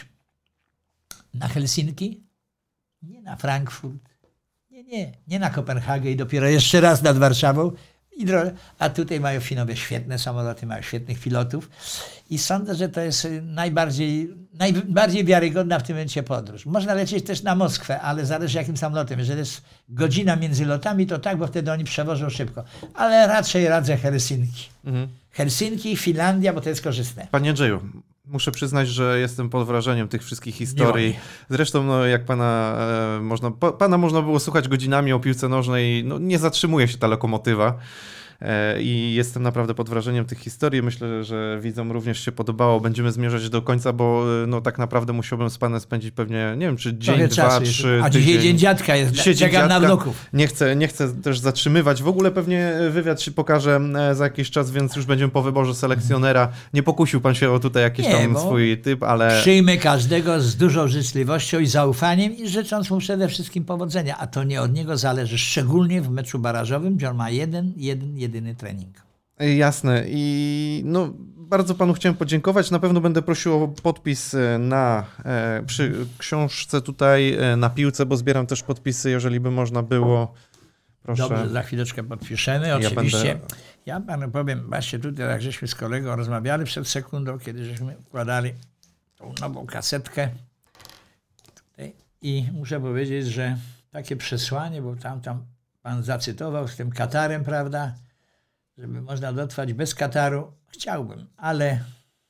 na Helsinki, nie na Frankfurt, nie, nie, nie na Kopenhagę i dopiero jeszcze raz nad Warszawą. A tutaj mają Finowie świetne samoloty, mają świetnych pilotów i sądzę, że to jest najbardziej, najbardziej wiarygodna w tym momencie podróż. Można lecieć też na Moskwę, ale zależy jakim samolotem. Jeżeli jest godzina między lotami, to tak, bo wtedy oni przewożą szybko. Ale raczej radzę Helsinki. Mhm. Helsinki, Finlandia, bo to jest korzystne. Panie Andrzeju, muszę przyznać, że jestem pod wrażeniem tych wszystkich historii. Zresztą, no, jak pana, e, można, pa, pana można było słuchać godzinami o piłce nożnej, no, nie zatrzymuje się ta lokomotywa. E, I jestem naprawdę pod wrażeniem tych historii. Myślę, że widzom również się podobało. Będziemy zmierzać do końca, bo no, tak naprawdę musiałbym z panem spędzić pewnie, nie wiem, czy dzień, Trochę dwa, czasu trzy, A tydzień. dzisiaj dzień dziadka jest, Dzisiaj czekam na wnuków. Nie chcę, nie chcę też zatrzymywać. W ogóle pewnie wywiad się pokaże za jakiś czas, więc już będziemy po wyborze selekcjonera. Nie pokusił pan się o tutaj jakiś nie, tam swój typ, ale... Przyjmę każdego z dużą życzliwością i zaufaniem i życząc mu przede wszystkim powodzenia. A to nie od niego zależy, szczególnie w meczu barażowym, gdzie on ma jeden, jeden, jedyny trening. Jasne i no, bardzo panu chciałem podziękować. Na pewno będę prosił o podpis na, e, przy książce tutaj e, na piłce, bo zbieram też podpisy, jeżeli by można było. Proszę. Dobrze, za chwileczkę podpiszemy. Oczywiście. Ja, będę... ja panu powiem, właśnie tutaj jak żeśmy z kolegą rozmawiali przed sekundą, kiedy żeśmy układali tą nową kasetkę. Tutaj. I muszę powiedzieć, że takie przesłanie, bo tam, tam pan zacytował z tym Katarem, prawda? Żeby można dotrwać bez Kataru, chciałbym, ale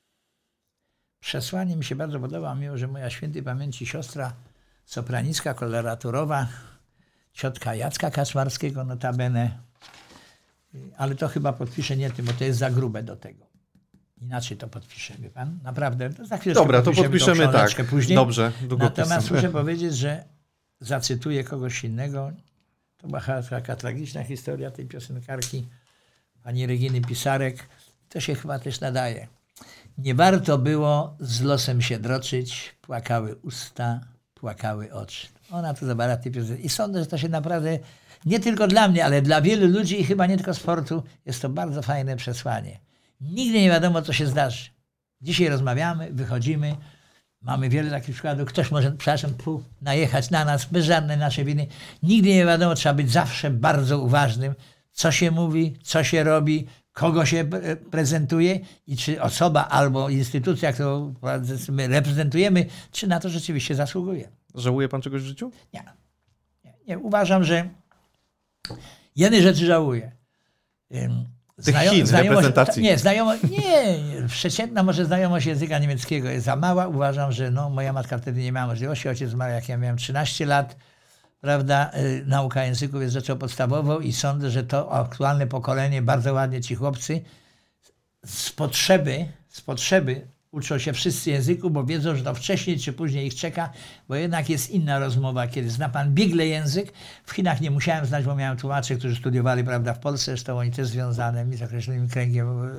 przesłanie mi się bardzo podoba, mimo że moja świętej pamięci siostra sopranicka, koloratorowa, ciotka Jacka Kaczmarskiego notabene, ale to chyba podpiszę nie tym, bo to jest za grube do tego. Inaczej to podpiszę, wie pan? Naprawdę. To za chwilę Dobra, to podpiszemy tak. Później. Dobrze, natomiast muszę powiedzieć, że zacytuję kogoś innego. To była taka tragiczna historia tej piosenkarki, pani Reginy Pisarek, to się chyba też nadaje. Nie warto było z losem się droczyć, płakały usta, płakały oczy. Ona to zabrała tej piosenki. I sądzę, że to się naprawdę, nie tylko dla mnie, ale dla wielu ludzi i chyba nie tylko sportu, jest to bardzo fajne przesłanie. Nigdy nie wiadomo, co się zdarzy. Dzisiaj rozmawiamy, wychodzimy, mamy wiele takich przykładów. Ktoś może, przepraszam, pół najechać na nas bez żadnej naszej winy. Nigdy nie wiadomo, trzeba być zawsze bardzo uważnym, co się mówi, co się robi, kogo się prezentuje i czy osoba albo instytucja, którą my reprezentujemy, czy na to rzeczywiście zasługuje. Żałuje pan czegoś w życiu? Nie. Nie, nie. Uważam, że jednej rzeczy żałuję. Tych Znajo- Chin, reprezentacji. Nie, znajomość, nie, przeciętna może znajomość języka niemieckiego jest za mała. Uważam, że no, moja matka wtedy nie miała możliwości. Ojciec zmarł, jak ja miałem trzynaście lat. Prawda, nauka języków jest rzeczą podstawową i sądzę, że to aktualne pokolenie, bardzo ładnie ci chłopcy, z potrzeby, z potrzeby uczą się wszyscy języków, bo wiedzą, że to wcześniej czy później ich czeka, bo jednak jest inna rozmowa, kiedy zna pan biegle język. W Chinach nie musiałem znać, bo miałem tłumaczy, którzy studiowali, prawda, w Polsce, zresztą oni też związane z określonym kręgiem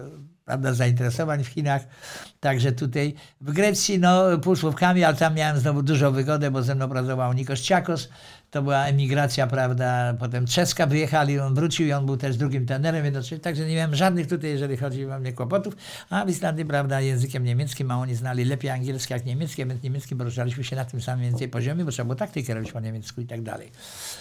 prawda, zainteresowań w Chinach. Także tutaj w Grecji, no półsłówkami, ale tam miałem znowu dużą wygodę, bo ze mną pracował Nikos Tsiakos. To była emigracja, prawda, potem czeska wyjechali, on wrócił i on był też drugim trenerem jednocześnie, także nie miałem żadnych tutaj, jeżeli chodzi o mnie, kłopotów, a w Islandii, prawda, językiem niemieckim, a oni znali lepiej angielski jak niemiecki, a więc niemieckim poruszaliśmy się na tym samym więcej poziomie, bo trzeba było taktykę robić po niemiecku i tak dalej.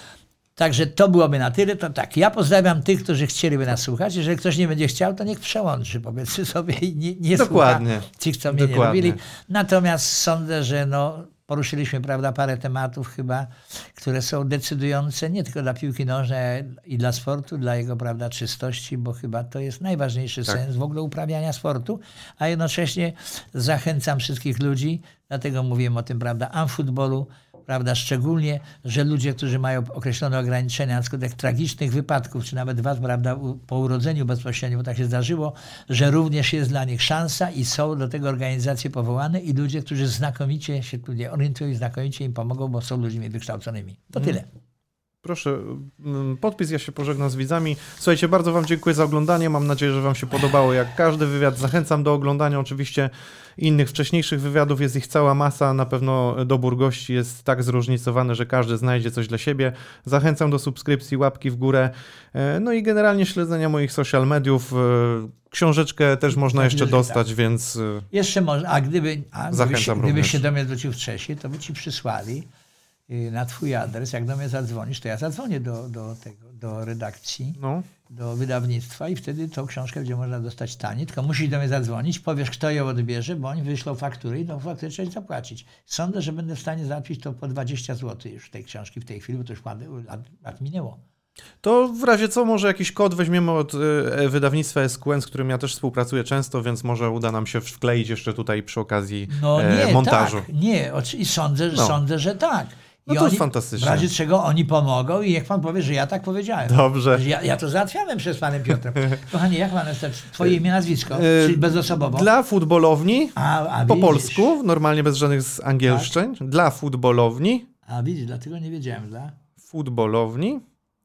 Także to byłoby na tyle, to tak, ja pozdrawiam tych, którzy chcieliby nas słuchać, jeżeli ktoś nie będzie chciał, to niech przełączy, powiedzmy sobie, i nie, nie Dokładnie. słucha tych, co mnie Dokładnie. nie lubili. Natomiast sądzę, że no, poruszyliśmy, prawda, parę tematów chyba, które są decydujące nie tylko dla piłki nożnej i dla sportu, dla jego, prawda, czystości, bo chyba to jest najważniejszy Tak. sens w ogóle uprawiania sportu, a jednocześnie zachęcam wszystkich ludzi, dlatego mówiłem o tym, prawda, amfutbolu, prawda, szczególnie, że ludzie, którzy mają określone ograniczenia na skutek tragicznych wypadków, czy nawet was, prawda, u- po urodzeniu bezpośrednio, bo tak się zdarzyło, że również jest dla nich szansa i są do tego organizacje powołane i ludzie, którzy znakomicie się tu nie orientują i znakomicie im pomogą, bo są ludźmi wykształconymi. To tyle. Proszę, mm, podpis, ja się pożegnam z widzami. Słuchajcie, bardzo wam dziękuję za oglądanie. Mam nadzieję, że wam się podobało jak każdy wywiad. Zachęcam do oglądania oczywiście innych wcześniejszych wywiadów. Jest ich cała masa. Na pewno dobór gości jest tak zróżnicowany, że każdy znajdzie coś dla siebie. Zachęcam do subskrypcji, łapki w górę. E, No i generalnie śledzenia moich social mediów. E, Książeczkę też można Myślę, jeszcze że dostać, więc e, Jeszcze może, a gdyby, a gdyby, Zachęcam się, gdyby również. się do mnie zwrócił wcześniej, to by ci przysłali y, na twój adres. Jak do mnie zadzwonisz, to ja zadzwonię do, do, tego, do redakcji, no. do wydawnictwa i wtedy tą książkę będzie można dostać taniej. Tylko musisz do mnie zadzwonić, powiesz, kto ją odbierze, bo oni wyślą faktury i tą fakturę trzeba zapłacić. Sądzę, że będę w stanie załatwić to po dwadzieścia złotych już tej książki w tej chwili, bo to już lat, lat, lat minęło. To w razie co, może jakiś kod weźmiemy od e, wydawnictwa S Q N, z którym ja też współpracuję często, więc może uda nam się wkleić jeszcze tutaj przy okazji No e, nie, montażu. tak, nie, oczy- i sądzę, No. sądzę, że tak. I No to oni, fantastycznie. W razie czego oni pomogą i niech pan powie, że ja tak powiedziałem. Dobrze. Że Ja, ja to załatwiałem przez panem Piotrem. Kochanie, jak pan jest twoje imię, nazwisko? E, Czyli bezosobowo? Dla futbolowni, A, a po widzisz, polsku, normalnie bez żadnych z angielszczeń. Dla futbolowni, A widzisz, dlatego nie wiedziałem. Dla... futbolowni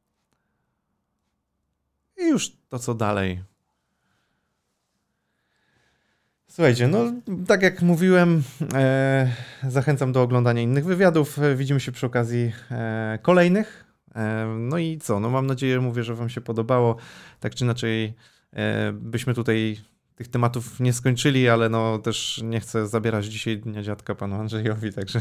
i już to co dalej. Słuchajcie, no tak jak mówiłem, e, zachęcam do oglądania innych wywiadów. E, widzimy się przy okazji e, kolejnych. E, no i co? No mam nadzieję, mówię, że wam się podobało. Tak czy inaczej e, byśmy tutaj tych tematów nie skończyli, ale no też nie chcę zabierać dzisiaj Dnia Dziadka panu Andrzejowi, także...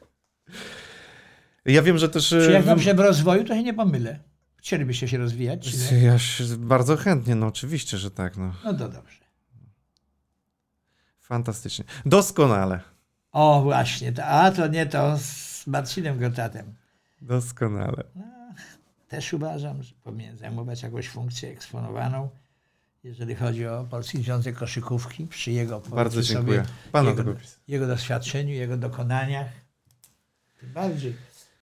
Ja wiem, że też... Czy jak wy- dobrze w rozwoju, to się nie pomylę. Chcielibyście się rozwijać? Czy nie? Ja się bardzo chętnie, no oczywiście, że tak, no. No to dobrze. Fantastycznie. Doskonale. O właśnie, to, a to nie to z Marcinem Gotatem. Doskonale. Też uważam, że powinien zajmować jakąś funkcję eksponowaną, jeżeli chodzi o Polski Związek Koszykówki, przy jego, Bardzo powiedzmy dziękuję. sobie, Pana jego, długopis. jego doświadczeniu, jego dokonaniach. Tym bardziej.